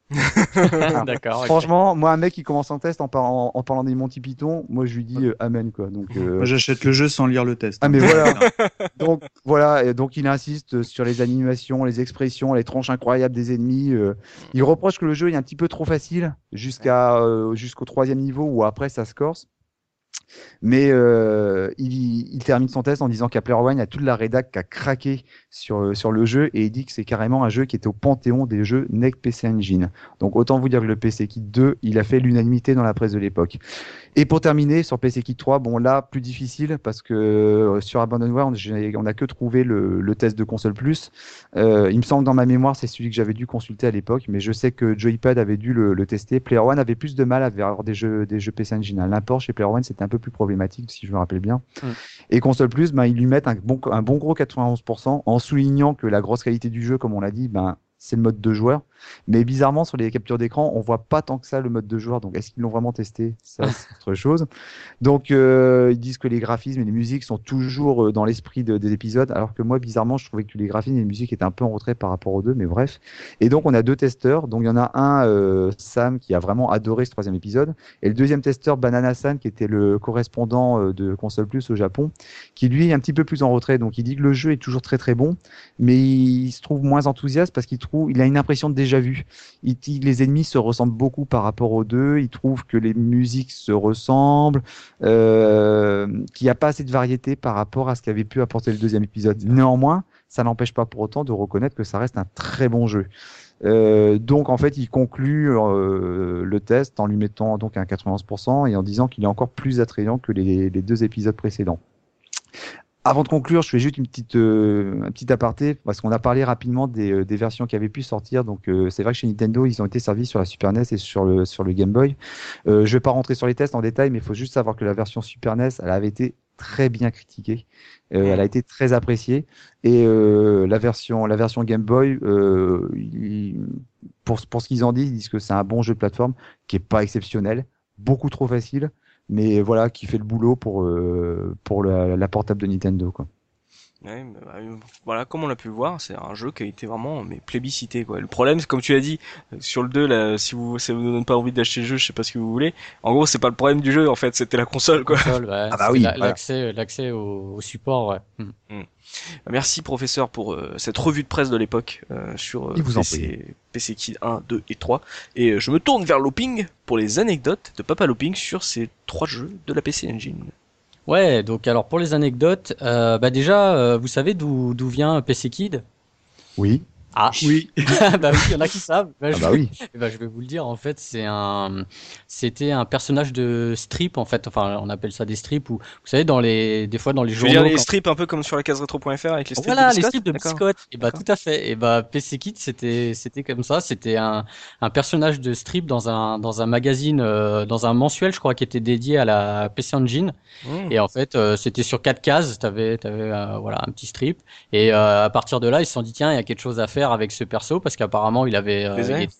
Alors, D'accord. ok. franchement, moi un mec qui commence un test en, par- en, en parlant des Monty Python, moi je lui dis euh, amen quoi. Donc euh, Moi, j'achète le jeu sans lire le test. ah hein. mais voilà. Donc voilà, et donc il insiste sur les animations, les expressions, les tronches incroyables des ennemis. euh. Il reproche que le jeu est un petit peu trop facile jusqu'à euh, jusqu'au troisième niveau où après ça se corse. Mais euh, il, il termine son test en disant qu'à Player One, il y a toute la rédac qui a craqué sur, sur le jeu et il dit que c'est carrément un jeu qui était au panthéon des jeux N E C P C Engine. Donc autant vous dire que le P C Kit deux, il a fait l'unanimité dans la presse de l'époque. Et pour terminer, sur P C Kit trois, bon là, plus difficile parce que euh, sur Abandonware, on n'a que trouvé le, le test de console plus. Euh, il me semble que dans ma mémoire, c'est celui que j'avais dû consulter à l'époque, mais je sais que Joypad avait dû le, le tester. Player One avait plus de mal à avoir des jeux, des jeux P C Engine. L'import chez Player One, c'était un peu plus problématique, si je me rappelle bien. Mm. Et console plus, ben, ils lui mettent un bon, un bon gros quatre-vingt-onze pour cent en soulignant que la grosse qualité du jeu, comme on l'a dit, ben, c'est le mode de joueur. Mais bizarrement, sur les captures d'écran, on voit pas tant que ça le mode de joueur. Donc, est-ce qu'ils l'ont vraiment testé? Ça, c'est autre chose. Donc, euh, ils disent que les graphismes et les musiques sont toujours euh, dans l'esprit de, des épisodes, alors que moi, bizarrement, je trouvais que les graphismes et les musiques étaient un peu en retrait par rapport aux deux, mais bref. Et donc, on a deux testeurs. Donc, il y en a un, euh, Sam, qui a vraiment adoré ce troisième épisode, et le deuxième testeur, Banana San, qui était le correspondant euh, de Console Plus au Japon, qui lui est un petit peu plus en retrait. Donc, il dit que le jeu est toujours très très bon, mais il se trouve moins enthousiaste parce qu'il trouve, il a une impression de déjà vu. Il dit que les ennemis se ressemblent beaucoup par rapport aux deux. Il trouve que les musiques se ressemblent, euh, qu'il n'y a pas assez de variété par rapport à ce qu'avait pu apporter le deuxième épisode. Néanmoins, ça n'empêche pas pour autant de reconnaître que ça reste un très bon jeu. Euh, donc en fait, il conclut euh, le test en lui mettant donc un quatre-vingt-onze pour cent et en disant qu'il est encore plus attrayant que les, les deux épisodes précédents. Avant de conclure, je fais juste une petite, euh, un petit aparté, parce qu'on a parlé rapidement des, euh, des versions qui avaient pu sortir. Donc, euh, c'est vrai que chez Nintendo, ils ont été servis sur la Super N E S et sur le, sur le Game Boy. Euh, je vais pas rentrer sur les tests en détail, mais il faut juste savoir que la version Super N E S, elle avait été très bien critiquée. Euh, elle a été très appréciée. Et euh, la, version, la version Game Boy, euh, il, pour, pour ce qu'ils en disent, ils disent que c'est un bon jeu de plateforme qui est pas exceptionnel, beaucoup trop facile, mais voilà, qui fait le boulot pour, euh, pour la, la portable de Nintendo, quoi. Ouais, bah, euh, voilà, comme on l'a pu le voir, c'est un jeu qui a été vraiment mais plébiscité quoi. Le problème, c'est comme tu as dit euh, sur le deux là, si vous ça vous donne pas envie d'acheter le jeu, je sais pas ce que vous voulez. En gros, c'est pas le problème du jeu en fait, c'était la console quoi. Console, ouais. Ah bah C'est oui, la- voilà. l'accès, l'accès au, au support, ouais. Mm. Merci professeur pour euh, cette revue de presse de l'époque euh, sur euh, Il vous en P C, P C Kid un, deux et trois. Et euh, je me tourne vers Looping pour les anecdotes de Papa Looping sur ces trois jeux de la P C Engine. Ouais, donc alors pour les anecdotes, euh, bah déjà, euh, vous savez d'où d'où vient P C Kid? Oui. Ah, Oui. bah oui, il y en a qui savent. Bah, Ah je bah vais- oui. eh ben, je vais vous le dire. En fait, c'est un, c'était un personnage de strip. En fait, enfin, on appelle ça des strips. Ou vous savez, dans les, des fois dans les Je veux journaux. dire les quand- strips un peu comme sur la case rétro point F R avec les strips Voilà, de les biscottes. strips de D'accord. biscottes. Et bah D'accord. tout à fait. Et bah P C Kid, c'était c'était comme ça. C'était un un personnage de strip dans un dans un magazine, euh, dans un mensuel, je crois, qui était dédié à la P C Engine. Mmh. Et en fait, euh, c'était sur quatre cases. T'avais t'avais euh, voilà un petit strip. Et euh, à partir de là, ils se sont dit tiens, il y a quelque chose à faire avec ce perso parce qu'apparemment il avait euh, Plaisait. il, est-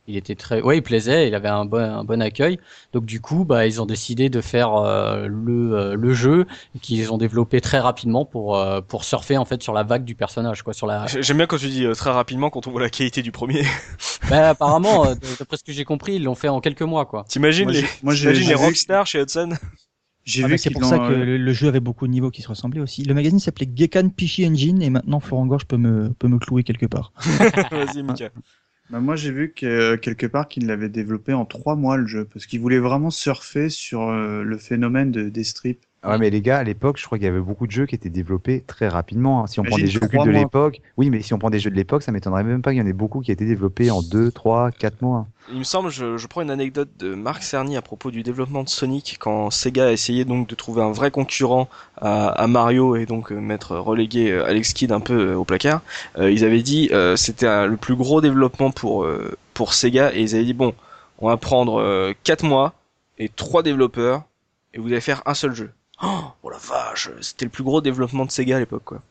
il était très, ouais, il plaisait, il avait un bon, un bon accueil. Donc du coup, bah, ils ont décidé de faire euh, le euh, le jeu qu'ils ont développé très rapidement pour euh, pour surfer en fait sur la vague du personnage, quoi, sur la. J'aime bien quand tu dis euh, très rapidement quand on voit la qualité du premier. Bah, apparemment, euh, d'après ce que j'ai compris, ils l'ont fait en quelques mois, quoi. T'imagines Moi, les, j'ai- moi, j'ai- t'imagines j'ai les vu- rockstars chez Hudson? J'ai Ah, vu mais c'est qu'ils pour ça l'ont, que euh, le, le jeu avait beaucoup de niveaux qui se ressemblaient aussi. Le magazine s'appelait Gekan Pichy Engine et maintenant Florent Gorge peut me, peut me clouer quelque part. Vas-y, Mika. bah, moi, j'ai vu que euh, quelque part qu'ils l'avaient développé en trois mois le jeu, parce qu'ils voulaient vraiment surfer sur euh, le phénomène de, des strips. Ouais, mais les gars, à l'époque, je crois qu'il y avait beaucoup de jeux qui étaient développés très rapidement, hein. Si on prend Imagine des jeux trois cultes de mois. l'époque, oui, mais si on prend des jeux de l'époque, ça m'étonnerait même pas qu'il y en ait beaucoup qui aient été développés en deux, trois, quatre mois. Il me semble, je, je prends une anecdote de Marc Cerny à propos du développement de Sonic quand Sega a essayé donc de trouver un vrai concurrent à, à Mario et donc euh, mettre relégué euh, Alex Kidd un peu euh, au placard. Euh, ils avaient dit euh, c'était un- le plus gros développement pour euh, pour Sega et ils avaient dit bon, on va prendre euh, quatre mois et trois développeurs et vous allez faire un seul jeu. Oh, oh la vache, c'était le plus gros développement de Sega à l'époque quoi.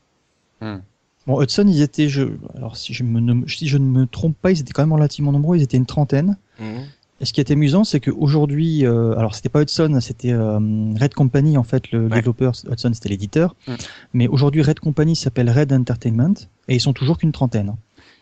Bon, Hudson, ils étaient, je, alors si je, me, ne- si je ne me trompe pas, ils étaient quand même relativement nombreux, ils étaient une trentaine. Mhm. Et ce qui est amusant, c'est qu'aujourd'hui, euh, alors c'était pas Hudson, c'était euh, Red Company en fait, le Ouais. développeur, Hudson c'était l'éditeur. Mm. Mais aujourd'hui, Red Company s'appelle Red Entertainment et ils sont toujours qu'une trentaine.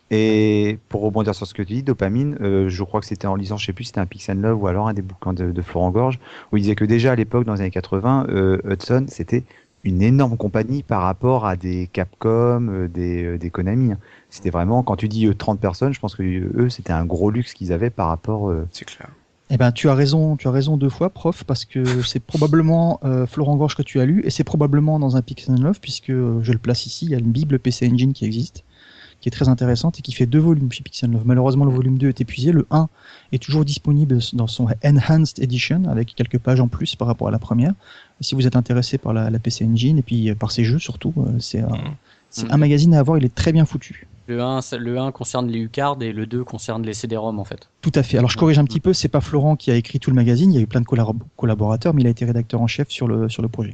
Et pour rebondir sur ce que tu dis, Dopamine, euh, je crois que c'était en lisant, je sais plus, si c'était un Pix and Love ou alors un des bouquins de, de Florent Gorge, où il disait que déjà à l'époque, dans les années quatre-vingts, euh, Hudson, c'était une énorme compagnie par rapport à des Capcom, euh, des, euh, des Konami, hein. C'était vraiment, quand tu dis euh, trente personnes, je pense que euh, eux, c'était un gros luxe qu'ils avaient par rapport. euh, C'est clair. Eh ben, tu as raison, tu as raison deux fois, prof, parce que c'est probablement euh, Florent Gorge que tu as lu, et c'est probablement dans un Pix and Love, puisque euh, je le place ici, il y a une Bible P C Engine qui existe, qui est très intéressante et qui fait deux volumes chez Pix and Love. Malheureusement, le volume deux est épuisé, le un est toujours disponible dans son Enhanced Edition, avec quelques pages en plus par rapport à la première. Si vous êtes intéressé par la, la P C Engine, et puis euh, par ces jeux surtout, euh, c'est un, c'est Mhm. un magazine à avoir, il est très bien foutu. Le un, ça- le un concerne les U-cards et le deux concerne les C D-ROM en fait. Tout à fait. Alors je corrige un petit peu, c'est pas Florent qui a écrit tout le magazine, il y a eu plein de collab- collaborateurs, mais il a été rédacteur en chef sur le, sur le projet.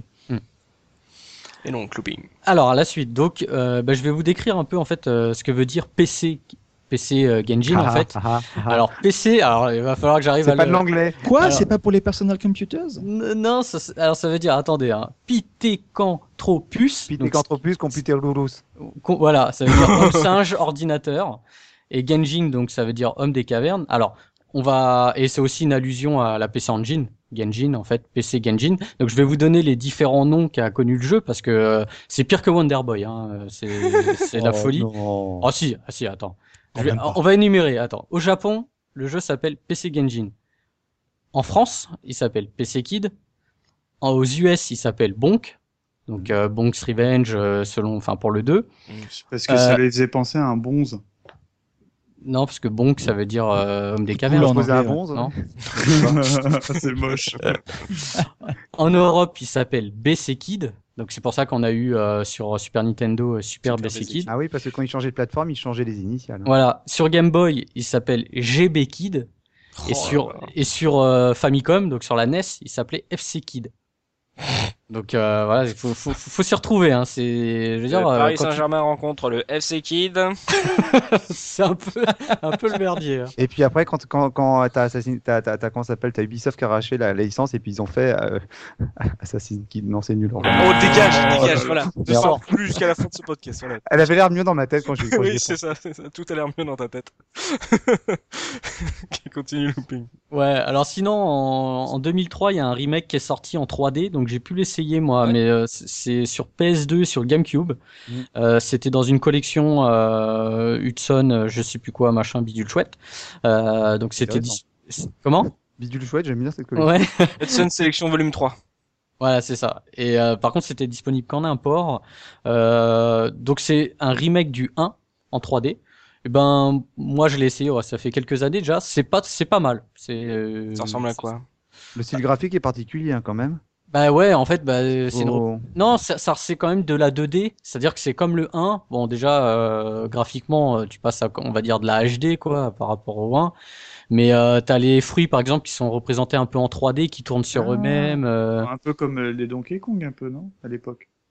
Et donc looping. Alors à la suite, donc euh, bah, je vais vous décrire un peu en fait euh, ce que veut dire P C, P C euh, Genjin en ah, fait. ah, ah, ah. Alors P C, alors il va falloir que j'arrive à c'est pas le... de l'anglais. Quoi Alors- C'est pas pour les personal computers N- Non, ça, c'est- alors ça veut dire, attendez, hein, Pithecanthropus. donc, Pithecanthropus, Computerlurus. con- voilà, ça veut dire homme singe ordinateur. Et Genjin, donc ça veut dire homme des cavernes. Alors, on va, et c'est aussi une allusion à la P C Engine, Genjin en fait, P C Genjin. Donc je vais vous donner les différents noms qu'a connu le jeu parce que euh, c'est pire que Wonder Boy, hein. euh, C'est, c'est la Oh, folie. non. Oh si, ah si, attends. Je Quand vais- même pas. on va énumérer. Attends. Au Japon, le jeu s'appelle P C Genjin. En France, il s'appelle P C Kid. En, aux U S, il s'appelle Bonk. Donc euh, Bonk's Revenge, euh, selon, enfin pour le deux. Parce que Euh, ça les faisait penser à un bonze. Non, parce que Bonk, ça veut dire euh, homme des Cool cavernes. en Posé à anglais, bonze, Non. C'est moche. En Europe, il s'appelle B C Kid. Donc c'est pour ça qu'on a eu euh, sur Super Nintendo euh, Super, Super B C B C Kid. Ah oui, parce que quand ils changeaient de plateforme, ils changeaient les initiales. Voilà. Sur Game Boy, il s'appelle G B Kid. Et Oh sur, là là. et sur euh, Famicom, donc sur la N E S, il s'appelait F C Kid. Donc euh, voilà, il faut, faut, faut, faut s'y retrouver. Hein. C'est, je veux Le dire, euh, Paris quand tu- Saint-Germain rencontre le F C Kid. c'est un peu, un peu le merdier. hein. Et puis après, quand, quand, quand t'as Assassin, t'as, t'as, t'as, comment ça s'appelle, t'as Ubisoft qui a arraché la, la licence et puis ils ont fait euh, Assassin's Creed. Non, c'est nul. en fait. Oh, dégage, dégage, voilà. Ne Merde. sors plus jusqu'à la fin de ce podcast. Voilà. Elle avait l'air mieux dans ma tête quand j'ai quand Oui, j'ai- c'est ça, c'est ça. Tout a l'air mieux dans ta tête. Ok, continue looping. Ouais, alors sinon, en, en deux mille trois, il y a un remake qui est sorti en trois D, donc j'ai pu l'essayer moi, Ouais. mais euh, c'est- c'est sur P S deux, sur GameCube. Mhm. Euh, c'était dans une collection euh, Hudson, euh, je sais plus quoi, machin, bidule chouette. Euh, donc c'était... Intéressant. dis- Comment? Bidule chouette, j'aime bien cette collection. Ouais. Hudson Sélection volume trois. Voilà, c'est ça. Et euh, par contre, c'était disponible qu'en import. Euh, donc c'est un remake du un en trois D. Et ben moi je l'ai essayé, ouais, ça fait quelques années déjà. C'est pas c'est pas mal. C'est euh, Ça ressemble à quoi? Le style graphique est particulier hein, quand même. Bah ouais, en fait, bah c'est une... Oh. non, ça, ça c'est quand même de la deux D. C'est-à-dire que c'est comme le un. Bon déjà euh, graphiquement, euh, tu passes à on va dire de la H D quoi par rapport au un. Mais euh, t'as les fruits par exemple qui sont représentés un peu en trois D, qui tournent sur Ah. eux-mêmes. euh. Un peu comme euh, les Donkey Kong, un peu, non? À l'époque.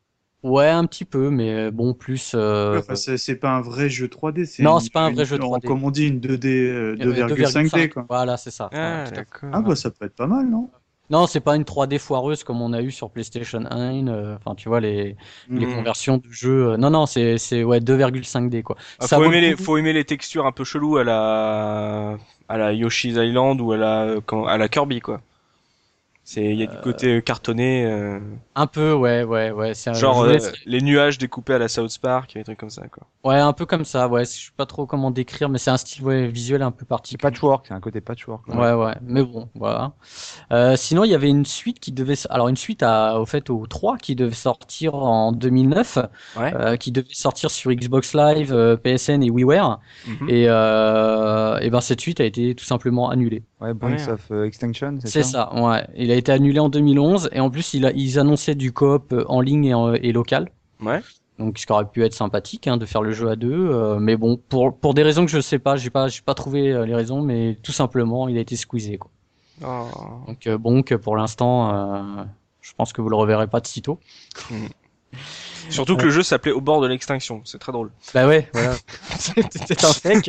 Ouais, un petit peu, mais bon, plus. Euh... Enfin, c'est, c'est pas un vrai jeu trois D. C'est non, une, c'est pas un vrai une, jeu trois D. Comme on dit, une deux D, euh, deux virgule cinq D, quoi. Voilà, c'est ça. Ah, ouais, d'accord. Ah, bah, ça peut être pas mal, non? Non, c'est pas une trois D foireuse comme on a eu sur PlayStation un. euh, Enfin, tu vois, les, mmh. les conversions de jeux. Euh, non, non, c'est, c'est ouais, deux virgule cinq D, quoi. Ah, ça faut, vaut aimer le les, coup. faut aimer les textures un peu cheloues à la, à la Yoshi's Island ou à la, à la Kirby, quoi. C'est, il y a du côté cartonné. Euh... Un peu, ouais, ouais, ouais. C'est un, Genre euh, laisse... les nuages découpés à la South Park, des trucs comme ça, quoi. Ouais, un peu comme ça, ouais. Je sais pas trop comment décrire, mais c'est un style ouais, visuel un peu particulier. C'est patchwork, c'est un côté patchwork. Ouais, ouais, ouais. Mais bon, voilà. Euh, sinon, il y avait une suite qui devait, alors une suite à, au fait au trois qui devait sortir en deux mille neuf, ouais. euh, qui devait sortir sur Xbox Live, euh, P S N et WiiWare. Mm-hmm. Et, euh, et ben cette suite a été tout simplement annulée. Ouais, Brinks ouais. of uh, Extinction, c'est, c'est ça. C'est ça, ouais. Il a été annulé en deux mille onze et en plus il a, ils annonçaient du coop en ligne et, en, et local. Ouais. Donc ce qui aurait pu être sympathique hein, de faire le jeu à deux, euh, mais bon pour pour des raisons que je sais pas, j'ai pas j'ai pas trouvé euh, les raisons, mais tout simplement il a été squeezé quoi. Oh. Donc euh, bon que pour l'instant, euh, je pense que vous le reverrez pas de sitôt. Mmh. Surtout que euh... le jeu s'appelait Au bord de l'extinction, c'est très drôle. Bah ouais, voilà. C'était un fake.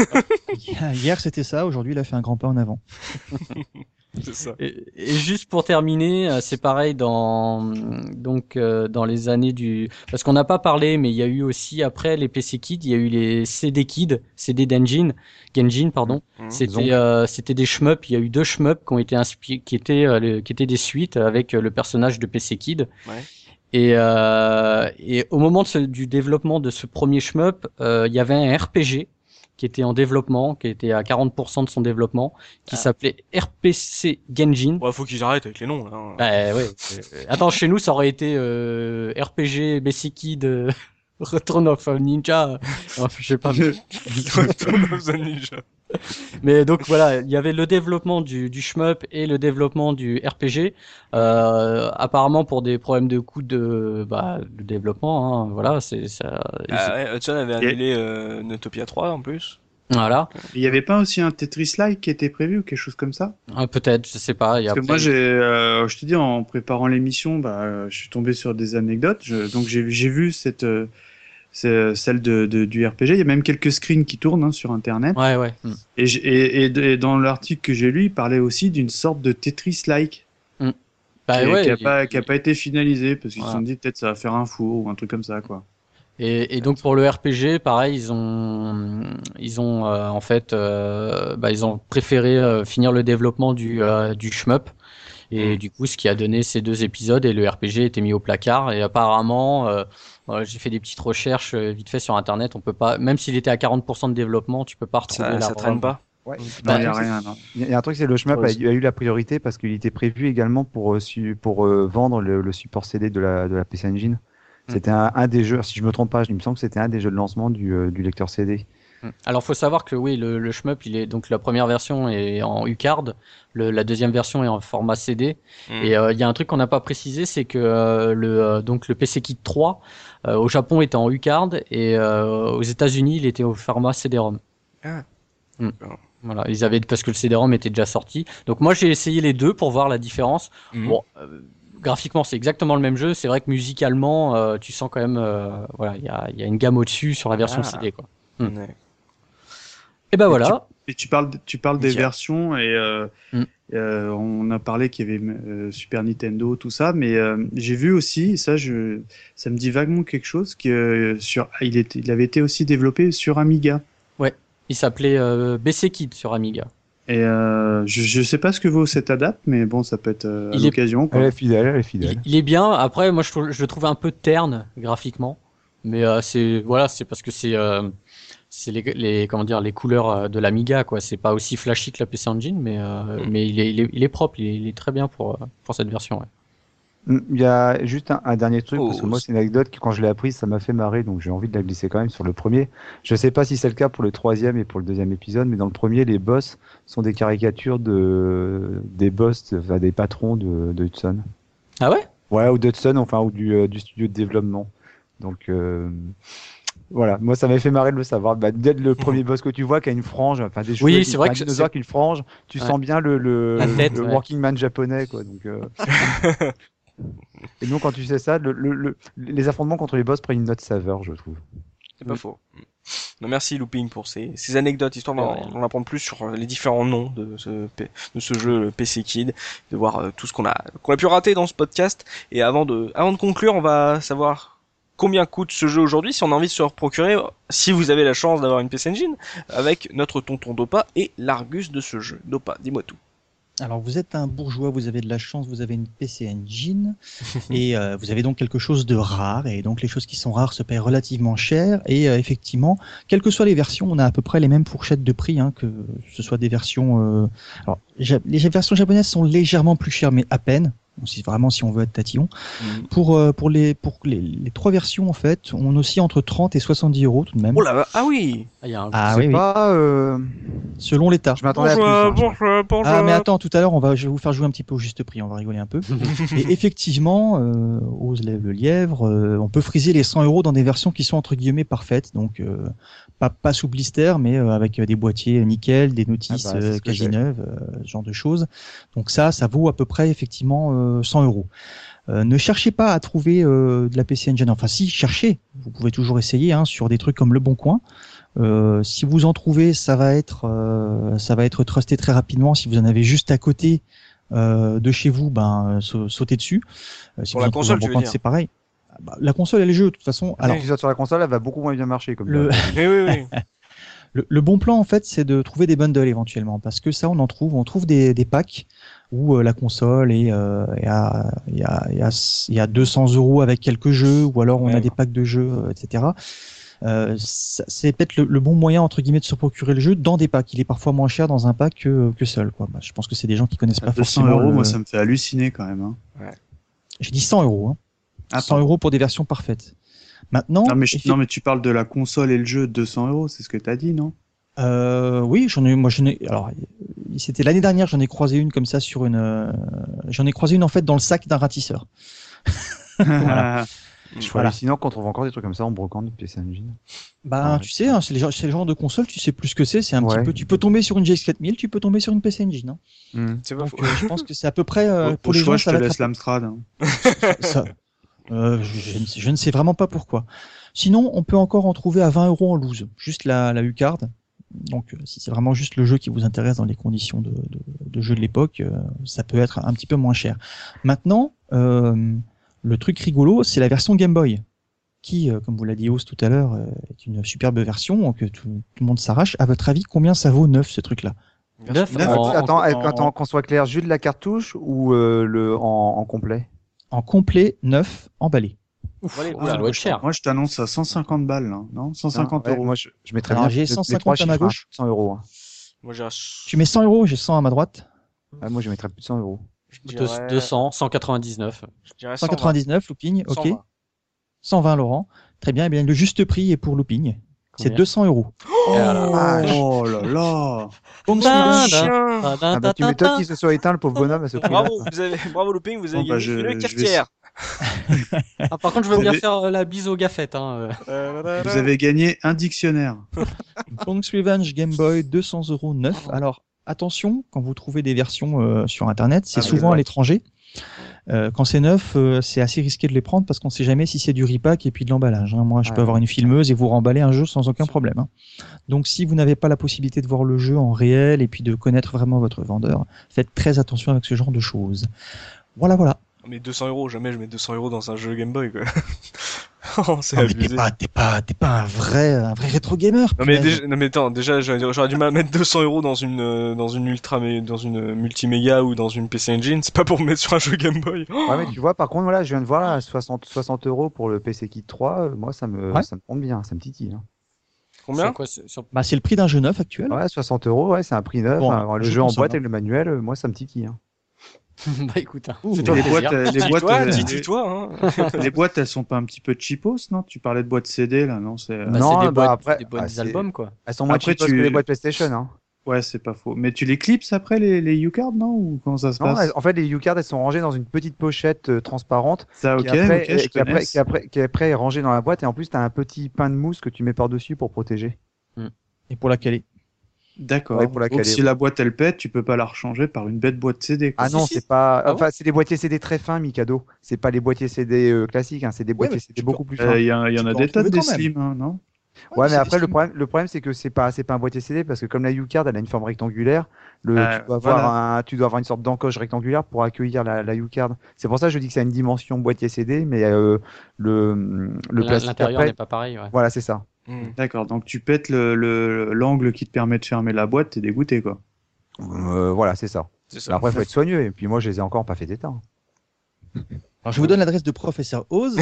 Hier c'était ça, aujourd'hui il a fait un grand pas en avant. C'est ça. Et, et juste pour terminer, c'est pareil dans donc euh, dans les années du parce qu'on n'a pas parlé, mais il y a eu aussi après les P C Kids, il y a eu les C D Kids, C D d'Engine, Genjin pardon. Mmh, c'était euh, c'était des shmups. Il y a eu deux shmups qui ont été inspirés, qui étaient euh, le, qui étaient des suites avec le personnage de P C Kid. Ouais. Et, euh, et au moment de ce, du développement de ce premier shmup, euh, il y avait un R P G qui était en développement, qui était à quarante pour cent de son développement, qui ah. s'appelait R P C Genjin. Ouais, faut qu'ils arrêtent avec les noms, là. Bah, ouais. Attends, chez nous, ça aurait été euh, R P G Basic Kid, euh, Return of the Ninja. Enfin, je sais pas. Return of the Ninja. Mais donc voilà, il y avait le développement du, du shmup et le développement du R P G. Euh, apparemment pour des problèmes de coût de, bah, de développement, hein, voilà, c'est ça. Ah ouais, Hudson avait annulé euh, Neutopia trois en plus. Voilà. Il y avait pas aussi un Tetris-like qui était prévu ou quelque chose comme ça? Ah, peut-être, je sais pas. Parce que moi, j'ai, euh, je te dis, en préparant l'émission, bah, je suis tombé sur des anecdotes. Je, donc j'ai, j'ai vu cette euh, c'est celle de, de, du R P G. Il y a même quelques screens qui tournent hein, sur Internet. Ouais, ouais. Mm. Et, et, et, et dans l'article que j'ai lu, il parlait aussi d'une sorte de Tetris-like. Mm. Bah, et, ouais, qui n'a et... pas, qui a pas été finalisé parce qu'ils se voilà. sont dit peut-être ça va faire un four ou un truc comme ça, quoi. Et, et donc pour le R P G, pareil, ils ont, ils ont euh, en fait, euh, bah, ils ont préféré euh, finir le développement du, euh, du shmup. Et mmh. du coup, ce qui a donné ces deux épisodes et le R P G était mis au placard. Et apparemment, euh, euh, j'ai fait des petites recherches euh, vite fait sur Internet. On peut pas, même s'il était à quarante pour cent de développement, tu peux pas retrouver ça, la. Ça traîne pas. Ouais. Bah, il y a rien. Non. Il y a un truc, c'est le shmup a, a eu la priorité parce qu'il était prévu également pour pour euh, vendre le, le support C D de la de la P C Engine. C'était un, un des jeux, si je me trompe pas, il me semble que c'était un des jeux de lancement du, euh, du lecteur C D. Alors, faut savoir que oui, le, le shmup, il est donc la première version est en U-Card, le, la deuxième version est en format C D. Mm. Et il euh, y a un truc qu'on n'a pas précisé, c'est que euh, le euh, donc le P C Kit trois euh, au Japon était en U-Card et euh, aux États-Unis, il était au format C D-ROM. Ah. Mm. Voilà, ils avaient parce que le C D-ROM était déjà sorti. Donc moi, j'ai essayé les deux pour voir la différence. Mm. Bon. Euh, graphiquement, c'est exactement le même jeu. C'est vrai que musicalement, euh, tu sens quand même, euh, voilà, il y a, y a une gamme au-dessus sur la version ah. C D, quoi. Mm. Ouais. Et ben voilà. Tu, et tu parles, tu parles des versions et euh, mm. euh, on a parlé qu'il y avait euh, Super Nintendo, tout ça, mais euh, j'ai vu aussi, ça, je, ça me dit vaguement quelque chose, que euh, sur, il, était, il avait été aussi développé sur Amiga. Ouais, il s'appelait euh, B C Kid sur Amiga. Et euh, je, je sais pas ce que vaut cette adapte, mais bon, ça peut être euh, à l'occasion. Elle est fidèle, elle est fidèle. Il, il est bien. Après, moi, je, trouve, je le trouve un peu terne graphiquement, mais euh, c'est voilà, c'est parce que c'est euh, c'est les, les comment dire les couleurs de l'Amiga, quoi. C'est pas aussi flashy que la P C Engine, mais euh, mm. mais il est, il est il est propre, il est, il est très bien pour pour cette version. Ouais. Il y a juste un, un dernier truc, oh, parce que moi c'est une anecdote qui quand je l'ai apprise ça m'a fait marrer, donc j'ai envie de la glisser quand même sur le premier. Je sais pas si c'est le cas pour le troisième et pour le deuxième épisode, mais dans le premier les boss sont des caricatures de des boss, enfin des patrons de, de Hudson. Ah ouais? Ouais, ou d'Hudson, enfin ou du, euh, du studio de développement. Donc euh, voilà, moi ça m'a fait marrer de le savoir. Bah, dès le premier boss que tu vois qui a une frange, enfin des oui, c'est vrai que dinosaure qui une frange, tu ouais. sens bien le le, tête, le ouais. working man japonais, quoi. Donc euh... Et donc, quand tu sais ça, le, le, le, les affrontements contre les boss prennent une autre saveur, je trouve. C'est pas faux. Non, merci Looping pour ces, ces anecdotes, histoire d'en, d'en apprendre plus sur les différents noms de ce, de ce jeu, le P C Kid, de voir euh, tout ce qu'on a, qu'on a pu rater dans ce podcast. Et avant de, avant de conclure, on va savoir combien coûte ce jeu aujourd'hui, si on a envie de se le procurer, si vous avez la chance d'avoir une P C Engine, avec notre tonton Dopa et l'Argus de ce jeu. Dopa, dis-moi tout. Alors vous êtes un bourgeois, vous avez de la chance, vous avez une P C Engine et euh, vous avez donc quelque chose de rare et donc les choses qui sont rares se payent relativement cher et euh, effectivement, quelles que soient les versions, on a à peu près les mêmes fourchettes de prix, hein, que ce soit des versions. Euh... Alors les versions japonaises sont légèrement plus chères, mais à peine. Si vraiment si on veut être tatillon. Mmh. Pour euh, pour les pour les, les trois versions en fait, on oscille entre trente et soixante-dix euros tout de même. Oh là, ah oui. Ah, y a un... ah c'est oui, pas oui. Euh... Selon l'état. Je m'attendais bonjour, à plus. Hein, bonjour, bonjour. Ah mais attends, tout à l'heure on va je vais vous faire jouer un petit peu au juste prix, on va rigoler un peu. Et effectivement, euh, ose lève le lièvre, euh, on peut friser les cent euros dans des versions qui sont entre guillemets parfaites, donc euh, pas pas sous blister, mais euh, avec des boîtiers nickel, des notices ah bah, euh, quasi neuves, euh, ce genre de choses. Donc ça, ça vaut à peu près effectivement euh, cent euros. Euh, ne cherchez pas à trouver euh, de la P C Engine. Enfin, si, cherchez. Vous pouvez toujours essayer hein, sur des trucs comme Le Bon Coin. Euh, si vous en trouvez, ça va être, euh, ça va être trusté très rapidement. Si vous en avez juste à côté euh, de chez vous, ben sa- sautez dessus. Euh, si Pour vous la en trouvez console, un Bon tu veux Coin, dire. c'est pareil. Bah, la console et les jeux, de toute façon. Alors, Alors, si tu sur la console, elle va beaucoup moins bien marcher comme le, ça. Oui, oui, oui. le, le bon plan en fait, c'est de trouver des bundles éventuellement, parce que ça, on en trouve. On trouve des, des packs où euh, la console est, euh, est à, est à, est à, est à deux cents euros avec quelques jeux, ou alors on Ouais. a des packs de jeux, euh, et cetera. Euh, ça- c'est peut-être le, le bon moyen entre guillemets de se procurer le jeu dans des packs. Il est parfois moins cher dans un pack que, que seul. Quoi. Bah, je pense que c'est des gens qui connaissent pas deux cents forcément. euros, le- moi ça me fait halluciner quand même. Hein. J'ai dit cent euros. Hein. Ah, cent euros pour des versions parfaites. Maintenant, Non mais, je- effe- non mais tu parles de la console et le jeu, deux cents euros, c'est ce que t'as dit, non? Euh, oui, j'en ai, moi, j'en ai, alors, c'était l'année dernière, j'en ai croisé une comme ça sur une, euh, j'en ai croisé une en fait dans le sac d'un ratisseur. Voilà. Je trouve Voilà. hallucinant qu'on trouve encore des trucs comme ça en brocante de P C Engine. Bah, Ah, tu sais, hein, c'est, les, gen- c'est le genre de console, tu sais plus ce que c'est, c'est un Ouais. petit peu, tu peux tomber sur une G X quatre mille, tu peux tomber sur une P C Engine, hein. Mm. C'est pas Donc, faux. euh, je pense que c'est à peu près, euh, Au- pour Au les choix, gens, je ça te va être laisse l'Amstrad. Hein. ça. Euh, je, je, ne sais- je ne sais vraiment pas pourquoi. Sinon, on peut encore en trouver à vingt euros en loose, juste la, la U-Card. Donc, euh, si c'est vraiment juste le jeu qui vous intéresse dans les conditions de, de, de jeu de l'époque, euh, ça peut être un petit peu moins cher. Maintenant, euh, le truc rigolo, c'est la version Game Boy, qui, euh, comme vous l'a dit Ose tout à l'heure, euh, est une superbe version que tout, tout le monde s'arrache. À votre avis, combien ça vaut neuf ce truc-là? Neuf Neuf, en- Attends, en- attends, qu'on soit clair, juste de la cartouche ou euh, le en, en complet? En complet, neuf, emballé. Ouf, Allez, ça ah, doit être cher. Moi je t'annonce à cent cinquante balles, là, non? cent cinquante Ouais, euros. Moi, je, je mettrais Alors, bien j'ai les- cent les cinquante trois à ma chiffres, hein, gauche. cent euros. hein. Moi, j'irais. Tu mets cent euros, j'ai cent à ma droite. Ah, moi, je mettrais plus de cent euros. je Deux- dirais- deux cents, cent quatre-vingt-dix-neuf. Je dirais cent cent vingt. quatre-vingt-dix-neuf, looping, ok. cent vingt. cent vingt, Laurent. Très bien, eh bien, le juste prix est pour looping. C'est Combien deux cents euros. Oh vache. Oh là là! Bon, Putain, celui-là, Chien. Ah, bah, tu m'étonnes qu'il se soit éteint, le pauvre bonhomme, à ce prix-là. Bravo, vous avez, bravo Looping, vous avez Bon, bah, gagné je- une je vais- cafetière. Ah, par contre, je veux Vous bien avez- faire euh, la bise au gaffette. Hein. euh. Vous avez gagné un dictionnaire. Bonk's Revenge Game Boy, deux cents euros neuf. Alors, attention, quand vous trouvez des versions euh, sur Internet, c'est Ah oui, souvent ouais. à l'étranger. Euh, quand c'est neuf, euh, c'est assez risqué de les prendre parce qu'on sait jamais si c'est du repack et puis de l'emballage. Hein. Moi, je Ouais. peux avoir une filmeuse et vous remballer un jeu sans aucun problème. Hein. Donc, si vous n'avez pas la possibilité de voir le jeu en réel et puis de connaître vraiment votre vendeur, faites très attention avec ce genre de choses. Voilà, voilà. Mais deux cents euros, jamais je mets deux cents euros dans un jeu Game Boy, quoi. Oh, c'est Non, mais t'es abusé. pas, t'es pas, t'es pas un vrai, un vrai rétro gamer. Non mais, punaise. déjà, non mais attends, déjà j'aurais j'aurais du mal à mettre deux cents euros dans une euh, dans une ultra mais dans une multiméga ou dans une P C Engine, c'est pas pour me mettre sur un jeu Game Boy. Oh Ouais, mais tu vois, par contre, voilà, je viens de voir là, soixante, soixante euros pour le P C Kit trois. euh, Moi, ça me, Ouais. ça me compte bien, ça me titille. hein. Combien? Sur quoi, c'est- sur- Bah, c'est le prix d'un jeu neuf actuel. Ouais, soixante euros, ouais, c'est un prix neuf. Bon, hein, le je jeu en consomme, boîte hein. avec le manuel, euh, moi, ça me titille. hein. Bah écoute, hein, Ouh, fais-toi les plaisir. boîtes, euh, les boîtes, Toi, euh, dis-toi, hein. les boîtes, elles sont pas un petit peu cheapos, non? Tu parlais de boîtes C D, là, non? C'est, euh, Bah, Non, c'est des bah, boîtes, après- des boîtes ah, des c'est- albums, quoi. Elles sont moins Après, cheapos tu- que les boîtes PlayStation. Hein. Ouais, c'est pas faux. Mais tu les clips après, les, les U-Cards, non? Ou comment ça se Non, passe? elles- en fait, les U-Cards, elles sont rangées dans une petite pochette euh, transparente Ça, ok, qui, après, ok, je qui, après, connais. qui, après, qui après est rangée dans la boîte. Et en plus, tu as un petit pain de mousse que tu mets par-dessus pour protéger. Et pour la caler. D'accord. Ouais, pour la Donc caler, si ouais. la boîte elle pète, tu peux pas la rechanger par une bête boîte C D. Quoi. Ah non, si, c'est si. pas. Ah bon Enfin, c'est des boîtiers C D très fins, Mikado. C'est pas les boîtiers C D euh, classiques, hein. C'est des boîtiers mais C D tu beaucoup peux- plus fins. Il y, a- y Tu en a peux des en tonnes trouver des quand même. slim, hein, non? Ouais, mais c'est après, des le slim. problème, le problème, c'est que c'est pas, c'est pas un boîtier C D parce que comme la U-Card, elle a une forme rectangulaire. Le, Euh, tu dois avoir voilà. un, tu dois avoir une sorte d'encoche rectangulaire pour accueillir la, la U-Card. C'est pour ça que je dis que ça a une dimension boîtier C D, mais euh, le, le L'in- plastique L'intérieur après. n'est pas pareil. Ouais. Voilà, c'est ça. Hmm. D'accord, donc tu pètes le, le- l'angle qui te permet de fermer la boîte, t'es dégoûté quoi. Euh, voilà, c'est ça. C'est Mais ça. après, il faut être soigneux. Et puis moi, je les ai encore pas fait d'état. Alors, je vous donne l'adresse de professeur Oz.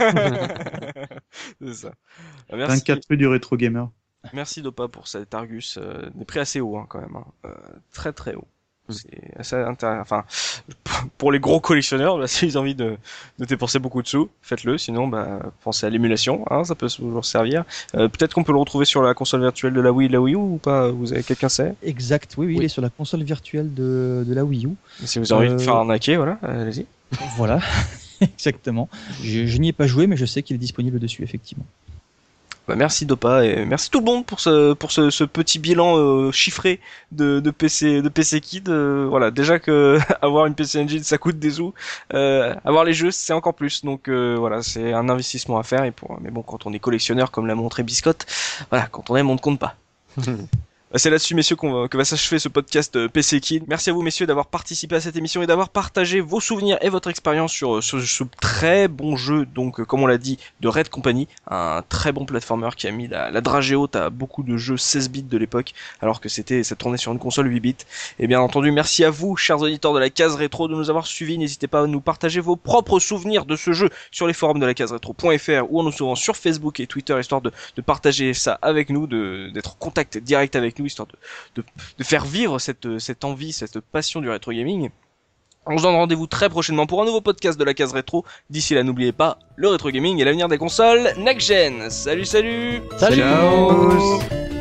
C'est ça. Ah, Merci. vingt-quatre rue du Rétro Gamer. Merci Dopa pour cet Argus, euh, des prix assez hauts hein, quand même, hein. Euh, très très haut. C'est assez intéressant. Enfin, pour les gros collectionneurs, bah, si vous avez envie de, de dépenser beaucoup de sous, faites-le. Sinon, bah, pensez à l'émulation, hein, ça peut toujours servir. Euh, peut-être qu'on peut le retrouver sur la console virtuelle de la Wii, de la Wii U ou pas. Vous avez quelqu'un sait? Exact, oui, oui, Oui. il est sur la console virtuelle de, de la Wii U. Si vous avez envie de Euh, faire arnaquer, voilà, allez-y. Voilà, exactement. Je, je n'y ai pas joué, mais je sais qu'il est disponible dessus, effectivement. Bah, merci Dopa et merci tout le monde pour ce pour ce, ce petit bilan euh, chiffré de, de P C de P C Kid. Euh, voilà, déjà que avoir une P C Engine ça coûte des sous, euh, avoir les jeux c'est encore plus. Donc euh, voilà, c'est un investissement à faire et pour mais bon quand on est collectionneur comme l'a montré Biscotte, voilà, quand on aime on ne compte pas. Bah, c'est là-dessus, messieurs, qu'on va, que va s'achever ce podcast euh, P C Kid. Merci à vous, messieurs, d'avoir participé à cette émission et d'avoir partagé vos souvenirs et votre expérience sur, sur ce très bon jeu, donc, euh, comme on l'a dit, de Red Company, un très bon platformer qui a mis la, la dragée haute à beaucoup de jeux seize bits de l'époque, alors que c'était, ça tournait sur une console huit bits. Et bien entendu, merci à vous, chers auditeurs de la case rétro, de nous avoir suivis. N'hésitez pas à nous partager vos propres souvenirs de ce jeu sur les forums de la case rétro point f r ou en nous suivant sur Facebook et Twitter, histoire de, de partager ça avec nous, de, d'être en contact direct avec nous, histoire de, de, de faire vivre cette, cette envie, cette passion du rétro gaming. On se donne rendez-vous très prochainement pour un nouveau podcast de la case rétro. D'ici là, n'oubliez pas, le rétro gaming est l'avenir des consoles next gen. Salut, salut! Salut! Ciao.